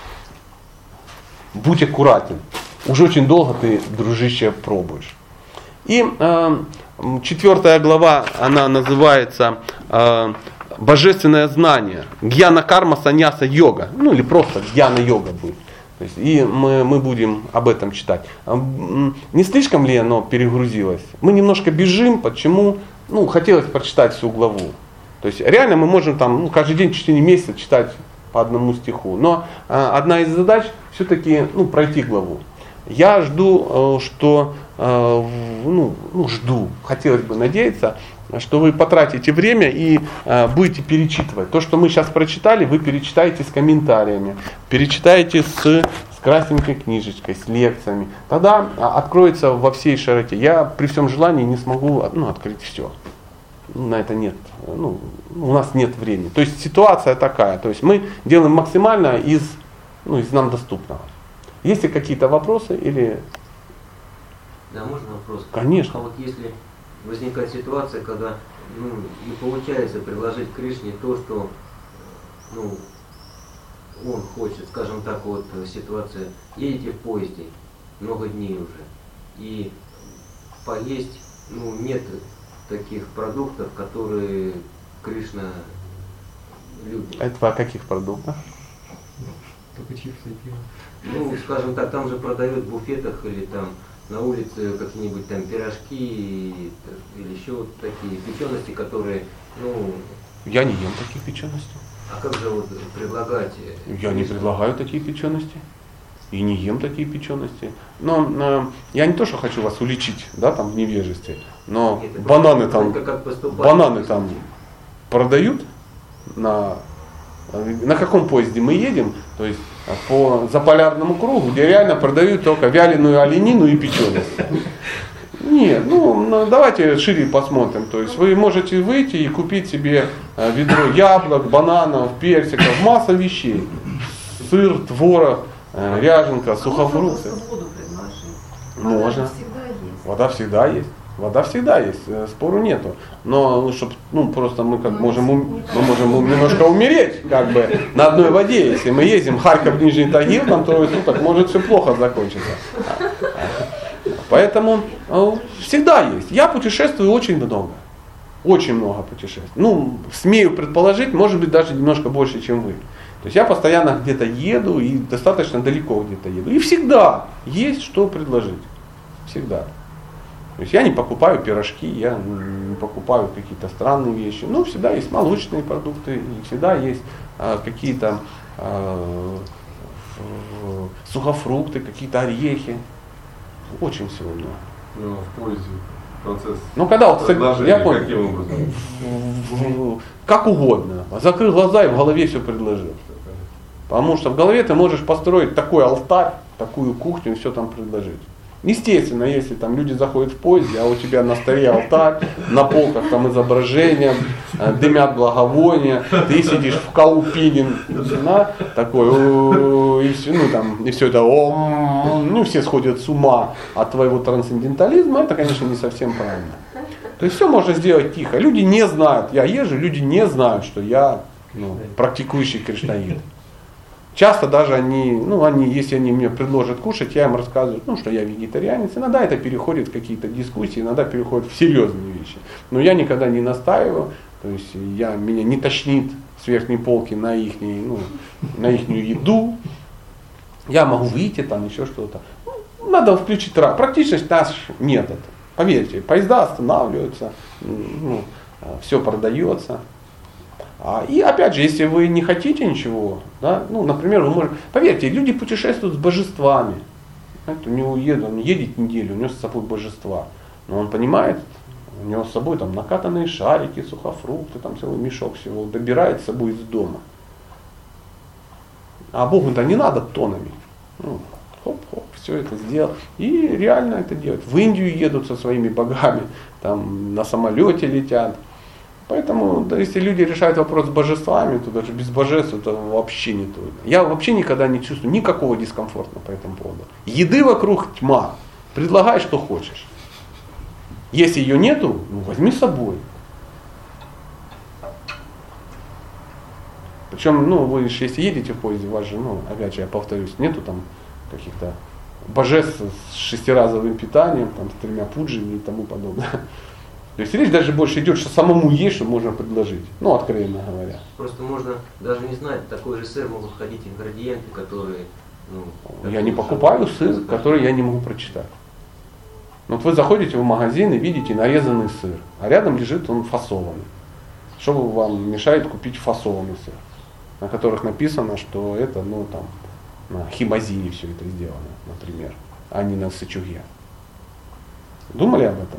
будь аккуратен. Уже очень долго ты, дружище, пробуешь. И э, четвертая глава, она называется э, «Божественное знание». Гьяна карма саньяса йога. Ну или просто гьяна йога будет. То есть, и мы, мы будем об этом читать. Не слишком ли оно перегрузилось? Мы немножко бежим. Почему? Ну, хотелось прочитать всю главу. То есть реально мы можем там ну, каждый день в течение месяца читать по одному стиху. Но э, одна из задач все-таки ну, пройти главу. Я жду, что, ну, ну жду, хотелось бы надеяться, что вы потратите время и будете перечитывать. То, что мы сейчас прочитали, вы перечитаете с комментариями, перечитаете с, с красненькой книжечкой, с лекциями. Тогда откроется во всей широте. Я при всем желании не смогу ну, открыть все. На это нет, ну, у нас нет времени. То есть ситуация такая, то есть мы делаем максимально из, ну, из нам доступного. Есть ли какие-то вопросы или... Да, можно вопрос? Конечно. А вот если возникает ситуация, когда ну, не получается предложить Кришне то, что ну, он хочет, скажем так, вот ситуация, едете в поезде много дней уже, и поесть, ну, нет таких продуктов, которые Кришна любит. Это о каких продуктах? Только чипсы и пиво. Ну, скажем так, там же продают в буфетах или там на улице какие-нибудь там пирожки или еще вот такие печености, которые, ну... Я не ем таких печеностей. А как же вот предлагать? Я не предлагаю такие печености. И не ем такие печености. Но э, я не то, что хочу вас уличить, да, там в невежестве, но Нет, бананы там, как бананы там продают на... На каком поезде мы едем, то есть по заполярному кругу, где реально продают только вяленую оленину и печеность. Нет, ну давайте шире посмотрим. То есть вы можете выйти и купить себе ведро яблок, бананов, персиков, масса вещей. Сыр, творог, ряженка, сухофрукты. Можно. Вода всегда есть. Вода всегда есть, спору нету. Но чтобы, ну, просто мы как можем, мы можем немножко умереть, как бы, на одной воде. Если мы ездим в Харьков, Нижний Тагил, там трое суток, может все плохо закончиться. Поэтому всегда есть. Я путешествую очень много. Очень много путешествий. Ну, смею предположить, может быть, даже немножко больше, чем вы. То есть я постоянно где-то еду и достаточно далеко где-то еду. И всегда есть что предложить. Всегда. То есть я не покупаю пирожки, я не покупаю какие-то странные вещи. Ну, всегда есть молочные продукты, всегда есть а, какие-то а, сухофрукты, какие-то орехи. Очень всего много. Ну, в поезде процесс Ну когда вот, кстати, предложения, я понял, каким образом? как угодно, закрыл глаза и в голове все предложил. Потому что в голове ты можешь построить такой алтарь, такую кухню и все там предложить. Естественно, если там люди заходят в поезде, а у тебя на столе алтарь, на полках там изображения, дымят благовония, ты сидишь в каупине, да, такой, и все, ну, там, и все это, ну, все сходят с ума от твоего трансцендентализма, это, конечно, не совсем правильно. То есть все можно сделать тихо. Люди не знают, я езжу, люди не знают, что я, ну, практикующий кришнаит. Часто даже они, ну они, если они мне предложат кушать, я им рассказываю, ну, что я вегетарианец. Иногда это переходит в какие-то дискуссии, иногда переходит в серьезные вещи. Но я никогда не настаиваю, то есть я, меня не тошнит с верхней полки на их, ну, на ихнюю еду. Я могу выйти, там еще что-то. Ну, надо включить практичность, наш метод. Поверьте, поезда останавливаются, ну, все продается. И опять же, если вы не хотите ничего, да, ну, например, вы можете, поверьте, люди путешествуют с божествами. Знаете, у него едет, он едет неделю, у него с собой божества. Но он понимает, у него с собой там накатанные шарики, сухофрукты, там целый мешок всего, добирает с собой из дома. А Богу-то не надо тоннами. Ну, хоп-хоп, все это сделал. И реально это делают. В Индию едут со своими богами, там на самолете летят. Поэтому, да, если люди решают вопрос с божествами, то даже без божеств это вообще не трудно. Я вообще никогда не чувствую никакого дискомфорта по этому поводу. Еды вокруг тьма. Предлагай, что хочешь. Если ее нету, ну, возьми с собой. Причем, ну, вы же, если едете в поезде, у вас же, ну, опять же, я повторюсь, нету там каких-то божеств с шестиразовым питанием, там, с тремя пуджами и тому подобное. То есть речь даже больше идет, что самому есть, что можно предложить. Ну, откровенно говоря. Просто можно даже не знать, в такой же сыр могут входить ингредиенты, которые... Ну, я не покупаю сыр, который я не могу прочитать. Вот вы заходите в магазин и видите нарезанный сыр, а рядом лежит он фасованный. Что вам мешает купить фасованный сыр, на которых написано, что это, ну, там, на химозине все это сделано, например, а не на сычуге. Думали об этом?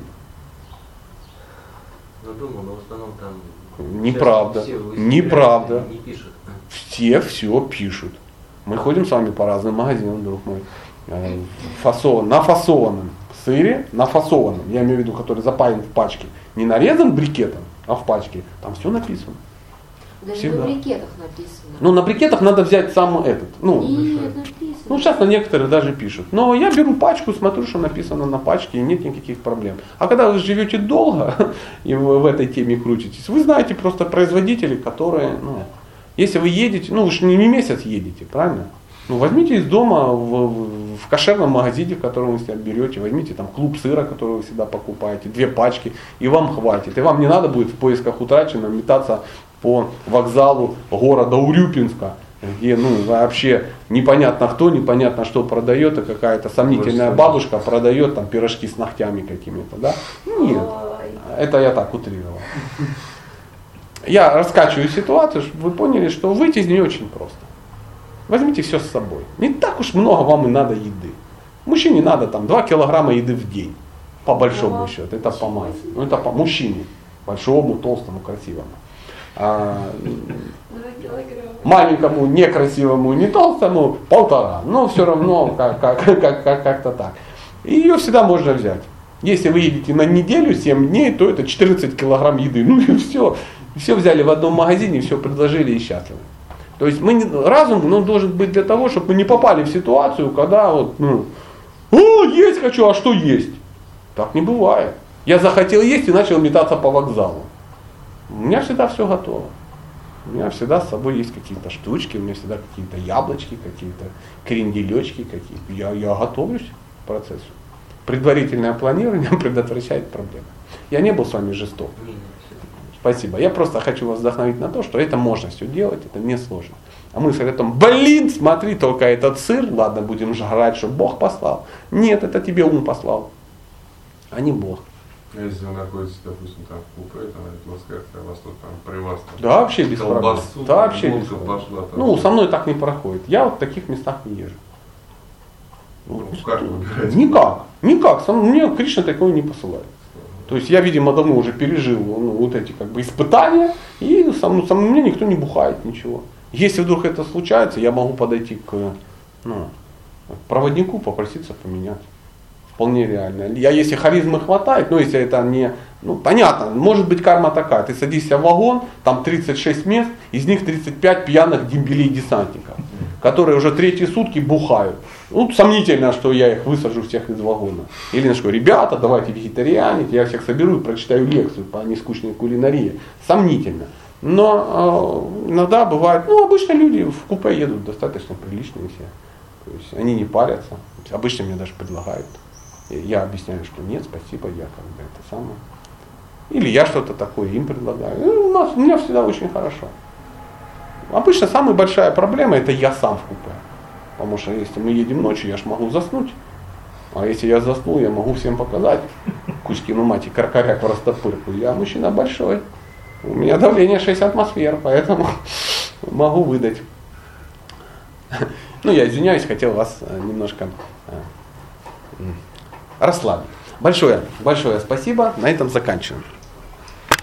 Ну, думаю, но в основном там... Неправда. Все Неправда. Не пишут. Все все пишут. Мы ходим с вами по разным магазинам, друг мой. Фасован, на фасованном сыре, на фасованном, я имею в виду, который запаян в пачке, не нарезан брикетом, а в пачке, там все написано. Даже Всегда. на брикетах написано. Ну, на брикетах надо взять сам этот. Ну, Нет, написано. ну, сейчас на некоторых даже пишут. Но я беру пачку, смотрю, что написано на пачке, и нет никаких проблем. А когда вы живете долго и вы в этой теме крутитесь, вы знаете просто производителей, которые, ну, если вы едете, ну, вы же не, не месяц едете, правильно? Ну, возьмите из дома в, в кошерном магазине, в котором вы себя берете, возьмите там клуб сыра, который вы всегда покупаете, две пачки, и вам хватит. И вам не надо будет в поисках утраченного метаться по вокзалу города Урюпинска, где, ну, вообще непонятно кто, непонятно что продает, и какая-то сомнительная бабушка продает там пирожки с ногтями какими-то, да? Нет, это я так утрировал. Я раскачиваю ситуацию, чтобы вы поняли, что выйти из нее очень просто. Возьмите все с собой. Не так уж много вам и надо еды. Мужчине надо там два килограмма еды в день. По большому Да. счету. Это по массе. Ну, это по мужчине. Большому, толстому, красивому. А, маленькому, некрасивому, не толстому полтора. Но все равно как, как, как, как, как-то так. И ее всегда можно взять. Если вы едете на неделю, семь дней, то это четырнадцать килограмм еды. Ну и все. Все взяли в одном магазине, все предложили и счастливы. То есть мы не, разум ну, должен быть для того, чтобы мы не попали в ситуацию, когда вот, ну, о, есть хочу, а что есть? Так не бывает. Я захотел есть и начал метаться по вокзалу. У меня всегда все готово. У меня всегда с собой есть какие-то штучки, у меня всегда какие-то яблочки, какие-то кренделечки какие-то. Я, я готовлюсь к процессу. Предварительное планирование предотвращает проблемы. Я не был с вами жесток. Спасибо. Я просто хочу вас вдохновить на то, что это можно все делать, это не сложно. А мысль о том, блин, смотри, только этот сыр, ладно, будем жрать, что Бог послал. Нет, это тебе ум послал, а не Бог. А если вы находитесь, допустим, там в купе, там, атмосфера, а вас тут там при вас там, Да, вообще без проблем. колбасу, Да, вообще без булка проблем. пошла, там, Ну, со мной так не проходит. Я вот в таких местах не езжу. ну, как вы выбираете? Никак. Никак. Сам, мне Кришна такого не посылает. То есть я, видимо, давно уже пережил ну, вот эти как бы испытания, и сам, ну, сам мне никто не бухает ничего. Если вдруг это случается, я могу подойти к, ну, к проводнику, попроситься поменять. Вполне реально. Я, если харизмы хватает, ну если это не, ну понятно, может быть карма такая, ты садишься в вагон, там тридцать шесть мест, из них тридцать пять пьяных дембелей-десантников, которые уже третьи сутки бухают. Ну, сомнительно, что я их высажу всех из вагона. Или что, ребята, давайте вегетарианить, я всех соберу и прочитаю лекцию по нескучной кулинарии. Сомнительно. Но э, иногда бывает, ну обычно люди в купе едут достаточно приличные все. То есть они не парятся. Обычно мне даже предлагают. Я объясняю, что нет, спасибо, я как бы это самое. Или я что-то такое им предлагаю. Ну, у, нас, у меня всегда очень хорошо. Обычно самая большая проблема это я сам в купе. Потому что если мы едем ночью, я ж могу заснуть. А если я засну, я могу всем показать. Кузькину мать и каркаряк в растопырку. Я мужчина большой. У меня давление шесть атмосфер, поэтому могу выдать. Ну, я извиняюсь, хотел вас немножко расслабить. Большое, большое спасибо. На этом заканчиваем.